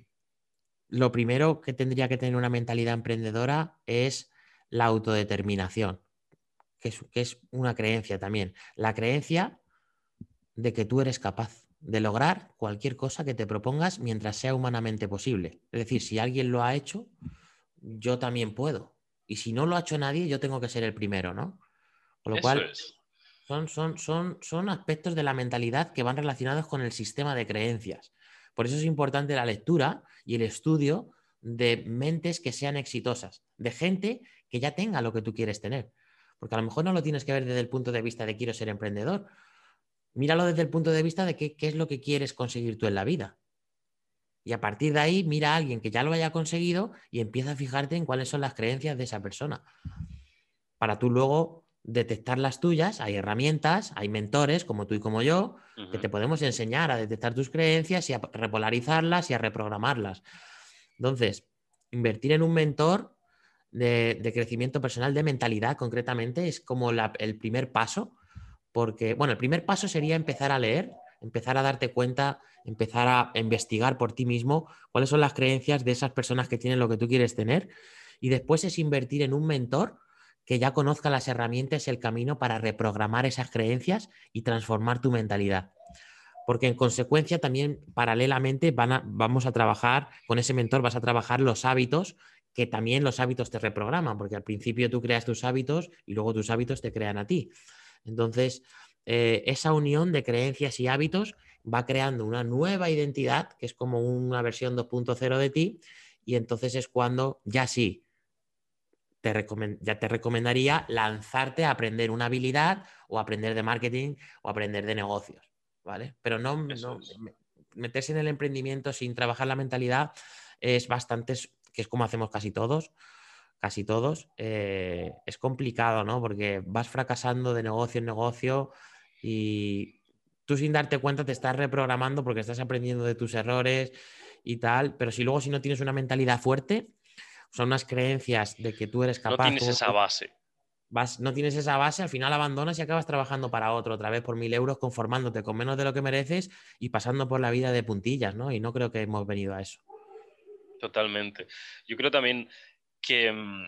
lo primero que tendría que tener una mentalidad emprendedora es la autodeterminación, que es, que es una creencia también. La creencia de que tú eres capaz de lograr cualquier cosa que te propongas mientras sea humanamente posible. Es decir, si alguien lo ha hecho, yo también puedo. Y si no lo ha hecho nadie, yo tengo que ser el primero, ¿no? Con lo Eso cual, es. son, son, son, son aspectos de la mentalidad que van relacionados con el sistema de creencias. Por eso es importante la lectura y el estudio de mentes que sean exitosas, de gente que ya tenga lo que tú quieres tener. Porque a lo mejor no lo tienes que ver desde el punto de vista de quiero ser emprendedor. Míralo desde el punto de vista de qué, qué es lo que quieres conseguir tú en la vida. Y a partir de ahí, mira a alguien que ya lo haya conseguido y empieza a fijarte en cuáles son las creencias de esa persona. Para tú luego detectar las tuyas, hay herramientas, hay mentores como tú y como yo, uh-huh, que te podemos enseñar a detectar tus creencias y a repolarizarlas y a reprogramarlas. Entonces, invertir en un mentor de, de crecimiento personal, de mentalidad concretamente, es como la, el primer paso, porque, bueno, el primer paso sería empezar a leer, empezar a darte cuenta, empezar a investigar por ti mismo cuáles son las creencias de esas personas que tienen lo que tú quieres tener, y después es invertir en un mentor que ya conozca las herramientas y el camino para reprogramar esas creencias y transformar tu mentalidad. Porque en consecuencia también paralelamente van a, vamos a trabajar, con ese mentor vas a trabajar los hábitos, que también los hábitos te reprograman, porque al principio tú creas tus hábitos y luego tus hábitos te crean a ti. Entonces, eh, esa unión de creencias y hábitos va creando una nueva identidad, que es como una versión dos punto cero de ti, y entonces es cuando ya sí, Te recomend- ya te recomendaría lanzarte a aprender una habilidad o aprender de marketing o aprender de negocios, ¿vale? Pero no, no es. meterse en el emprendimiento sin trabajar la mentalidad es bastante, que es como hacemos casi todos, casi todos, eh, es complicado, ¿no? Porque vas fracasando de negocio en negocio y tú sin darte cuenta te estás reprogramando porque estás aprendiendo de tus errores y tal, pero si luego si no tienes una mentalidad fuerte, son unas creencias de que tú eres capaz. No tienes esa base. Vas, no tienes esa base, al final abandonas y acabas trabajando para otro, otra vez por mil euros, conformándote con menos de lo que mereces y pasando por la vida de puntillas, ¿no? Y no creo que hemos venido a eso. Totalmente. Yo creo también que mmm,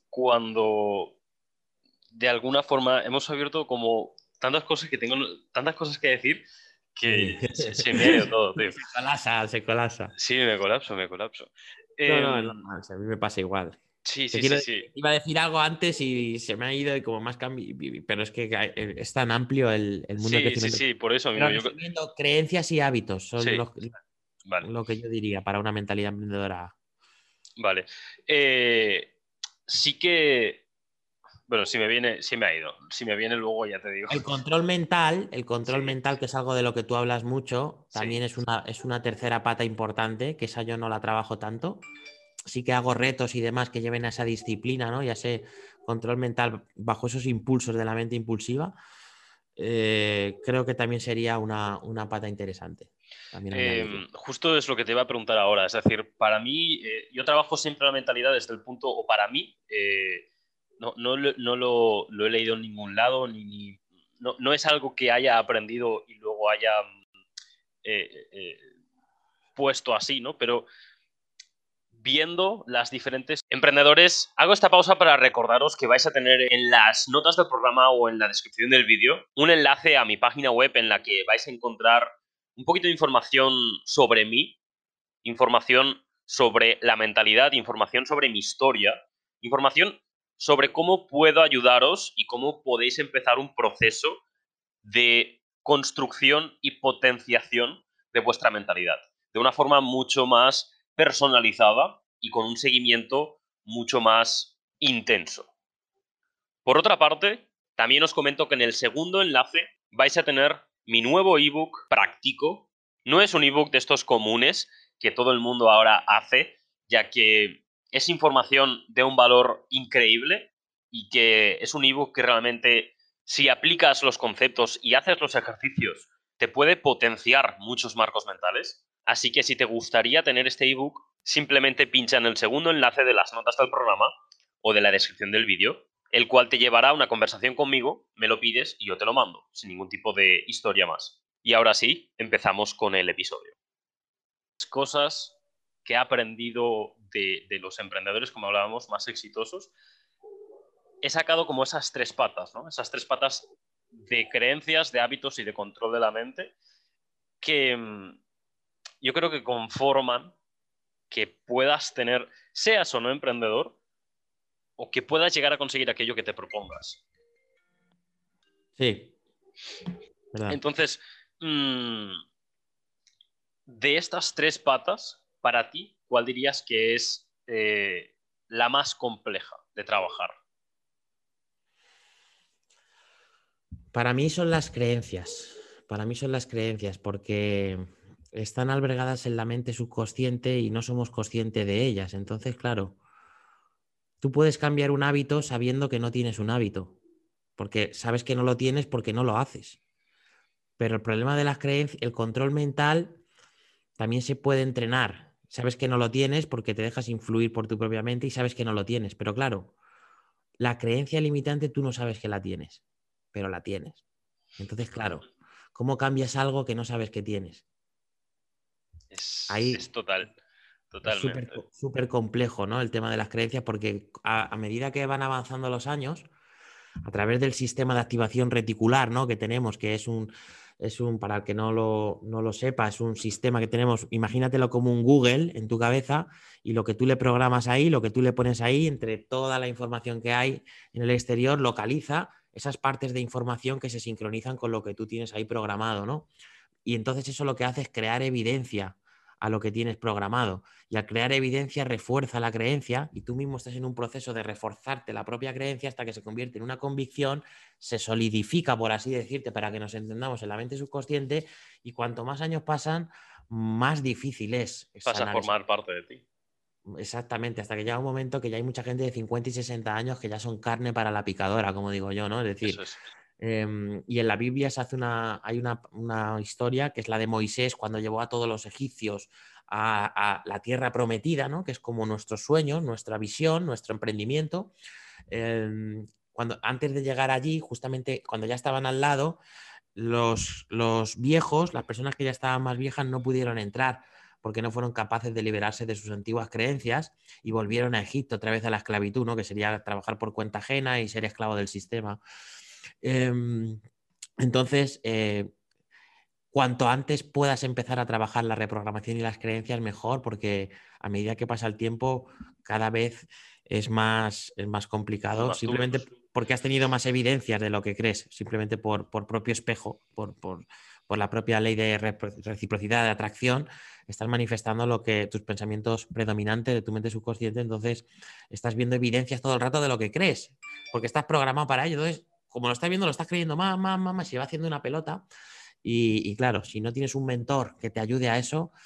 cuando de alguna forma hemos abierto como tantas cosas que tengo, tantas cosas que decir que Sí. se, se me ha ido todo, tío. Se colapsa, se colapsa. Sí, me colapso, me colapso. No, Eh, no, es normal, a mí me pasa igual. sí, Te sí, quiero sí, decir, sí. iba a decir algo antes y se me ha ido y como más cambio, pero es que es tan amplio el, el mundo del Sí, sí, crecimiento. sí, por eso Pero mismo. Yo... resumiendo, creencias y hábitos son Sí, los, vale. lo que yo diría para una mentalidad emprendedora. Vale. Eh, sí que... Bueno, si me viene, si me ha ido. Si me viene luego ya te digo. El control mental, el control Sí. mental, que es algo de lo que tú hablas mucho, también Sí. es una, es una tercera pata importante, que esa yo no la trabajo tanto, sí que hago retos y demás que lleven a esa disciplina, ¿no? Y a ese control mental bajo esos impulsos de la mente impulsiva, eh, creo que también sería una, una pata interesante. También eh, justo es lo que te iba a preguntar ahora. Es decir, para mí, eh, yo trabajo siempre la mentalidad desde el punto, o para mí, eh, no, no, lo, no lo, lo, he leído en ningún lado, ni, ni no, no es algo que haya aprendido y luego haya eh, eh, puesto así, ¿no? Pero viendo las diferentes... Emprendedores, hago esta pausa para recordaros que vais a tener en las notas del programa o en la descripción del vídeo un enlace a mi página web en la que vais a encontrar un poquito de información sobre mí, información sobre la mentalidad, información sobre mi historia, información sobre cómo puedo ayudaros y cómo podéis empezar un proceso de construcción y potenciación de vuestra mentalidad, de una forma mucho más personalizada y con un seguimiento mucho más intenso. Por otra parte, también os comento que en el segundo enlace vais a tener mi nuevo ebook práctico. No es un ebook de estos comunes que todo el mundo ahora hace, ya que es información de un valor increíble y que es un ebook que realmente, si aplicas los conceptos y haces los ejercicios, te puede potenciar muchos marcos mentales. Así que si te gustaría tener este ebook, simplemente pincha en el segundo enlace de las notas del programa o de la descripción del vídeo, el cual te llevará a una conversación conmigo, me lo pides y yo te lo mando, sin ningún tipo de historia más. Y ahora sí, empezamos con el episodio. Cosas que he aprendido de, de los emprendedores, como hablábamos, más exitosos, he sacado como esas tres patas, ¿no? Esas tres patas de creencias, de hábitos y de control de la mente que mmm, yo creo que conforman que puedas tener, seas o no emprendedor, o que puedas llegar a conseguir aquello que te propongas. Sí. ¿Verdad? Entonces, mmm, de estas tres patas, para ti, ¿cuál dirías que es eh, la más compleja de trabajar? Para mí son las creencias. Para mí son las creencias, porque están albergadas en la mente subconsciente y no somos conscientes de ellas. Entonces, claro, tú puedes cambiar un hábito sabiendo que no tienes un hábito, porque sabes que no lo tienes porque no lo haces. Pero el problema de las creencias, el control mental, también se puede entrenar. Sabes que no lo tienes porque te dejas influir por tu propia mente y sabes que no lo tienes. Pero claro, la creencia limitante tú no sabes que la tienes, pero la tienes. Entonces, claro, ¿cómo cambias algo que no sabes que tienes? Es, Ahí es total, es súper totalmente. súper complejo, ¿no? El tema de las creencias, porque a, a medida que van avanzando los años, a través del sistema de activación reticular, ¿no? Que tenemos, que es un, es un, para el que no lo, no lo sepa, es un sistema que tenemos, imagínatelo como un Google en tu cabeza y lo que tú le programas ahí, lo que tú le pones ahí, entre toda la información que hay en el exterior, localiza esas partes de información que se sincronizan con lo que tú tienes ahí programado, ¿no? Y entonces eso lo que hace es crear evidencia a lo que tienes programado. Y al crear evidencia refuerza la creencia y tú mismo estás en un proceso de reforzarte la propia creencia hasta que se convierte en una convicción, se solidifica, por así decirte, para que nos entendamos en la mente subconsciente y cuanto más años pasan, más difícil es Pasa a sanar formar esa... parte de ti. Exactamente, hasta que llega un momento que ya hay mucha gente de cincuenta y sesenta años que ya son carne para la picadora, como digo yo, ¿no? Es decir, Eso es. eh, y en la Biblia se hace una, hay una, una historia que es la de Moisés cuando llevó a todos los egipcios a, a la tierra prometida, ¿no? Que es como nuestro sueño, nuestra visión, nuestro emprendimiento. Eh, cuando, antes de llegar allí, justamente cuando ya estaban al lado, los, los viejos, las personas que ya estaban más viejas, no pudieron entrar porque no fueron capaces de liberarse de sus antiguas creencias y volvieron a Egipto otra vez a la esclavitud, ¿no? Que sería trabajar por cuenta ajena y ser esclavo del sistema. Eh, entonces, eh, cuanto antes puedas empezar a trabajar la reprogramación y las creencias, mejor, porque a medida que pasa el tiempo, cada vez es más, es más complicado, Más simplemente duros. porque has tenido más evidencias de lo que crees, simplemente por, por propio espejo, por, por, por la propia ley de reciprocidad, de atracción, estás manifestando lo que tus pensamientos predominantes de tu mente subconsciente, entonces estás viendo evidencias todo el rato de lo que crees, porque estás programado para ello. Entonces, como lo estás viendo, lo estás creyendo más, más, más, más, se va haciendo una pelota. Y, y claro, si no tienes un mentor que te ayude a eso,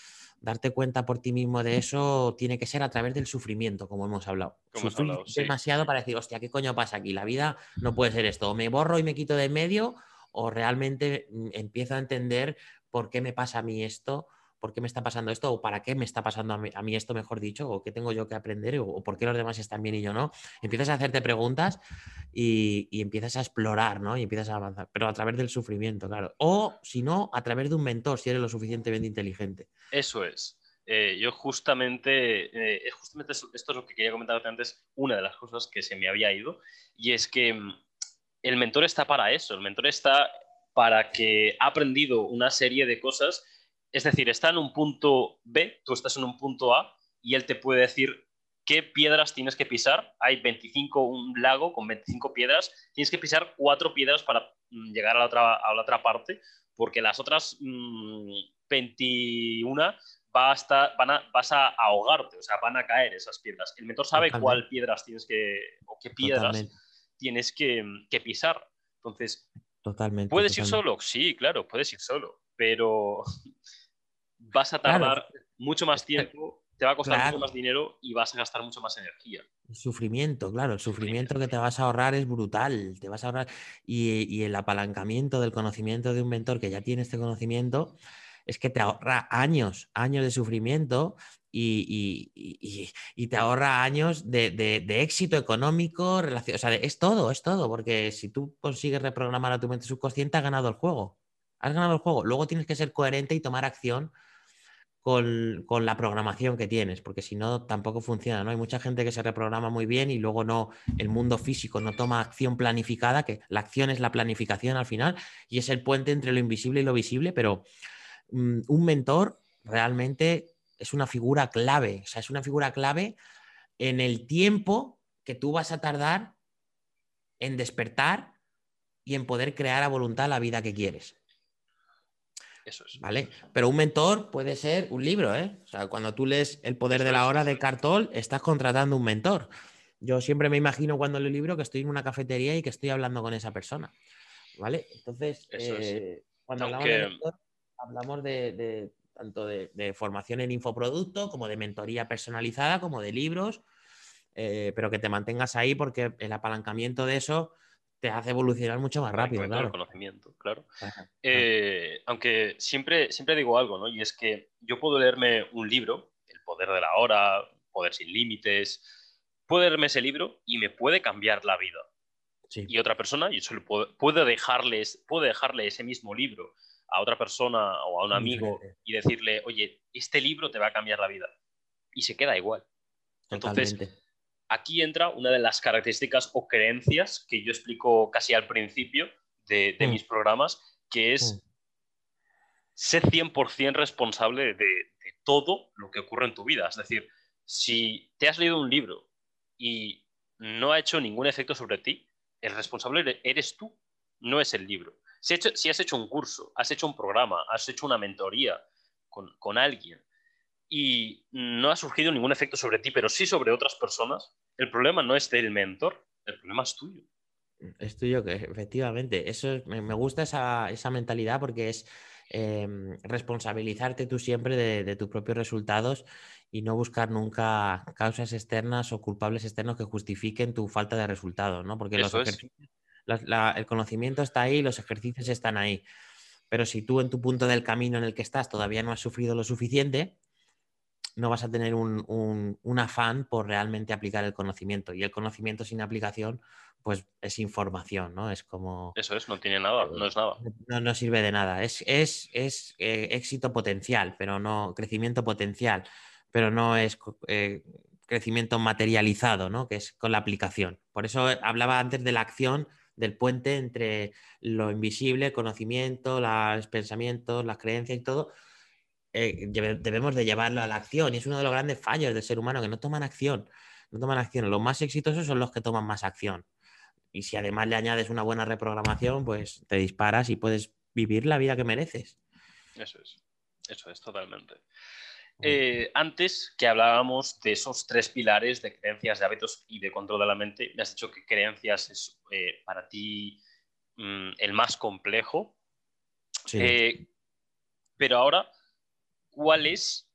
darte cuenta por ti mismo de eso tiene que ser a través del sufrimiento, como hemos hablado. Como hemos Sufrir hablado, sí. demasiado para decir, hostia, ¿qué coño pasa aquí? La vida no puede ser esto. O me borro y me quito de en medio, o realmente mm, empiezo a entender por qué me pasa a mí esto, por qué me está pasando esto, o para qué me está pasando a mí, a mí esto, mejor dicho, o qué tengo yo que aprender, o, o por qué los demás están bien y yo no. Empiezas a hacerte preguntas y, y empiezas a explorar, ¿no? Y empiezas a avanzar, pero a través del sufrimiento, claro. O, si no, a través de un mentor, si eres lo suficientemente inteligente. Eso es. Eh, yo justamente, eh, justamente esto es lo que quería comentar antes, una de las cosas que se me había ido, y es que mm, el mentor está para eso, el mentor está para que ha aprendido una serie de cosas, es decir, está en un punto B, tú estás en un punto A, y él te puede decir qué piedras tienes que pisar. Hay veinticinco, un lago con veinticinco piedras, tienes que pisar cuatro piedras para mm, llegar a la otra, a la otra parte, porque las otras mmm, veintiuna va a estar, van a, vas a ahogarte, o sea, van a caer esas piedras. El mentor sabe Totalmente. cuál piedras tienes que, o qué piedras Totalmente. tienes que, que pisar. Entonces, Totalmente. ¿puedes totalmente. ir solo? Sí, claro, puedes ir solo, pero vas a Claro, tardar mucho más tiempo, te va a costar mucho claro. más dinero y vas a gastar mucho más energía. El sufrimiento, claro, el Sufrimiento. sufrimiento que te vas a ahorrar es brutal, te vas a ahorrar y, y el apalancamiento del conocimiento de un mentor que ya tiene este conocimiento es que te ahorra años, años de sufrimiento y, y- y- y te ahorra años de, de- de éxito económico, relación, o sea, es todo, es todo, porque si tú consigues reprogramar a tu mente subconsciente, has ganado el juego, has ganado el juego, luego tienes que ser coherente y tomar acción con, con la programación que tienes, porque si no, tampoco funciona, ¿no? Hay mucha gente que se reprograma muy bien y luego no, el mundo físico no toma acción planificada, que la acción es la planificación al final y es el puente entre lo invisible y lo visible, pero um, un mentor realmente es una figura clave, o sea, es una figura clave en el tiempo que tú vas a tardar en despertar y en poder crear a voluntad la vida que quieres. Eso es. ¿Vale? Pero un mentor puede ser un libro, ¿eh? O sea, cuando tú lees El poder Eso de la es. hora de Eckhart Tolle, estás contratando un mentor. Yo siempre me imagino cuando leo el libro que estoy en una cafetería y que estoy hablando con esa persona, ¿vale? Entonces, Eso es. eh, cuando hablamos de Aunque, mentor, hablamos de, de tanto de, de formación en infoproducto, como de mentoría personalizada, como de libros, eh, pero que te mantengas ahí porque el apalancamiento de eso te hace evolucionar mucho más rápido, apalancamiento del claro. conocimiento, claro. Claro, claro. Eh, aunque siempre, siempre digo algo, ¿no? Y es que yo puedo leerme un libro, El poder de la hora, Poder sin límites, puedo leerme ese libro y me puede cambiar la vida. Sí. Y otra persona, yo solo puedo, puedo, dejarles, puedo dejarle ese mismo libro a otra persona o a un amigo Diferente. y decirle, oye, este libro te va a cambiar la vida. Y se queda igual. Entonces, Totalmente. aquí entra una de las características o creencias que yo explico casi al principio de, de Mm, mis programas, que mm. es ser cien por ciento responsable de, de todo lo que ocurre en tu vida. Es decir, si te has leído un libro y no ha hecho ningún efecto sobre ti, el responsable eres tú, no es el libro. Si, hecho, si has hecho un curso, has hecho un programa, has hecho una mentoría con, con alguien y no ha surgido ningún efecto sobre ti, pero sí sobre otras personas, el problema no es del mentor, el problema es tuyo. Es tuyo, que efectivamente. Eso es- me, me gusta esa, esa mentalidad porque es eh, responsabilizarte tú siempre de, de tus propios resultados y no buscar nunca causas externas o culpables externos que justifiquen tu falta de resultados, ¿no? Porque los Eso es, ejercicios, la- la- el conocimiento está ahí, los ejercicios están ahí. Pero si tú en tu punto del camino en el que estás todavía no has sufrido lo suficiente, no vas a tener un, un, un afán por realmente aplicar el conocimiento. Y el conocimiento sin aplicación, pues es información, ¿no? Es como... eso es, no tiene nada, no eh, es nada. no, no sirve de nada. Es, es, es eh, éxito potencial, pero no crecimiento potencial, pero no es eh, crecimiento materializado, ¿no? Que es con la aplicación. Por eso hablaba antes de la acción, del puente entre lo invisible, conocimiento, los pensamientos, las creencias y todo, eh, debemos de llevarlo a la acción y es uno de los grandes fallos del ser humano que no toman acción, no toman acción. Los más exitosos son los que toman más acción y si además le añades una buena reprogramación, pues te disparas y puedes vivir la vida que mereces. Eso es, eso es, totalmente. Eh, antes que hablábamos de esos tres pilares de creencias, de hábitos y de control de la mente, me has dicho que creencias es eh, para ti mmm, el más complejo. Sí. Eh, pero ahora, ¿cuál es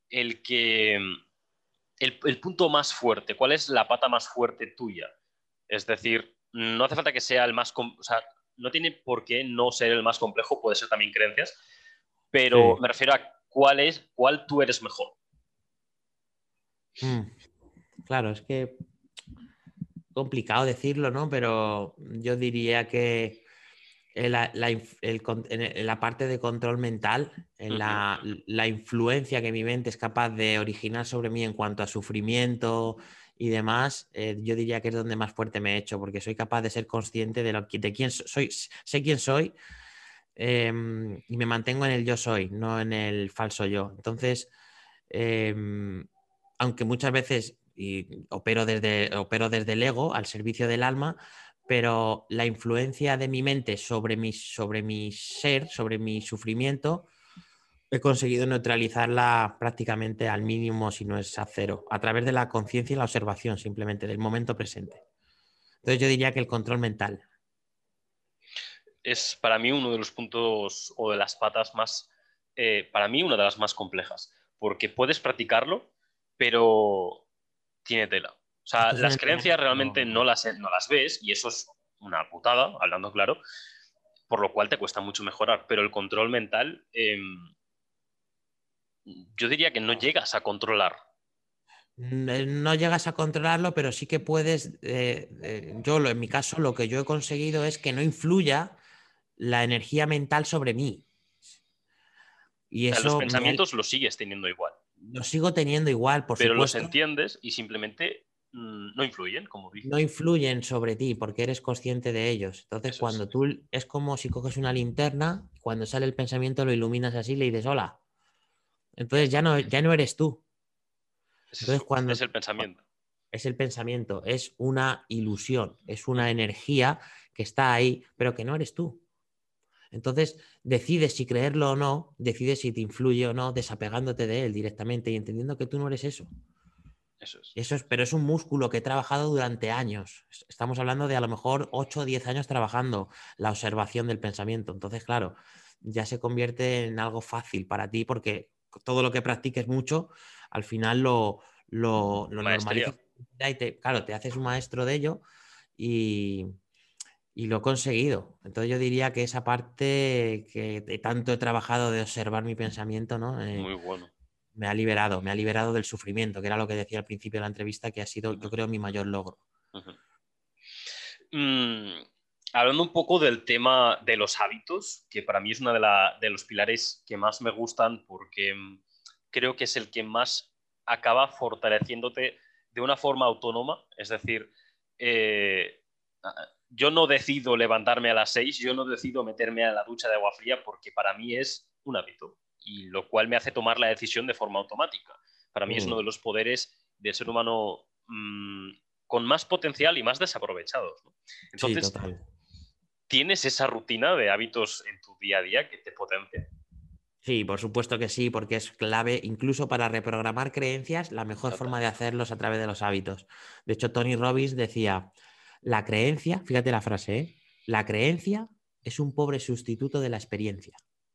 el que... El, el punto más fuerte, ¿cuál es la pata más fuerte tuya? Es decir, no hace falta que sea el más... O sea, no tiene por qué no ser el más complejo, puede ser también creencias, pero Sí. me refiero a cuál es, cuál tú eres mejor. Mm, claro, es que complicado decirlo, ¿no? Pero yo diría que en la, la inf- el con- en el- en la parte de control mental, en Ujú. la, la influencia que mi mente es capaz de originar sobre mí en cuanto a sufrimiento y demás, eh, yo diría que es donde más fuerte me he hecho, porque soy capaz de ser consciente de, lo, que- de quién so- soy, sé quién soy, em, y me mantengo en el yo soy, no en el falso yo. Entonces, em, aunque muchas veces y opero desde, opero desde el ego al servicio del alma, pero la influencia de mi mente sobre mi, sobre mi ser, sobre mi sufrimiento, he conseguido neutralizarla prácticamente al mínimo, si no es a cero, a través de la conciencia y la observación simplemente del momento presente. Entonces yo diría que el control mental. Es para mí uno de los puntos o de las patas más, eh, para mí una de las más complejas, porque puedes practicarlo, pero tiene tela. O sea, Esto es un las creencias realmente no entrenamiento. las, no las ves y eso es una putada, hablando claro, por lo cual te cuesta mucho mejorar, pero el control mental, eh, yo diría que no llegas a controlar. No llegas a controlarlo, pero sí que puedes, eh, eh, yo lo, en mi caso lo que yo he conseguido es que no influya la energía mental sobre mí. Y O sea, los eso me ha- pensamientos los sigues teniendo igual, lo sigo teniendo igual, por pero los supuesto. entiendes y simplemente mmm, no influyen, como No dices. influyen sobre ti porque eres consciente de ellos. Entonces, Eso es. cuando tú es como si coges una linterna, cuando sale el pensamiento lo iluminas así, le dices hola. Ya Entonces ya está. no, ya no eres tú. Es Entonces, eso, es cuando el pensamiento. es el pensamiento, es una ilusión, es una energía que está ahí, pero que no eres tú. Entonces, decides si creerlo o no, decides si te influye o no, desapegándote de él directamente y entendiendo que tú no eres eso. Eso es. Eso es, pero es un músculo que he trabajado durante años. Estamos hablando de a lo mejor ocho o diez años trabajando la observación del pensamiento. Entonces, claro, ya se convierte en algo fácil para ti porque todo lo que practiques mucho, al final lo, lo, lo Maestría. normalizas y te, claro, te haces un maestro de ello y, y lo he conseguido. Entonces yo diría que esa parte que tanto he trabajado de observar mi pensamiento, ¿no? Eh, Muy bueno. me ha liberado, me ha liberado del sufrimiento, que era lo que decía al principio de la entrevista, que ha sido, yo Uh-huh. creo, mi mayor logro. Uh-huh. Mm, hablando un poco del tema de los hábitos, que para mí es uno de, la, de los pilares que más me gustan porque mm, creo que es el que más acaba fortaleciéndote de una forma autónoma. Es decir, eh, yo no decido levantarme a las seis, yo no decido meterme a la ducha de agua fría porque para mí es un hábito y lo cual me hace tomar la decisión de forma automática. Para mí es uno Mm, de los poderes del ser humano mmm, con más potencial y más desaprovechados, ¿no? sí, Entonces, total. ¿tienes esa rutina de hábitos en tu día a día que te potencia? Sí, por supuesto que sí, porque es clave, incluso para reprogramar creencias, la mejor Total. forma de hacerlo es a través de los hábitos. De hecho, Tony Robbins decía, la creencia, fíjate la frase, ¿eh? La creencia es un pobre sustituto de la experiencia.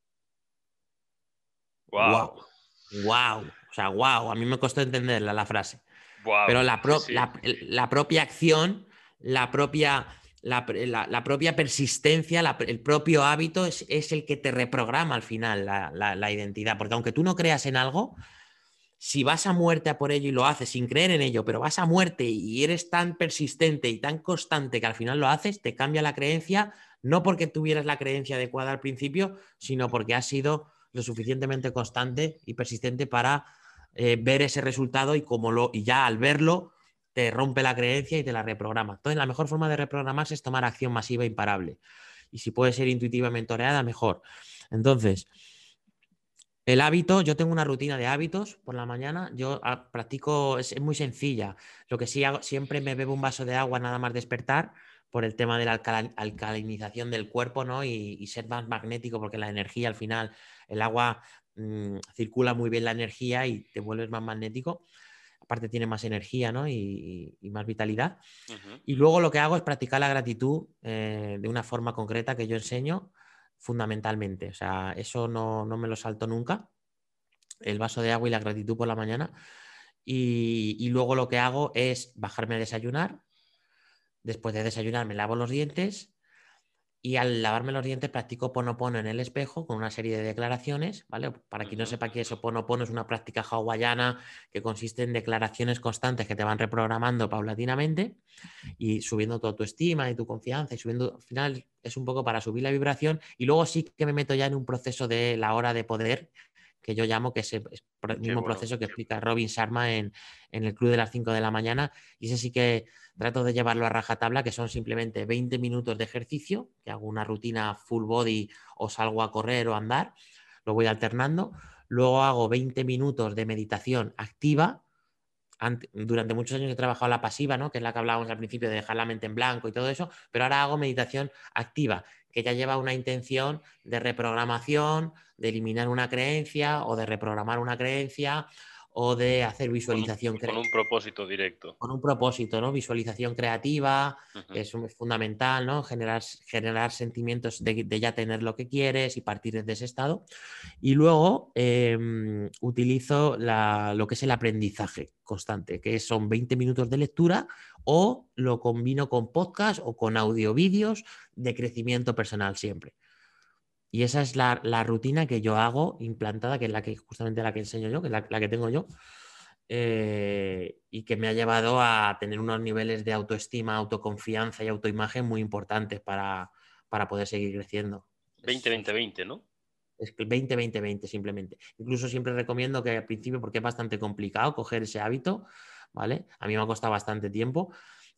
Wow. ¡Wow! ¡Wow! O sea, wow, a mí me costó entenderla la frase. Pero Wow. la, Sí, pro, sí. la, la, propia acción, la propia, la, la, la propia persistencia, la, el propio hábito es, es, el que te reprograma al final la, la, identidad. Porque aunque tú no creas en algo, si vas a muerte a por ello y lo haces sin creer en ello, pero vas a muerte y eres tan persistente y tan constante que al final lo haces, te cambia la creencia, no porque tuvieras la creencia adecuada al principio, sino porque has sido lo suficientemente constante y persistente para eh, ver ese resultado y, como lo, y ya al verlo te rompe la creencia y te la reprograma. Entonces, la mejor forma de reprogramarse es tomar acción masiva e imparable. Y si puede ser intuitiva, mentoreada, mejor. Entonces, el hábito, yo tengo una rutina de hábitos por la mañana, yo ah, practico, es, es muy sencilla. Lo que sí hago, siempre me bebo un vaso de agua nada más despertar por el tema de la alcal alcalinización del cuerpo, ¿no? Y, y ser más magnético, porque la energía al final, el agua mmm, circula muy bien la energía y te vuelves más magnético. Aparte tiene más energía, ¿no? Y, y más vitalidad. Uh-huh. Y luego lo que hago es practicar la gratitud eh, de una forma concreta que yo enseño fundamentalmente. O sea, eso no, no me lo salto nunca. el vaso de agua y la gratitud por la mañana. Y, y luego lo que hago es bajarme a desayunar. Después de desayunar me lavo los dientes. Y al lavarme los dientes practico Ponopono en el espejo con una serie de declaraciones, ¿vale? Para quien no sepa qué es eso, Ponopono es una práctica hawaiana que consiste en declaraciones constantes que te van reprogramando paulatinamente y subiendo tu autoestima y tu confianza y subiendo, al final es un poco para subir la vibración y luego sí que me meto ya en un proceso de la hora de poder que yo llamo que es el mismo bueno. proceso que explica Robin Sharma en, en el Club de las cinco de la mañana y ese sí que trato de llevarlo a rajatabla, que son simplemente veinte minutos de ejercicio, que hago una rutina full body o salgo a correr o a andar, lo voy alternando, luego hago veinte minutos de meditación activa. Durante muchos años he trabajado la pasiva, ¿no? Que es la que hablábamos al principio de dejar la mente en blanco y todo eso, pero ahora hago meditación activa, que ya lleva una intención de reprogramación, de eliminar una creencia o de reprogramar una creencia o de hacer visualización. Con un, con un propósito directo. Con un propósito, ¿no? Visualización creativa, uh-huh. que es fundamental, ¿no? Generar, generar sentimientos de, de ya tener lo que quieres y partir de ese estado. Y luego eh, utilizo la, lo que es el aprendizaje constante, que son veinte minutos de lectura o lo combino con podcast o con audio vídeos de crecimiento personal siempre. Y esa es la, la rutina que yo hago implantada, que es la que justamente la que enseño yo, que es la, la que tengo yo. Eh, y que me ha llevado a tener unos niveles de autoestima, autoconfianza y autoimagen muy importantes para, para poder seguir creciendo. veinte veinte veinte, ¿no? Es que veinte veinte veinte simplemente. Incluso siempre recomiendo que al principio, porque es bastante complicado coger ese hábito, ¿vale? A mí me ha costado bastante tiempo.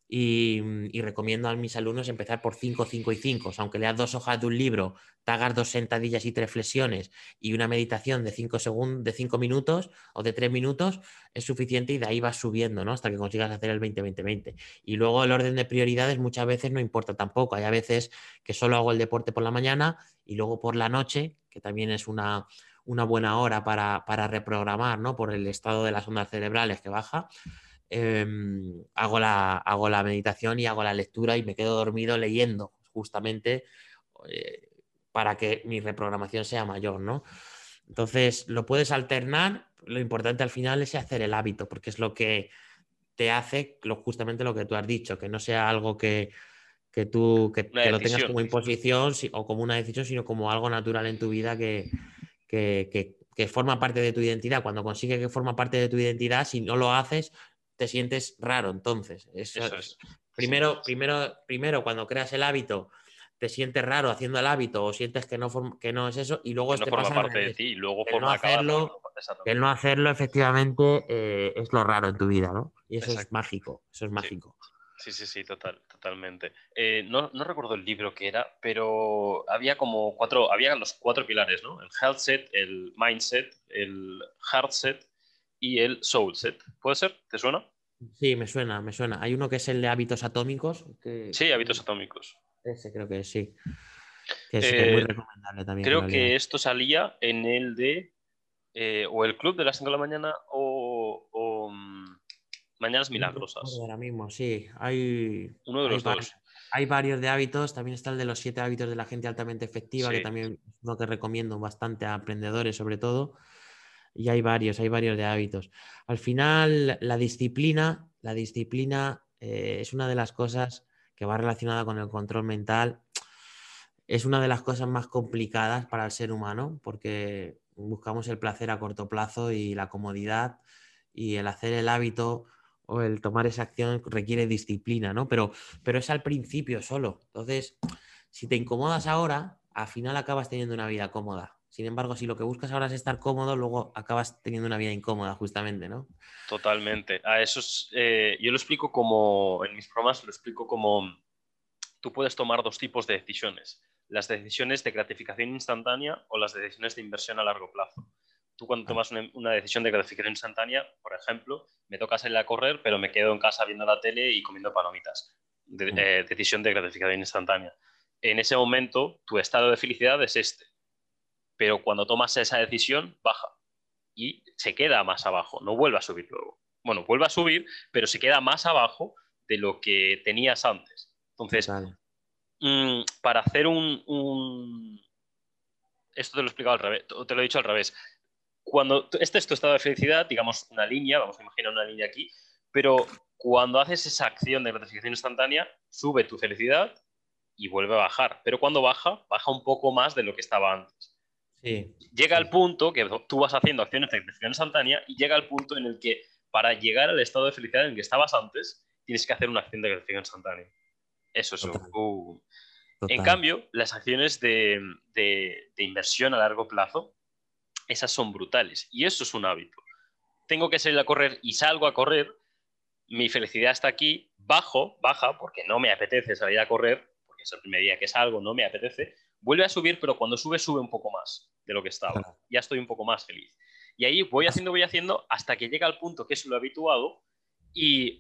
Y, y recomiendo a mis alumnos empezar por cinco, cinco y cinco. O sea, aunque leas dos hojas de un libro, te hagas dos sentadillas y tres flexiones y una meditación de cinco segundos, de cinco minutos o de tres minutos, es suficiente y de ahí vas subiendo, ¿no? Hasta que consigas hacer el veinte veinte veinte. Y luego el orden de prioridades muchas veces no importa tampoco. Hay a veces que solo hago el deporte por la mañana y luego por la noche, que también es una, una buena hora para, para reprogramar, ¿no? Por el estado de las ondas cerebrales que baja. Eh, hago, la, hago la meditación y hago la lectura y me quedo dormido leyendo justamente eh, para que mi reprogramación sea mayor, ¿no? Entonces lo puedes alternar, lo importante al final es hacer el hábito, porque es lo que te hace lo, justamente lo que tú has dicho, que no sea algo que, que tú que, que lo tengas como imposición o como una decisión, sino como algo natural en tu vida que, que, que, que forma parte de tu identidad. Cuando consigues que forma parte de tu identidad, si no lo haces, te sientes raro. Entonces, eso, eso es. Primero, sí. primero, primero, cuando creas el hábito, te sientes raro haciendo el hábito o sientes que no, que no es eso, y luego que no te forma pasa parte de ti y luego el forma no hacerlo, el no hacerlo efectivamente eh, es lo raro en tu vida, ¿no? Y eso Exacto. es mágico, eso es mágico. Sí, sí, sí, total, totalmente. Eh, no, no recuerdo el libro que era, pero había como cuatro, había los cuatro pilares, ¿no? El health set, el mindset, el heart set y el soul set. ¿Puede ser? ¿Te suena? Sí, me suena, me suena. Hay uno que es el de hábitos atómicos. Que... Sí, hábitos atómicos. Ese creo que sí. Que es eh, muy recomendable también. Creo que, que esto salía en el de eh, o el club de las cinco de la mañana o, o um, Mañanas Milagrosas. No, ahora mismo, sí. Hay, uno de hay los varios, dos. Hay varios de hábitos. También está el de los siete hábitos de la gente altamente efectiva, sí. que también es uno que recomiendo bastante a emprendedores, sobre todo. Y hay varios, hay varios de hábitos. Al final, la disciplina, la disciplina eh, es una de las cosas que va relacionada con el control mental. Es una de las cosas más complicadas para el ser humano porque buscamos el placer a corto plazo y la comodidad, y el hacer el hábito o el tomar esa acción requiere disciplina, ¿no? Pero, pero es al principio solo. Entonces, si te incomodas ahora, al final acabas teniendo una vida cómoda. Sin embargo, si lo que buscas ahora es estar cómodo, luego acabas teniendo una vida incómoda, justamente, ¿no? Totalmente. A eso es, eh, yo lo explico como, en mis programas lo explico como, tú puedes tomar dos tipos de decisiones. Las decisiones de gratificación instantánea o las decisiones de inversión a largo plazo. Tú cuando tomas una, una decisión de gratificación instantánea, por ejemplo, me toca salir a correr, pero me quedo en casa viendo la tele y comiendo palomitas. De, eh, decisión de gratificación instantánea. En ese momento, tu estado de felicidad es este. Pero cuando tomas esa decisión, baja y se queda más abajo, no vuelve a subir luego. Bueno, vuelve a subir, pero se queda más abajo de lo que tenías antes. Entonces, mmm, para hacer un, un... Esto te lo he explicado al revés, te lo he dicho al revés. cuando este es tu estado de felicidad, digamos una línea, vamos a imaginar una línea aquí, pero cuando haces esa acción de gratificación instantánea, sube tu felicidad y vuelve a bajar. Pero cuando baja, baja un poco más de lo que estaba antes. Sí, llega sí. al punto que tú vas haciendo acciones de gratificación instantánea y llega al punto en el que para llegar al estado de felicidad en el que estabas antes, tienes que hacer una acción de gratificación instantánea. Eso es Total, un... Uh. En total. cambio, las acciones de, de, de inversión a largo plazo, esas son brutales. Y eso es un hábito. Tengo que salir a correr y salgo a correr, mi felicidad está aquí, bajo, baja, porque no me apetece salir a correr, porque es el primer día que salgo, no me apetece, vuelve a subir, pero cuando sube, sube un poco más de lo que estaba. Claro. Ya estoy un poco más feliz. Y ahí voy haciendo, voy haciendo, hasta que llega al punto que es lo habituado y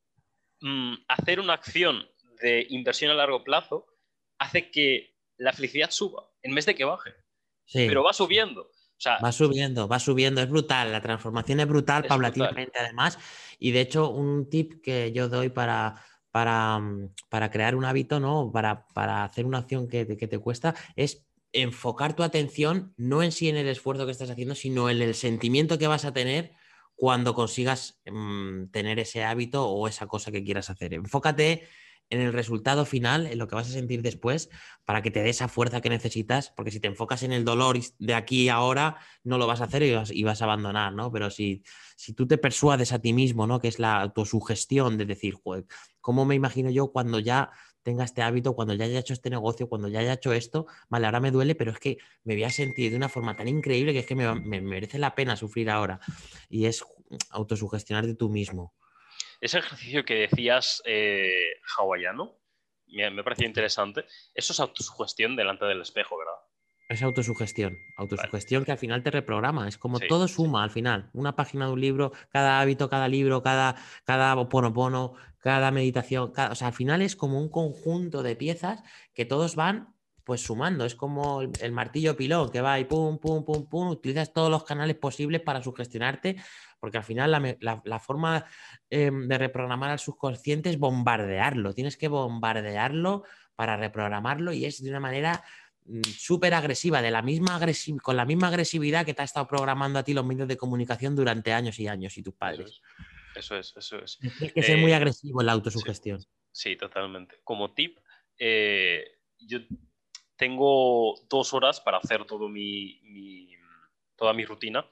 mmm, hacer una acción de inversión a largo plazo hace que la felicidad suba, en vez de que baje. Sí, pero va subiendo. O sea, va subiendo, va subiendo, es brutal, la transformación es brutal, es paulatinamente brutal. además. Y de hecho, un tip que yo doy para, para, para crear un hábito, ¿no? Para, para hacer una acción que te, que te cuesta, es enfocar tu atención no en sí en el esfuerzo que estás haciendo, sino en el sentimiento que vas a tener cuando consigas mmm, tener ese hábito o esa cosa que quieras hacer. Enfócate en el resultado final, en lo que vas a sentir después, para que te dé esa fuerza que necesitas, porque si te enfocas en el dolor de aquí a ahora, no lo vas a hacer y vas, y vas a abandonar, ¿no? Pero si, si tú te persuades a ti mismo, ¿no? Que es la autosugestión de decir, joder, ¿cómo me imagino yo cuando ya tenga este hábito, cuando ya haya hecho este negocio, cuando ya haya hecho esto? Vale, ahora me duele, pero es que me voy a sentir de una forma tan increíble que es que me, me merece la pena sufrir ahora. Y es autosugestionarte tú mismo. Ese ejercicio que decías eh, hawaiano, me, me pareció interesante. Eso es autosugestión delante del espejo, ¿verdad? Es autosugestión, autosugestión Vale. que al final te reprograma, es como Sí, todo sí. suma al final, una página de un libro, cada hábito, cada libro, cada, cada ponopono, cada meditación, cada, o sea, al final es como un conjunto de piezas que todos van pues sumando, es como el, el martillo pilón que va y pum, pum, pum, pum, utilizas todos los canales posibles para sugestionarte, porque al final la, la, la forma eh, de reprogramar al subconsciente es bombardearlo, tienes que bombardearlo para reprogramarlo y es de una manera súper agresiva, de la misma agresiv con la misma agresividad que te ha estado programando a ti los medios de comunicación durante años y años y tus padres. Eso es, eso es. Eso es. Tienes que ser Eh, muy agresivo en la sí, autosugestión. sí, totalmente. Como tip, eh, yo tengo dos horas para hacer todo mi, mi, toda mi rutina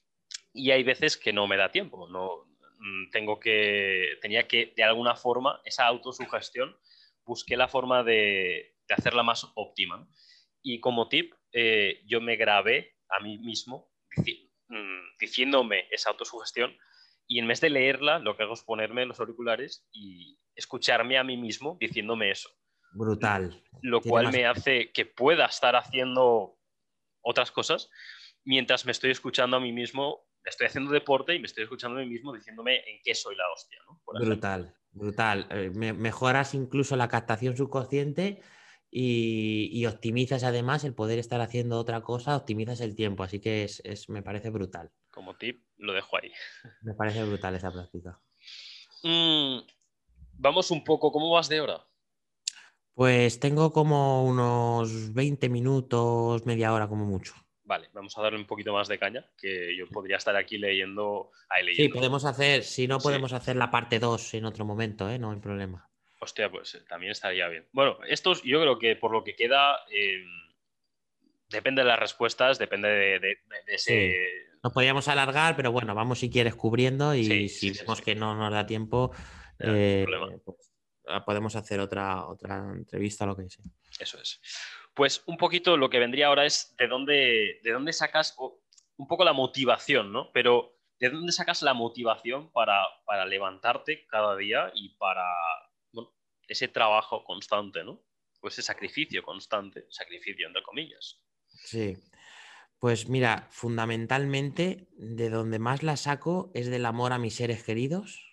y hay veces que no me da tiempo. No, tengo que, tenía que, de alguna forma, esa autosugestión, busqué la forma de, de hacerla más óptima. Y como tip, eh, yo me grabé a mí mismo dici diciéndome esa autosugestión y en vez de leerla, lo que hago es ponerme los auriculares y escucharme a mí mismo diciéndome eso. Brutal. Lo Tiene cual más... me hace que pueda estar haciendo otras cosas mientras me estoy escuchando a mí mismo, estoy haciendo deporte y me estoy escuchando a mí mismo diciéndome en qué soy la hostia, ¿no? Por Brutal, ejemplo. brutal. Eh, me mejoras incluso la captación subconsciente y, y optimizas además el poder estar haciendo otra cosa, optimizas el tiempo, así que es, es, me parece brutal. Como tip, lo dejo ahí. Me parece brutal esa práctica. Mm, vamos un poco, ¿cómo vas de hora? Pues tengo como unos veinte minutos, media hora como mucho. Vale, vamos a darle un poquito más de caña, que yo podría estar aquí leyendo... Ahí Sí, leyendo. podemos hacer, si no Sí. podemos hacer la parte dos en otro momento, ¿eh? No hay problema. Hostia, pues eh, también estaría bien. Bueno, estos yo creo que por lo que queda, eh, depende de las respuestas, depende de, de, de ese... Sí. Nos podríamos alargar, pero bueno, vamos si quieres cubriendo y Sí, si sí, sí, vemos sí. que no nos da tiempo, No, ningún eh, problema. pues, podemos hacer otra, otra entrevista o lo que sea. Eso es. Pues un poquito lo que vendría ahora es de dónde, de dónde sacas oh, un poco la motivación, ¿no? Pero ¿de dónde sacas la motivación para, para levantarte cada día y para bueno, ese trabajo constante, ¿no? O ese sacrificio constante, sacrificio entre comillas. Sí. Pues mira, fundamentalmente de donde más la saco es del amor a mis seres queridos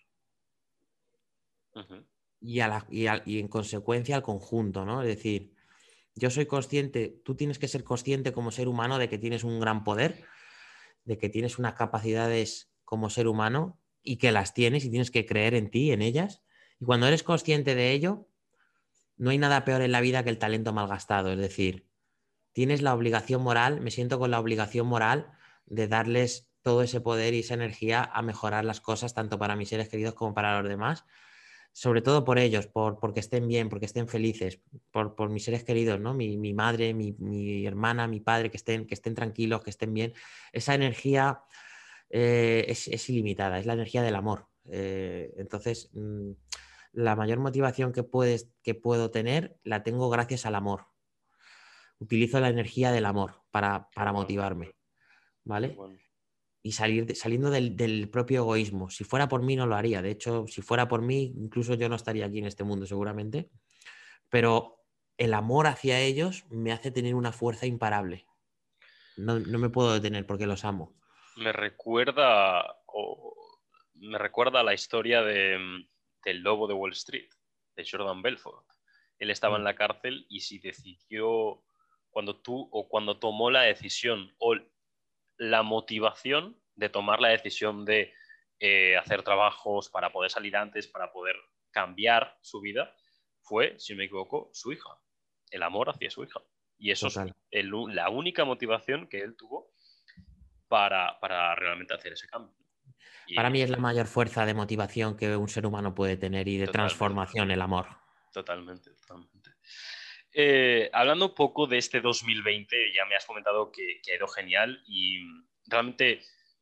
Uh-huh. y, a la, y, a, y en consecuencia al conjunto, ¿no? Es decir, yo soy consciente, tú tienes que ser consciente como ser humano de que tienes un gran poder, de que tienes unas capacidades como ser humano y que las tienes y tienes que creer en ti, en ellas. Y cuando eres consciente de ello, no hay nada peor en la vida que el talento malgastado. Es decir, tienes la obligación moral, me siento con la obligación moral de darles todo ese poder y esa energía a mejorar las cosas, tanto para mis seres queridos como para los demás. Sobre todo por ellos, por, porque estén bien, porque estén felices, por, por mis seres queridos, ¿no? Mi, mi madre, mi, mi hermana, mi padre, que estén, que estén tranquilos, que estén bien. Esa energía eh, es, es ilimitada, es la energía del amor. Eh, entonces, mmm, la mayor motivación que, puedes, que puedo tener la tengo gracias al amor. Utilizo la energía del amor para, Qué para bueno, motivarme, qué ¿vale? bueno. Y salir de, saliendo del, del propio egoísmo. Si fuera por mí no lo haría. De hecho, si fuera por mí, incluso yo no estaría aquí en este mundo seguramente. Pero el amor hacia ellos me hace tener una fuerza imparable. No, no me puedo detener porque los amo. Me recuerda, o, me recuerda a la historia de, mm, del lobo de Wall Street, de Jordan Belfort. Él estaba en Mm. la cárcel y si decidió, cuando tú o cuando tomó la decisión o la motivación de tomar la decisión de eh, hacer trabajos para poder salir antes, para poder cambiar su vida, fue, si no me equivoco, su hija. El amor hacia su hija. Y eso es Total. el, la única motivación que él tuvo para, para realmente hacer ese cambio. Para mí Y es la mayor fuerza de motivación que un ser humano puede tener y de totalmente, transformación, el amor. totalmente, totalmente. Eh, hablando un poco de este dos mil veinte, ya me has comentado que, que ha ido genial y realmente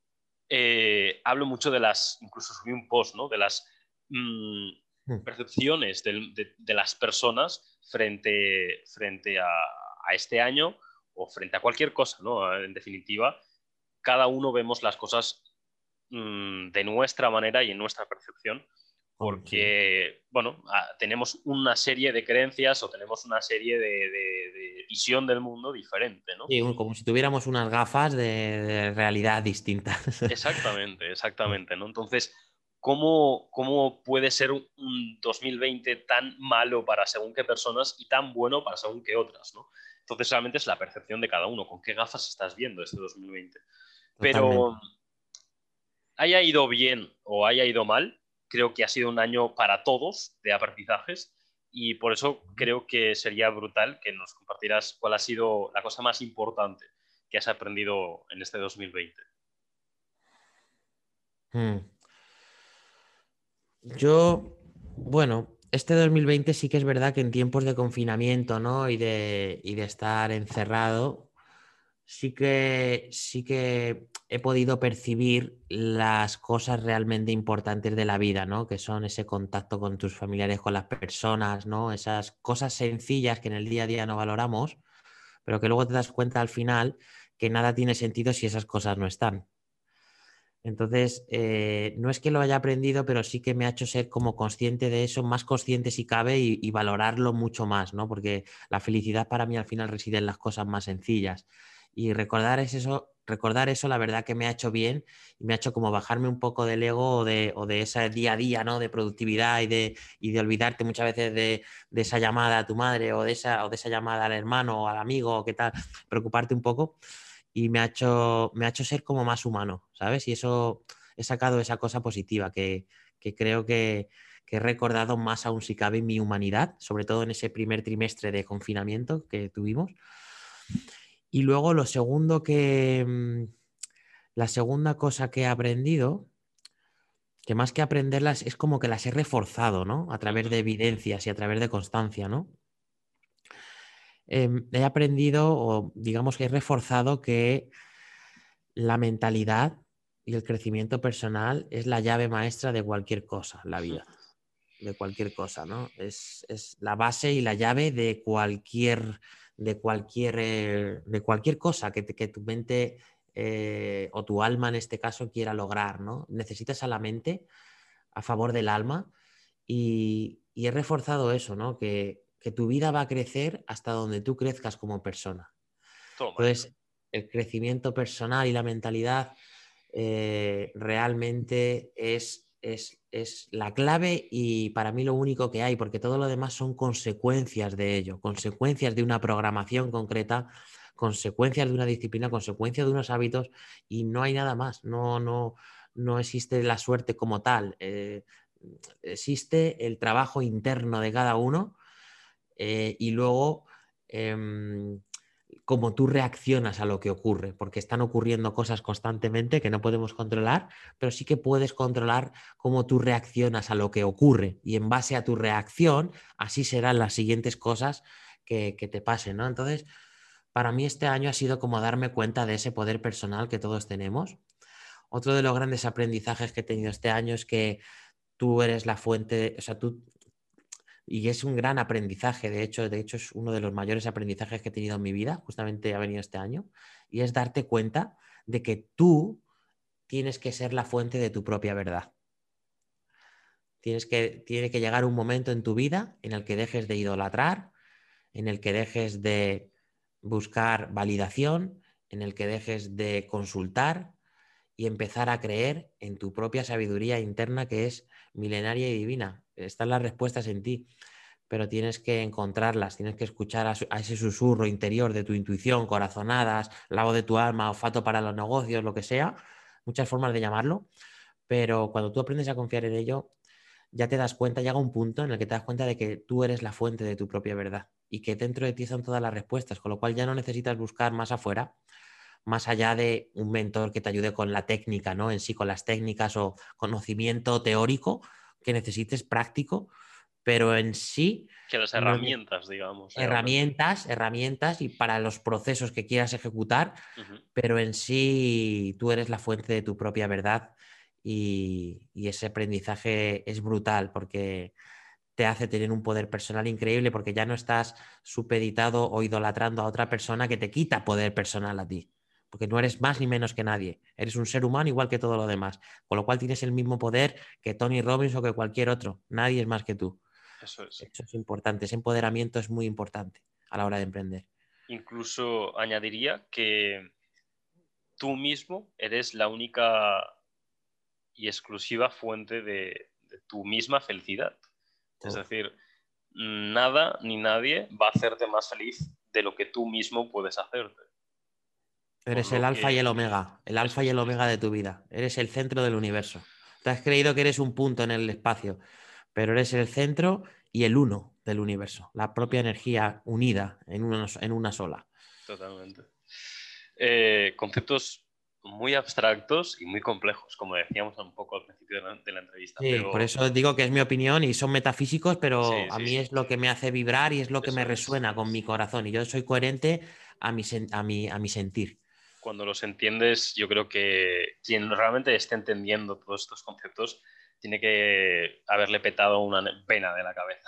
eh, hablo mucho de las, incluso subí un post, ¿no? De las mmm, Mm. percepciones de, de, de, las personas frente, frente a, a este año o frente a cualquier cosa, ¿no? En definitiva, cada uno vemos las cosas mmm, de nuestra manera y en nuestra percepción, Oh, sí. porque, bueno, tenemos una serie de creencias o tenemos una serie de, de, de visión del mundo diferente, ¿no? Sí, como si tuviéramos unas gafas de, de realidad distintas. Exactamente, exactamente, ¿no? Entonces, ¿cómo, cómo puede ser un dos mil veinte tan malo para según qué personas y tan bueno para según qué otras, ¿no? Entonces, realmente es la percepción de cada uno, con qué gafas estás viendo este dos mil veinte. Totalmente. Pero haya ido bien o haya ido mal, creo que ha sido un año para todos de aprendizajes y por eso creo que sería brutal que nos compartieras cuál ha sido la cosa más importante que has aprendido en este dos mil veinte. Mm. Yo, bueno, este dos mil veinte sí que es verdad que en tiempos de confinamiento, ¿no? Y de, y de estar encerrado, sí que, sí que he podido percibir las cosas realmente importantes de la vida, ¿no? Que son ese contacto con tus familiares, con las personas, ¿no? Esas cosas sencillas que en el día a día no valoramos, pero que luego te das cuenta al final que nada tiene sentido si esas cosas no están. Entonces, eh, no es que lo haya aprendido, pero sí que me ha hecho ser como consciente de eso, más consciente si cabe y, y valorarlo mucho más, ¿no? Porque la felicidad para mí al final reside en las cosas más sencillas. Y recordar es eso, recordar eso, la verdad que me ha hecho bien y me ha hecho como bajarme un poco del ego o de, o de ese día a día, ¿no? De productividad y de, y de olvidarte muchas veces de, de esa llamada a tu madre o de esa, o de esa llamada al hermano o al amigo o qué tal, preocuparte un poco. Y me ha hecho, me ha hecho ser como más humano, ¿sabes? Y eso he sacado esa cosa positiva que, que creo que, que he recordado más aún si cabe mi humanidad, sobre todo en ese primer trimestre de confinamiento que tuvimos. Y luego lo segundo que, la segunda cosa que he aprendido, que más que aprenderlas es como que las he reforzado, ¿no? A través de evidencias y a través de constancia, ¿no? Eh, he aprendido, o digamos que he reforzado que la mentalidad y el crecimiento personal es la llave maestra de cualquier cosa en la vida, de cualquier cosa, ¿no? Es, es la base y la llave de cualquier, de cualquier, eh, de cualquier cosa que, te, que tu mente eh, o tu alma en este caso quiera lograr, ¿no? Necesitas a la mente a favor del alma y, y he reforzado eso, ¿no? Que, que tu vida va a crecer hasta donde tú crezcas como persona. Toma ya. Entonces, el crecimiento personal y la mentalidad eh, realmente es, es, es la clave y para mí lo único que hay, porque todo lo demás son consecuencias de ello, consecuencias de una programación concreta, consecuencias de una disciplina, consecuencias de unos hábitos y no hay nada más, no, no, no existe la suerte como tal, eh, existe el trabajo interno de cada uno eh, y luego... Eh, cómo tú reaccionas a lo que ocurre, porque están ocurriendo cosas constantemente que no podemos controlar, pero sí que puedes controlar cómo tú reaccionas a lo que ocurre y en base a tu reacción, así serán las siguientes cosas que, que te pasen, ¿no? Entonces, para mí este año ha sido como darme cuenta de ese poder personal que todos tenemos. Otro de los grandes aprendizajes que he tenido este año es que tú eres la fuente, o sea, tú y es un gran aprendizaje, de hecho, de hecho es uno de los mayores aprendizajes que he tenido en mi vida, justamente ha venido este año, y es darte cuenta de que tú tienes que ser la fuente de tu propia verdad. Tienes que, tiene que llegar un momento en tu vida en el que dejes de idolatrar, en el que dejes de buscar validación, en el que dejes de consultar y empezar a creer en tu propia sabiduría interna que es milenaria y divina. Están las respuestas en ti, pero tienes que encontrarlas, tienes que escuchar a, su, a ese susurro interior de tu intuición, corazonadas, la voz de tu alma, olfato para los negocios, lo que sea, muchas formas de llamarlo, pero cuando tú aprendes a confiar en ello, ya te das cuenta, llega un punto en el que te das cuenta de que tú eres la fuente de tu propia verdad y que dentro de ti están todas las respuestas, con lo cual ya no necesitas buscar más afuera, más allá de un mentor que te ayude con la técnica, ¿no? En sí, con las técnicas o conocimiento teórico que necesites práctico, pero en sí Que las no herramientas, digamos, realmente. herramientas, herramientas y para los procesos que quieras ejecutar, Uh-huh. pero en sí tú eres la fuente de tu propia verdad y, y ese aprendizaje es brutal porque te hace tener un poder personal increíble porque ya no estás supeditado o idolatrando a otra persona que te quita poder personal a ti. Porque no eres más ni menos que nadie. Eres un ser humano igual que todo lo demás. Con lo cual tienes el mismo poder que Tony Robbins o que cualquier otro. Nadie es más que tú. Eso es. Eso es importante. Ese empoderamiento es muy importante a la hora de emprender. Incluso añadiría que tú mismo eres la única y exclusiva fuente de, de tu misma felicidad. Es Oh. decir, nada ni nadie va a hacerte más feliz de lo que tú mismo puedes hacerte. Eres Por el lo alfa y que... el omega. El alfa y es. el omega de tu vida. Eres el centro del universo. Te has creído que eres un punto en el espacio, pero eres el centro y el uno del universo. La propia energía unida en una, en una sola. Totalmente. Eh, conceptos muy abstractos y muy complejos, como decíamos un poco al principio de la, de la entrevista. Sí, por Pero eso digo que es mi opinión y son metafísicos, pero sí, a sí, mí sí. es lo que me hace vibrar y es lo que me Eso es. resuena con mi corazón. Y yo soy coherente a mi, a mi, a mi sentir. Cuando los entiendes, yo creo que quien realmente esté entendiendo todos estos conceptos tiene que haberle petado una pena de la cabeza.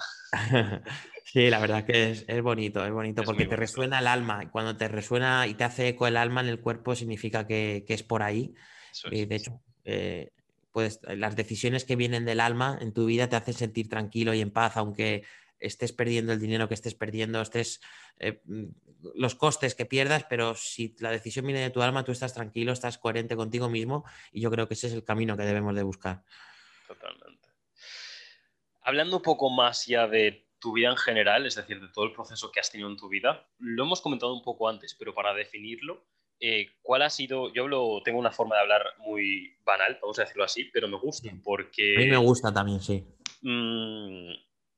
Sí, la verdad que es, es bonito, es bonito Es porque muy te bonito. resuena el alma. Y cuando te resuena y te hace eco el alma en el cuerpo, significa que, que es por ahí. Eso Y es. de hecho, eh, pues las decisiones que vienen del alma en tu vida te hacen sentir tranquilo y en paz, aunque estés perdiendo el dinero que estés perdiendo, estés eh, los costes que pierdas, pero si la decisión viene de tu alma, tú estás tranquilo, estás coherente contigo mismo y yo creo que ese es el camino que debemos de buscar. Totalmente. Hablando un poco más ya de tu vida en general, es decir, de todo el proceso que has tenido en tu vida, lo hemos comentado un poco antes, pero para definirlo, eh, ¿cuál ha sido? Yo lo, tengo una forma de hablar muy banal, vamos a decirlo así, pero me gusta Sí. A mí me porque gusta también, sí. mmm,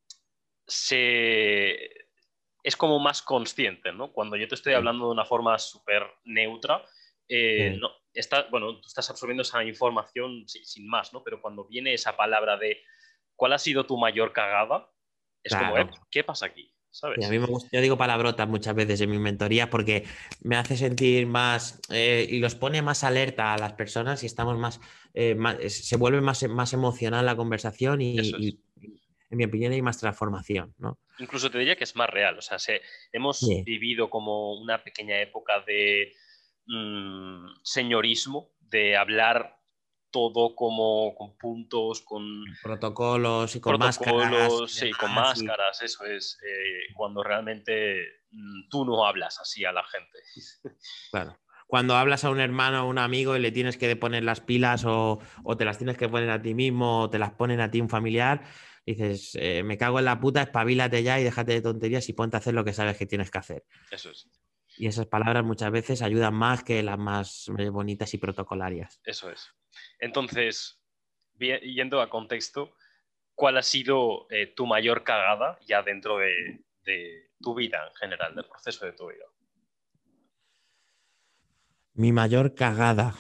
se, es como más consciente, ¿no? Cuando yo te estoy Sí. hablando de una forma súper neutra, eh, Sí. no, está, bueno, tú estás absorbiendo esa información sin, sin más, ¿no? Pero cuando viene esa palabra de ¿cuál ha sido tu mayor cagada? Es como, eh, Claro. ¿qué pasa aquí? Sí, a ¿Sabes? mí me gusta, yo digo palabrotas muchas veces en mis mentorías porque me hace sentir más eh, y los pone más alerta a las personas y estamos más, eh, más se vuelve más, más emocional la conversación y, Eso es. y, en mi opinión hay más transformación, ¿no? Incluso te diría que es más real. O sea, se, hemos Sí, vivido como una pequeña época de mmm, señorismo, de hablar todo como con puntos, con protocolos y con máscaras y protocolos, sí, con demás. Y, máscaras, eso es, eh, cuando realmente mmm, tú no hablas así a la gente. claro. Cuando hablas a un hermano o un amigo y le tienes que poner las pilas o, o te las tienes que poner a ti mismo o te las ponen a ti un familiar, dices, eh, me cago en la puta, espabilate ya y déjate de tonterías y ponte a hacer lo que sabes que tienes que hacer. Eso es. Y esas palabras muchas veces ayudan más que las más bonitas y protocolarias. Eso es. Entonces, yendo a contexto, ¿cuál ha sido eh, tu mayor cagada ya dentro de, de, tu vida en general, del proceso de tu vida? Mi mayor cagada.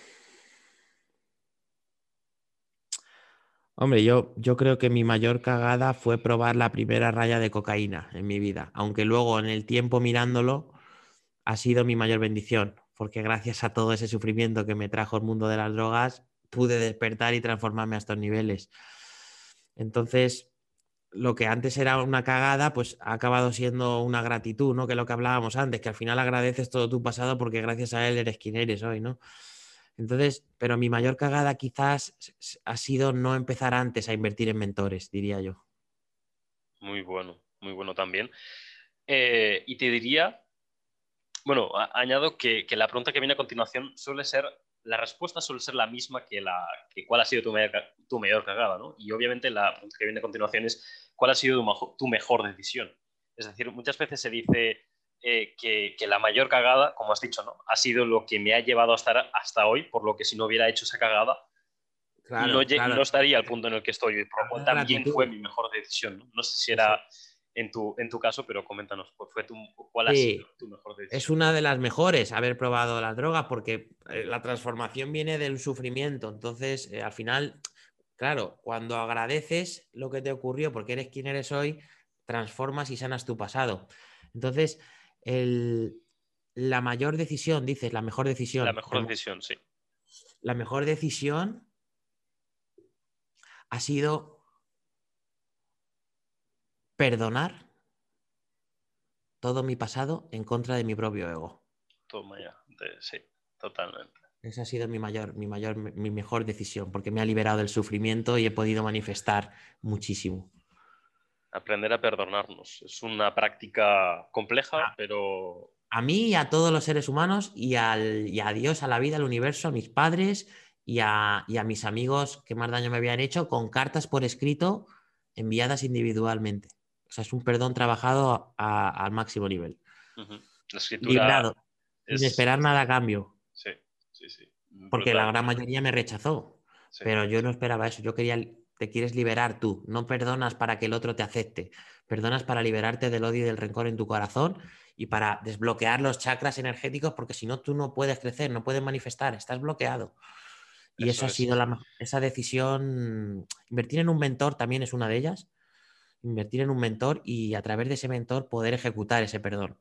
Hombre, yo, yo creo que mi mayor cagada fue probar la primera raya de cocaína en mi vida, aunque luego en el tiempo mirándolo ha sido mi mayor bendición, porque gracias a todo ese sufrimiento que me trajo el mundo de las drogas, pude despertar y transformarme a estos niveles. Entonces, lo que antes era una cagada, pues ha acabado siendo una gratitud, ¿no? Que es lo que hablábamos antes, que al final agradeces todo tu pasado porque gracias a él eres quien eres hoy, ¿no? Entonces, pero mi mayor cagada quizás ha sido no empezar antes a invertir en mentores, diría yo. Muy bueno, muy bueno también. Eh, y te diría, bueno, a- añado que, que la pregunta que viene a continuación suele ser, la respuesta suele ser la misma que la que cuál ha sido tu mayor, ca- tu mayor cagada, ¿no? Y obviamente la pregunta que viene a continuación es cuál ha sido tu, majo- tu mejor decisión. Es decir, muchas veces se dice eh, que, que la mayor cagada, como has dicho, ¿no? Ha sido lo que me ha llevado a estar hasta hoy, por lo que si no hubiera hecho esa cagada, no, Claro, lle- claro. no estaría al punto en el que estoy hoy, por lo cual Habla de también fue gratitud. mi mejor decisión, ¿no? No sé si Eso. era en tu, en tu caso, pero coméntanos, ¿cuál, fue tu, cuál ha sido Sí, tu mejor es decisión? una de las mejores haber probado las drogas porque eh, la transformación viene del sufrimiento. Entonces, eh, al final, claro, cuando agradeces lo que te ocurrió porque eres quien eres hoy, transformas y sanas tu pasado. Entonces, el- la mayor decisión, dices, la mejor La decisión. mejor decisión, sí. La mejor decisión ha sido perdonar todo mi pasado en contra de mi propio ego. Toma ya. De- sí, totalmente. Esa ha sido mi mayor, mi mayor, mi mejor decisión, porque me ha liberado del sufrimiento y he podido manifestar muchísimo. Aprender a perdonarnos. Es una práctica compleja, A, pero a mí y a todos los seres humanos y, al, y a Dios, a la vida, al universo, a mis padres y a, y a mis amigos que más daño me habían hecho con cartas por escrito enviadas individualmente. O sea, es un perdón trabajado a, al máximo nivel. ujú, la escritura Liberado, sin es... esperar nada a cambio. Sí, sí, sí. Porque la Brutal. gran mayoría me rechazó, Sí, pero yo no esperaba eso. Yo quería, te quieres liberar tú, no perdonas para que el otro te acepte, perdonas para liberarte del odio y del rencor en tu corazón y para desbloquear los chakras energéticos, porque si no, tú no puedes crecer, no puedes manifestar, estás bloqueado. Y eso eso ha es. sido la, esa decisión. Invertir en un mentor también es una de ellas. Invertir en un mentor y a través de ese mentor poder ejecutar ese perdón.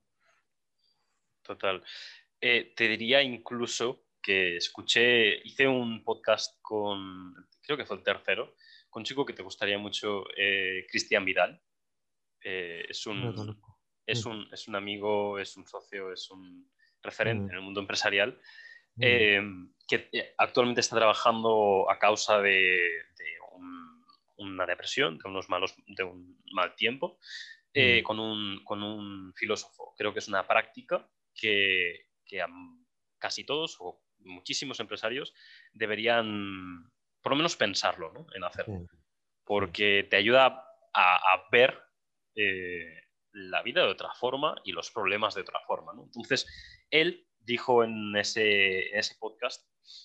Total. Eh, te diría incluso que escuché, hice un podcast con, creo que fue el tercero, con un chico que te gustaría mucho, eh, Cristian Vidal. Eh, es No lo un, conozco. es Mm, un, es un amigo, es un socio, es un referente mm, en el mundo empresarial, mm, eh, que eh, actualmente está trabajando a causa de, de un- una depresión, de unos malos, de un mal tiempo, eh, mm, con, un, con un filósofo. Creo que es una práctica que, que a casi todos o muchísimos empresarios deberían por lo menos pensarlo, ¿no? En hacerlo, sí, sí. porque te ayuda a, a ver eh, la vida de otra forma y los problemas de otra forma, ¿no? Entonces, él dijo en ese, en ese podcast,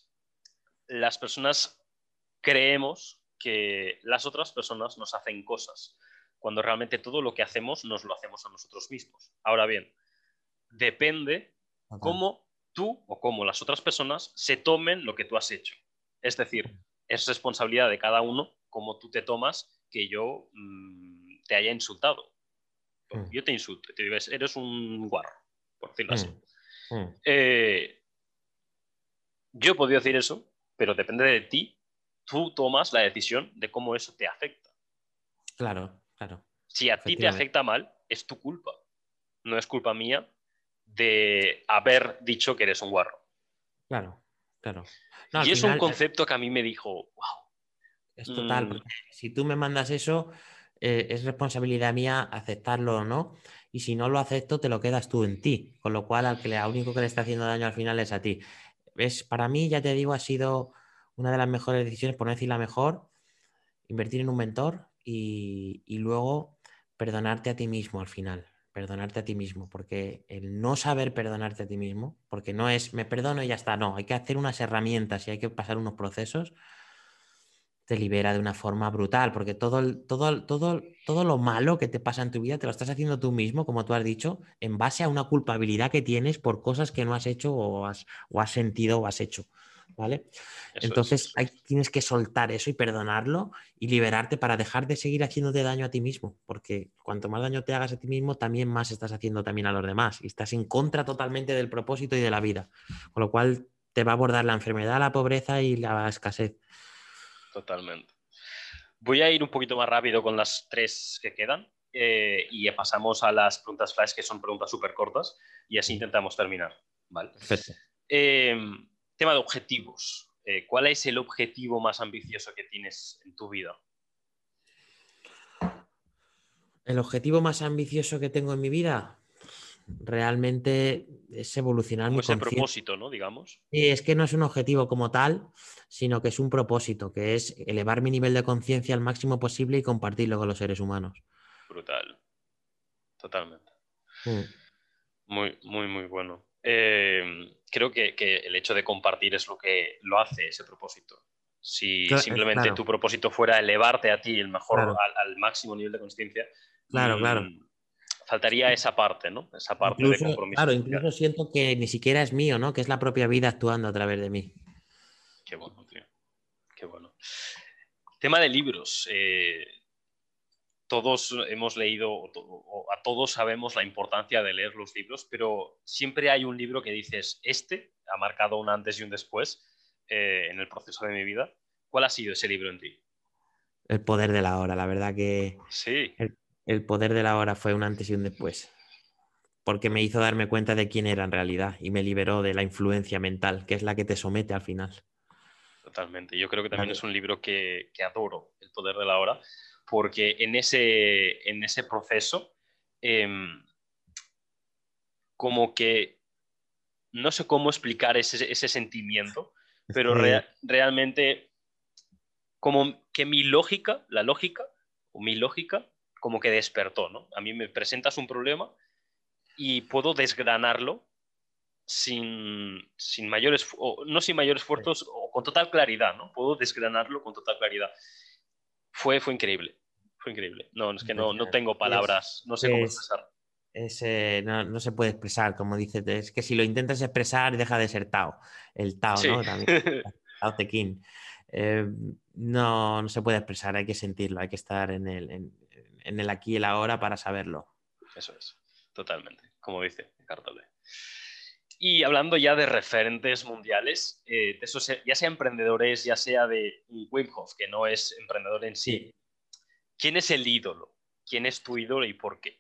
las personas creemos que las otras personas nos hacen cosas, cuando realmente todo lo que hacemos nos lo hacemos a nosotros mismos. Ahora bien, depende Total. cómo tú o cómo las otras personas se tomen lo que tú has hecho. Es decir, es responsabilidad de cada uno cómo tú te tomas que yo mmm, te haya insultado. Mm, Yo te insulto, te digo, eres un guarro, por decirlo así. mm, mm. Eh, yo he podido decir eso, pero depende de ti. Tú tomas la decisión de cómo eso te afecta. Claro, claro, Si a ti te efectivamente. afecta mal, es tu culpa. No es culpa mía de haber dicho que eres un guarro. Claro, claro. No, al Y es un final eh, concepto que a mí me dijo, wow. es total, Mmm, porque si tú me mandas eso, eh, es responsabilidad mía aceptarlo o no, y si no lo acepto, te lo quedas tú en ti, con lo cual al que le, al único que le está haciendo daño al final es a ti. Es, para mí, ya te digo, ha sido una de las mejores decisiones, por no decir la mejor, invertir en un mentor y, y luego perdonarte a ti mismo al final. Perdonarte a ti mismo, porque el no saber perdonarte a ti mismo, porque no es me perdono y ya está, no, hay que hacer unas herramientas y hay que pasar unos procesos te libera de una forma brutal, porque todo, el- todo, todo, todo lo malo que te pasa en tu vida te lo estás haciendo tú mismo, como tú has dicho, en base a una culpabilidad que tienes por cosas que no has hecho o has, o has sentido o has hecho, ¿vale? Eso es. Entonces hay, tienes que soltar eso y perdonarlo y liberarte para dejar de seguir haciéndote daño a ti mismo, porque cuanto más daño te hagas a ti mismo, también más estás haciendo también a los demás y estás en contra totalmente del propósito y de la vida, con lo cual te va a abordar la enfermedad, la pobreza y la escasez. Totalmente. Voy a ir un poquito más rápido con las tres que quedan eh, y pasamos a las preguntas flash, que son preguntas súper cortas, y así intentamos terminar. ¿Vale? Perfecto. Eh, tema de objetivos. Eh, ¿Cuál es el objetivo más ambicioso que tienes en tu vida? El objetivo más ambicioso que tengo en mi vida realmente es evolucionar Como mi ese conciencia. propósito, ¿no? Digamos. Y es que no es un objetivo como tal, sino que es un propósito, que es elevar mi nivel de conciencia al máximo posible y compartirlo con los seres humanos. Brutal. Totalmente. Mm. Muy, muy, muy bueno. Eh, creo que, que el hecho de compartir es lo que lo hace ese propósito. Si Cla- eh, simplemente Claro, tu propósito fuera elevarte a ti el mejor, claro, al, al máximo nivel de conciencia, claro, claro. mmm, faltaría esa parte, ¿no? Esa parte de Incluso, compromiso claro, social. incluso siento que ni siquiera es mío, ¿no? Que es la propia vida actuando a través de mí. Qué bueno, tío. Qué bueno. Tema de libros. Eh, todos hemos leído, o, o a todos sabemos la importancia de leer los libros, pero siempre hay un libro que dices, este ha marcado un antes y un después eh, en el proceso de mi vida. ¿Cuál ha sido ese libro en ti? El poder de la hora, la verdad que Sí, el, el poder de la hora fue un antes y un después, porque me hizo darme cuenta de quién era en realidad y me liberó de la influencia mental, que es la que te somete al final. totalmente. Yo creo que La también que- es un libro que, que adoro, El poder de la hora, porque en ese, en ese proceso, eh, como que no sé cómo explicar ese, ese sentimiento, Es pero que, rea- realmente como que mi lógica, la lógica, o mi lógica, como que despertó, ¿no? A mí me presentas un problema y puedo desgranarlo sin, sin mayor esfuerzo, no sin mayor esfuerzo, o con total claridad, ¿no? Puedo desgranarlo con total claridad. Fue, fue increíble, fue increíble. No, es que no, no tengo es, palabras, no sé cómo es, expresar. es, eh, no, no se puede expresar, como dices, es que si lo intentas expresar deja de ser Tao, el Tao, Sí, ¿no? También, Tao Te Ching. Eh, no, no se puede expresar, hay que sentirlo, hay que estar en el, en, en el aquí y el ahora para saberlo. eso es, totalmente, como dice Cartole. Y hablando ya de referentes mundiales, eh, de esos, ya sea emprendedores, ya sea de Wim Hof, que no es emprendedor en sí, Sí. ¿quién es el ídolo? ¿Quién es tu ídolo y por qué?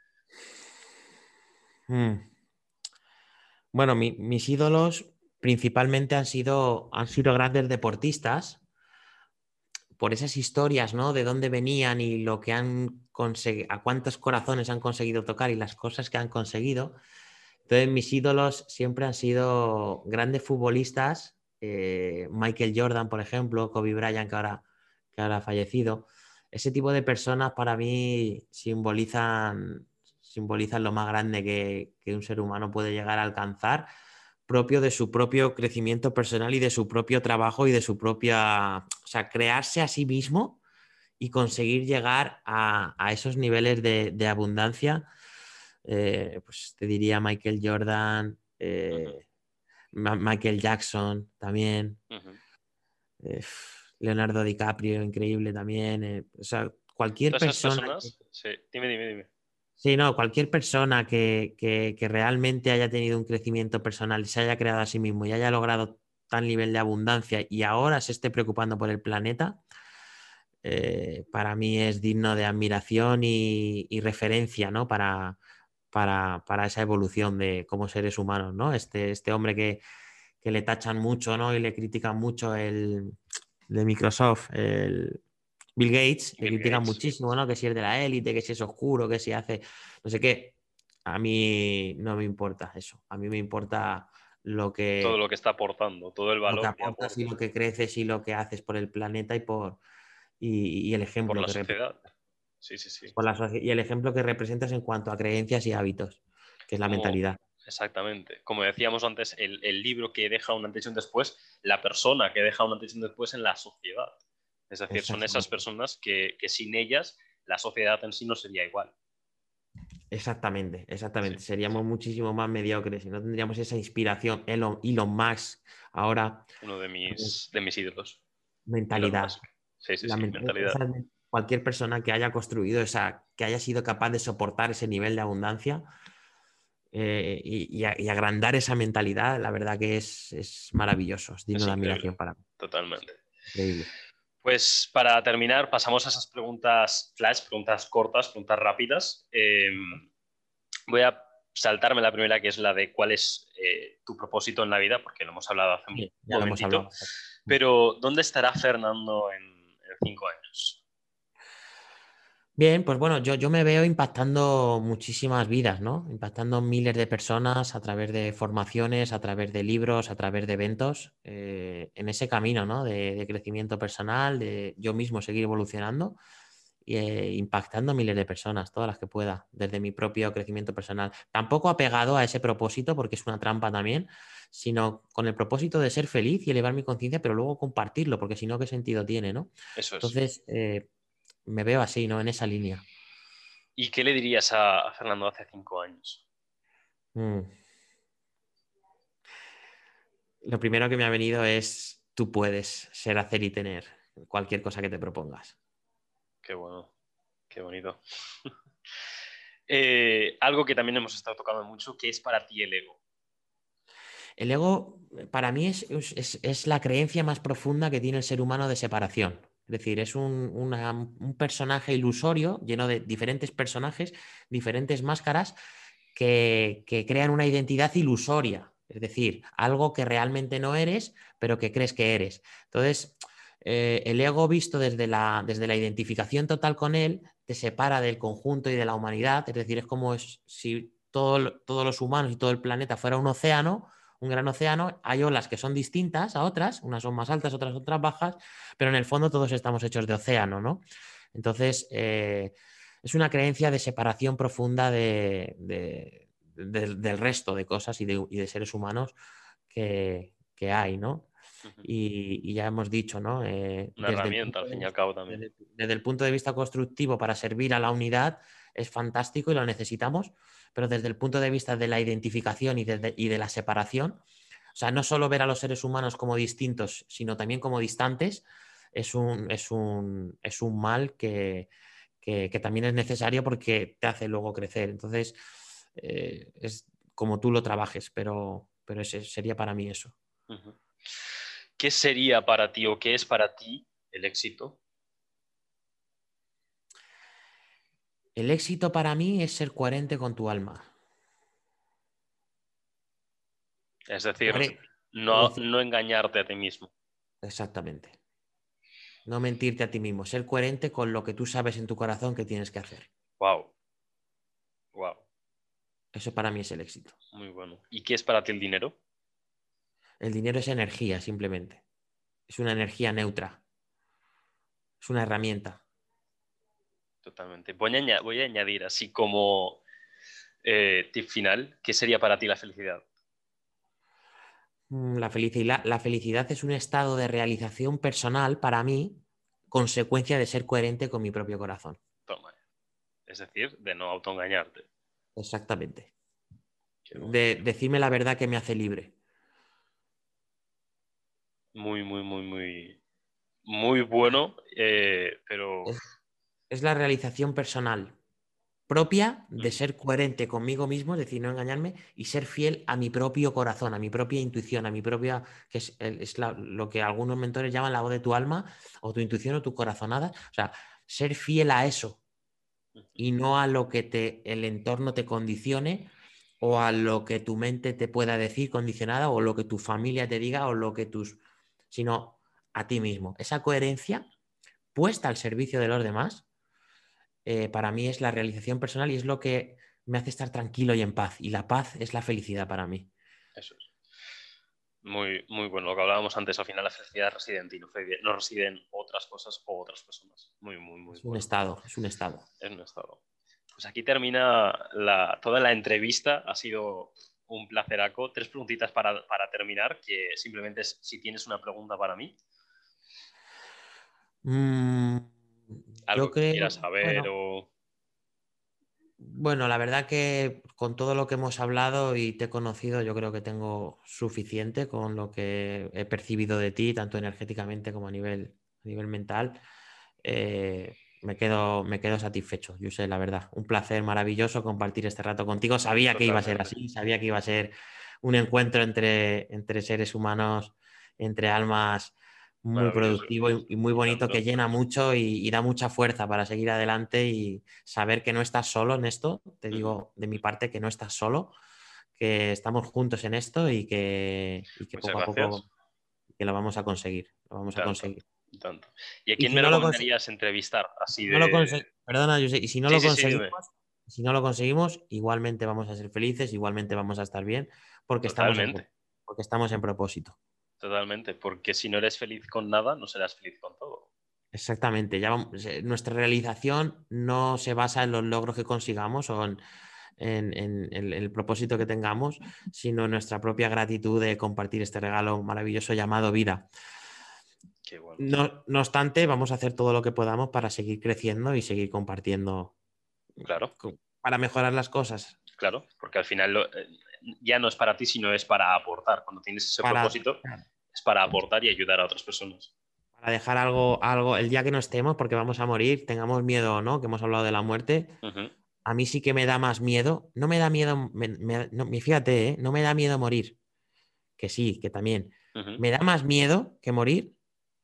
Mm. Bueno, mi- mis ídolos principalmente han sido, han sido grandes deportistas por esas historias, ¿no? De dónde venían y lo que han conseguido, a cuántos corazones han conseguido tocar y las cosas que han conseguido. Entonces, mis ídolos siempre han sido grandes futbolistas, eh, Michael Jordan, por ejemplo, Kobe Bryant, que ahora, que ahora ha fallecido. Ese tipo de personas para mí simbolizan, simbolizan lo más grande que, que un ser humano puede llegar a alcanzar, propio de su propio crecimiento personal y de su propio trabajo y de su propia, o sea, crearse a sí mismo y conseguir llegar a, a esos niveles de, de abundancia. Eh, pues te diría Michael Jordan, Uh -huh, eh, Ma Michael Jackson también, uh -huh. eh, Leonardo DiCaprio, increíble también. Eh, o sea, cualquier Todas esas persona. personas, sí, dime, dime, dime. Sí, no, cualquier persona que, que, que realmente haya tenido un crecimiento personal y se haya creado a sí mismo y haya logrado tal nivel de abundancia y ahora se esté preocupando por el planeta, eh, para mí es digno de admiración y, y referencia, ¿no? Para, para, para, esa evolución de como seres humanos, ¿no? Este, este hombre que, que le tachan mucho, ¿no? Y le critican mucho el de Microsoft, el Bill Gates, le Bill critican Gates, muchísimo, ¿no? Que si es de la élite, que si es oscuro, que si hace no sé qué. A mí no me importa eso. A mí me importa lo todo que, lo que está aportando, todo el lo que valor que aportas y aporta lo que creces y lo que haces por el planeta y por y, y el por ejemplo la que sociedad. Sí, sí, sí. por la y el ejemplo que representas en cuanto a creencias y hábitos, que es la Como, mentalidad. exactamente. Como decíamos antes, el, el libro que deja un antes y un después, la persona que deja un antes y un después en la sociedad. Es decir, son esas personas que, que sin ellas la sociedad en sí no sería igual. Exactamente, exactamente. Sí, Seríamos sí. muchísimo más mediocres y no tendríamos esa inspiración. Elon, Elon Musk, ahora, Uno de mis, de mis ídolos. Elon mentalidad. Musk. Sí, sí, La sí, men- mentalidad. esa- cualquier persona que haya construido esa, que haya sido capaz de soportar ese nivel de abundancia eh, y, y a- y agrandar esa mentalidad, la verdad que es, es maravilloso, es digno Es de increíble, admiración para mí. totalmente. Increíble. Pues para terminar, pasamos a esas preguntas flash, preguntas cortas, preguntas rápidas. Eh, voy a saltarme la primera, que es la de cuál es eh, tu propósito en la vida, porque lo hemos hablado hace un Sí, ya lo hemos momentito. hablado. Pero, ¿dónde estará Fernando en, en cinco años? Bien, pues bueno, yo, yo me veo impactando muchísimas vidas, ¿no? Impactando miles de personas a través de formaciones, a través de libros, a través de eventos, eh, en ese camino, ¿no? De, de crecimiento personal, de yo mismo seguir evolucionando e impactando miles de personas, todas las que pueda, desde mi propio crecimiento personal. Tampoco apegado a ese propósito, porque es una trampa también, sino con el propósito de ser feliz y elevar mi conciencia, pero luego compartirlo, porque si no, ¿qué sentido tiene, no? Eso es. Entonces, eh, me veo así, ¿no? En esa línea. ¿Y qué le dirías a, a Fernando hace cinco años? Mm. Lo primero que me ha venido es, tú puedes ser, hacer y tener cualquier cosa que te propongas. Qué bueno, qué bonito. Eh, algo que también hemos estado tocando mucho, ¿qué es para ti el ego? El ego, para mí, es, es- es la creencia más profunda que tiene el ser humano de separación. Es decir, es un, una- un personaje ilusorio lleno de diferentes personajes, diferentes máscaras que, que crean una identidad ilusoria. Es decir, algo que realmente no eres, pero que crees que eres. Entonces, eh, el ego visto desde la, desde la identificación total con él te separa del conjunto y de la humanidad. Es decir, es como es- si todo- todos los humanos y todo el planeta fuera un océano, un gran océano, hay olas que son distintas a otras, unas son más altas, otras otras bajas, pero en el fondo todos estamos hechos de océano, ¿no? Entonces, eh, es una creencia de separación profunda de, de, de, del resto de cosas y de, y de seres humanos que, que, hay, ¿no? Uh-huh. Y, y, ya hemos dicho, ¿no? Eh, Una desde, el herramienta, al fin y al vista, cabo, también. desde, desde el punto de vista constructivo para servir a la unidad es fantástico y lo necesitamos, pero desde el punto de vista de la identificación y de, y de la separación, o sea, no solo ver a los seres humanos como distintos, sino también como distantes, es un, es un, es un mal que, que, que también es necesario porque te hace luego crecer. Entonces, eh, es como tú lo trabajes, pero, pero ese sería para mí eso. Uh-huh. ¿Qué sería para ti o qué es para ti el éxito? El éxito para mí es ser coherente con tu alma. Es decir, Cohere es no, decir, no engañarte a ti mismo. exactamente. No mentirte a ti mismo, ser coherente con lo que tú sabes en tu corazón que tienes que hacer. Wow. Wow. Eso para mí es el éxito. Muy bueno. ¿Y qué es para ti el dinero? El dinero es energía, simplemente. Es una energía neutra. Es una herramienta. Totalmente. Voy a, añadir, voy a añadir así como eh, tip final, ¿qué sería para ti la felicidad? La felicidad, la felicidad es un estado de realización personal para mí, consecuencia de ser coherente con mi propio corazón. Toma. Es decir, de no autoengañarte. Exactamente. Qué De decirme la verdad que me hace libre. Muy, muy, muy, muy, muy bueno, eh, pero... Es, es la realización personal propia de ser coherente conmigo mismo, es decir, no engañarme y ser fiel a mi propio corazón, a mi propia intuición, a mi propia, que es, es la, lo que algunos mentores llaman la voz de tu alma o tu intuición o tu corazonada. O sea, ser fiel a eso y no a lo que te, el entorno te condicione o a lo que tu mente te pueda decir condicionada o lo que tu familia te diga o lo que tus, sino a ti mismo. Esa coherencia puesta al servicio de los demás, eh, para mí es la realización personal y es lo que me hace estar tranquilo y en paz. Y la paz es la felicidad para mí. Eso es. Muy, muy bueno. Lo que hablábamos antes, al final la felicidad reside en ti, no, no reside en otras cosas o otras personas. Muy, muy, muy Es un bueno. estado, es un estado. Es un estado. Pues aquí termina la, toda la entrevista. Ha sido un placeraco. Tres preguntitas para, para terminar, que simplemente es si tienes una pregunta para mí. Mm, Algo yo que creo, quieras saber bueno, o... bueno, la verdad que con todo lo que hemos hablado y te he conocido, yo creo que tengo suficiente con lo que he percibido de ti, tanto energéticamente como a nivel, a nivel mental. Eh, me quedo, me quedo satisfecho, yo sé, la verdad. Un placer maravilloso compartir este rato contigo. Sabía que iba a ser Totalmente. así, sabía que iba a ser un encuentro entre, entre seres humanos, entre almas, muy Maravilloso. productivo y, y muy Y bonito, que tanto. llena mucho y, y da mucha fuerza para seguir adelante y saber que no estás solo en esto. Te Ujú. digo de mi parte que no estás solo, que estamos juntos en esto y que, y que Muchas poco a poco gracias. que lo vamos a conseguir. Lo Y vamos a tanto. conseguir. Y tanto. ¿Y a Y quién si me no lo conseguimos, recomendarías entrevistar? Así no lo de... conse- perdona, José, y si no Sí, lo sí, sí, dime. conseguimos, si no lo conseguimos, igualmente vamos a ser felices, igualmente vamos a estar bien, porque estamos en, Totalmente. porque estamos en propósito. Totalmente. Porque si no eres feliz con nada, no serás feliz con todo. Exactamente. Ya vamos- eh, nuestra realización no se basa en los logros que consigamos o en, en- en el, el propósito que tengamos, sino en nuestra propia gratitud de compartir este regalo maravilloso llamado vida. Qué bueno, tío. No, no obstante, vamos a hacer todo lo que podamos para seguir creciendo y seguir compartiendo Claro, co- para mejorar las cosas. claro. Porque al final lo- eh, ya no es para ti, sino es para aportar. Cuando tienes ese Para, propósito, es para aportar y ayudar a otras personas. para dejar algo, algo, el día que no estemos, porque vamos a morir, tengamos miedo o no, que hemos hablado de la muerte, Ujú, a mí sí que me da más miedo. No me da miedo, me- me- no, me- fíjate, ¿eh? No me da miedo morir, que sí, que también. ujú, Me da más miedo que morir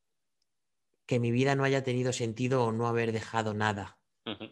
que mi vida no haya tenido sentido o no haber dejado nada ujú.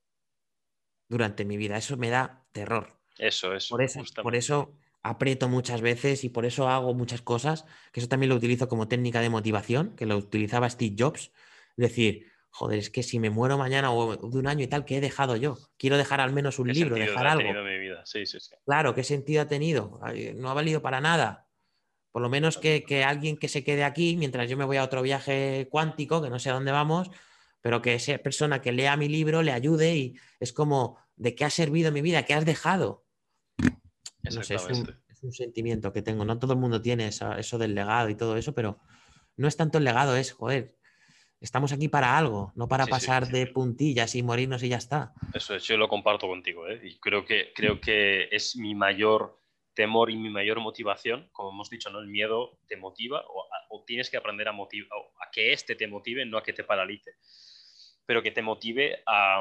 durante mi vida. Eso me da terror. Eso es, Por eso, por justamente. eso aprieto muchas veces y por eso hago muchas cosas, que eso también lo utilizo como técnica de motivación, que lo utilizaba Steve Jobs. Decir, joder, es que si me muero mañana o de un año y tal, ¿qué he dejado yo? Quiero dejar al menos un ¿Qué libro, sentido dejar ha algo. tenido mi vida? Sí, sí, sí. Claro, ¿qué sentido ha tenido? Ay, no ha valido para nada. Por lo menos que, que alguien que se quede aquí mientras yo me voy a otro viaje cuántico, que no sé a dónde vamos, pero que esa persona que lea mi libro le ayude y es como, ¿de qué ha servido mi vida? ¿Qué has dejado? No sé, es un, Exactamente. es un sentimiento que tengo. No todo el mundo tiene esa- eso del legado y todo eso, pero no es tanto el legado, es, joder, estamos aquí para algo, no para Sí, sí. pasar de puntillas y morirnos y ya está. Eso es, yo lo comparto contigo, ¿eh? Y creo que, creo que es mi mayor temor y mi mayor motivación. Como hemos dicho, ¿no? El miedo te motiva o, o tienes que aprender a, motiv a que este te motive, no a que te paralice, pero que te motive a...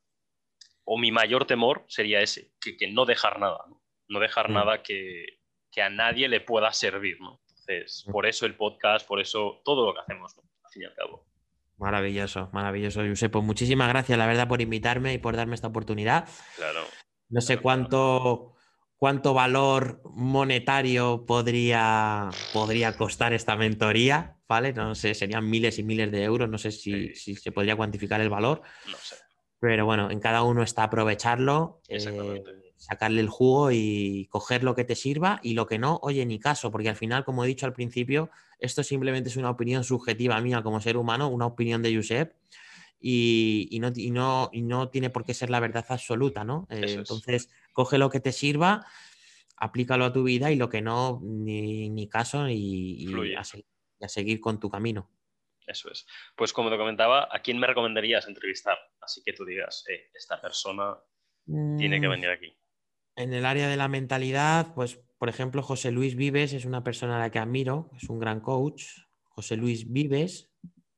O mi mayor temor sería ese, que, que no dejar nada, ¿no? No dejar Mm. nada que, que a nadie le pueda servir, ¿no? Entonces, por eso el podcast, por eso todo lo que hacemos, ¿no? Al fin y al cabo. Maravilloso, maravilloso, Josep. Pues muchísimas gracias, la verdad, por invitarme y por darme esta oportunidad. Claro, No sé claro, claro. cuánto, cuánto valor monetario podría, podría costar esta mentoría, ¿vale? No sé, serían miles y miles de euros, no sé si, Sí, si se podría cuantificar el valor, no sé, pero bueno, en cada uno está aprovecharlo, eh, exactamente. sacarle el jugo y coger lo que te sirva y lo que no, oye, ni caso, porque al final, como he dicho al principio, esto simplemente es una opinión subjetiva mía como ser humano, una opinión de Josep y, y, no, y, no, y no tiene por qué ser la verdad absoluta, ¿no? Eh, Eso es. entonces, coge lo que te sirva, aplícalo a tu vida y lo que no, ni, ni caso y, y a, Fluye. se- y a seguir con tu camino. Eso es. Pues como te comentaba, ¿a quién me recomendarías entrevistar? Así que tú digas, eh, esta persona tiene que Mm, venir aquí. en el área de la mentalidad, pues, por ejemplo, José Luis Vives es una persona a la que admiro, es un gran coach. José Luis Vives,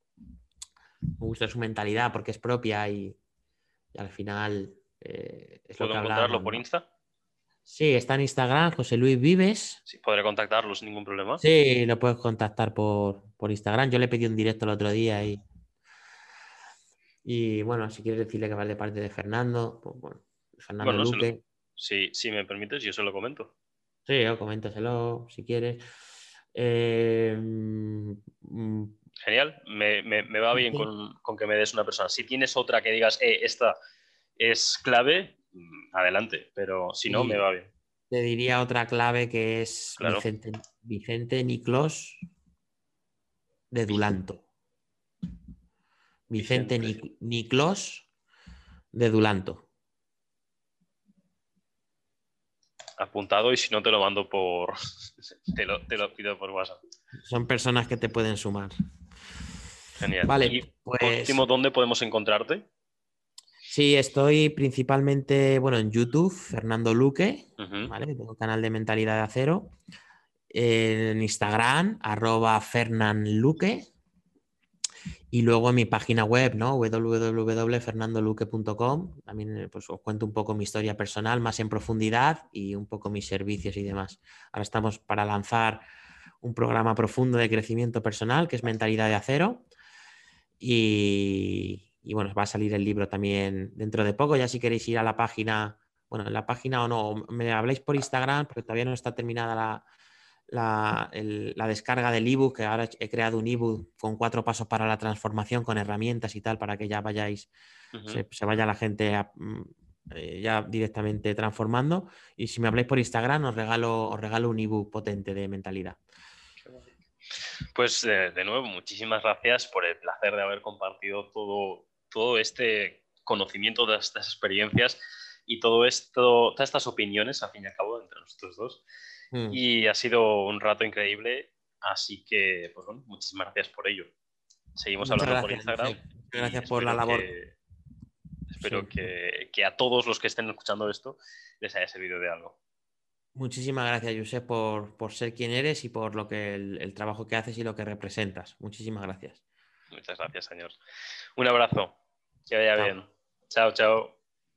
me gusta su mentalidad porque es propia y, y al final eh, es lo ¿Puedo que encontrarlo hablábamos, por ¿no? Insta? Sí, está en Instagram, José Luis Vives. Sí, podré contactarlo sin ningún problema. Sí, lo puedes contactar por, por Instagram. Yo le pedí un directo el otro día y, y bueno, si quieres decirle que va de parte de Fernando, pues bueno, Fernando Bueno, se lo- Luque. si, si me permites, yo se lo comento. Sí, o coméntaselo si quieres. Eh, mm, Genial, me, me- me va bien sí, con, con que me des una persona. Si tienes otra que digas, eh, esta es clave, mm, adelante, pero si no, me y va bien. te diría otra clave que es Claro. Vicente, Vicente Niclós de Vic- Dulanto. Vicente Vicente. Nic- Niclós de Dulanto. Apuntado y si no te lo mando por... te, lo, te lo pido por WhatsApp. Son personas que te pueden sumar. Genial. Vale, y pues... por último, ¿dónde podemos encontrarte? Sí, estoy principalmente, bueno, en YouTube, Fernando Luque, Uh-huh. ¿vale? Tengo un canal de Mentalidad de Acero. En Instagram, arroba fernanluque. Y luego en mi página web, ¿no? w w w punto fernando luque punto com. También pues, os cuento un poco mi historia personal más en profundidad y un poco mis servicios y demás. Ahora estamos para lanzar un programa profundo de crecimiento personal que es Mentalidad de Acero. Y, y bueno, va a salir el libro también dentro de poco. Ya si queréis ir a la página, bueno, en la página o no, me habláis por Instagram porque todavía no está terminada la... La, el, la descarga del ebook, que ahora he creado un ebook con cuatro pasos para la transformación, con herramientas y tal, para que ya vayáis, uh-huh. se, se vaya la gente a, eh, ya directamente transformando. Y si me habláis por Instagram, os regalo, os regalo un ebook potente de mentalidad. Pues eh, de nuevo, muchísimas gracias por el placer de haber compartido todo, todo este conocimiento de estas experiencias y todo esto, todas estas opiniones, al fin y al cabo, entre nosotros dos. Mm. Y ha sido un rato increíble, así que, pues bueno, muchísimas gracias por ello. Seguimos Muchas hablando gracias, por Instagram. Muchas gracias por la labor. Que, espero sí. que, que a todos los que estén escuchando esto les haya servido de algo. Muchísimas gracias, Josep, por, por ser quien eres y por lo que el, el trabajo que haces y lo que representas. Muchísimas gracias. Muchas gracias, señor. Un abrazo. Que vaya chao. bien. Chao, chao.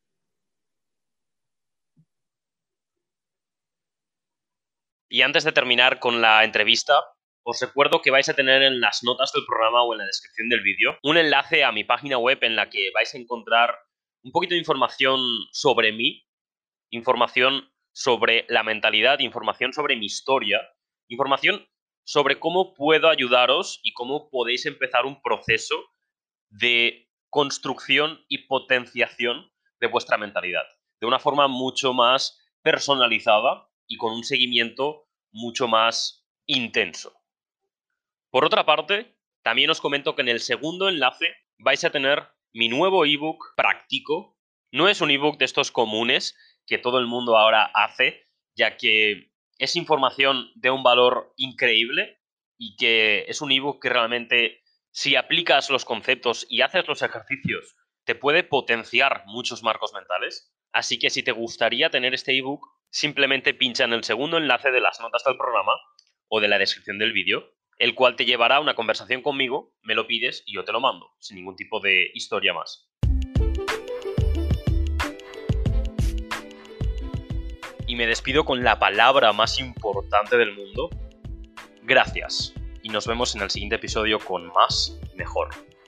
Y antes de terminar con la entrevista, os recuerdo que vais a tener en las notas del programa o en la descripción del vídeo un enlace a mi página web en la que vais a encontrar un poquito de información sobre mí, información sobre la mentalidad, información sobre mi historia, información sobre cómo puedo ayudaros y cómo podéis empezar un proceso de construcción y potenciación de vuestra mentalidad, de una forma mucho más personalizada y con un seguimiento mucho más intenso. Por otra parte, también os comento que en el segundo enlace vais a tener mi nuevo ebook práctico. No es un ebook de estos comunes que todo el mundo ahora hace, ya que es información de un valor increíble y que es un ebook que realmente, si aplicas los conceptos y haces los ejercicios, te puede potenciar muchos marcos mentales. Así que si te gustaría tener este ebook, simplemente pincha en el segundo enlace de las notas del programa o de la descripción del vídeo, el cual te llevará a una conversación conmigo, me lo pides y yo te lo mando, sin ningún tipo de historia más. Y me despido con la palabra más importante del mundo. Gracias. Y nos vemos en el siguiente episodio con más y mejor.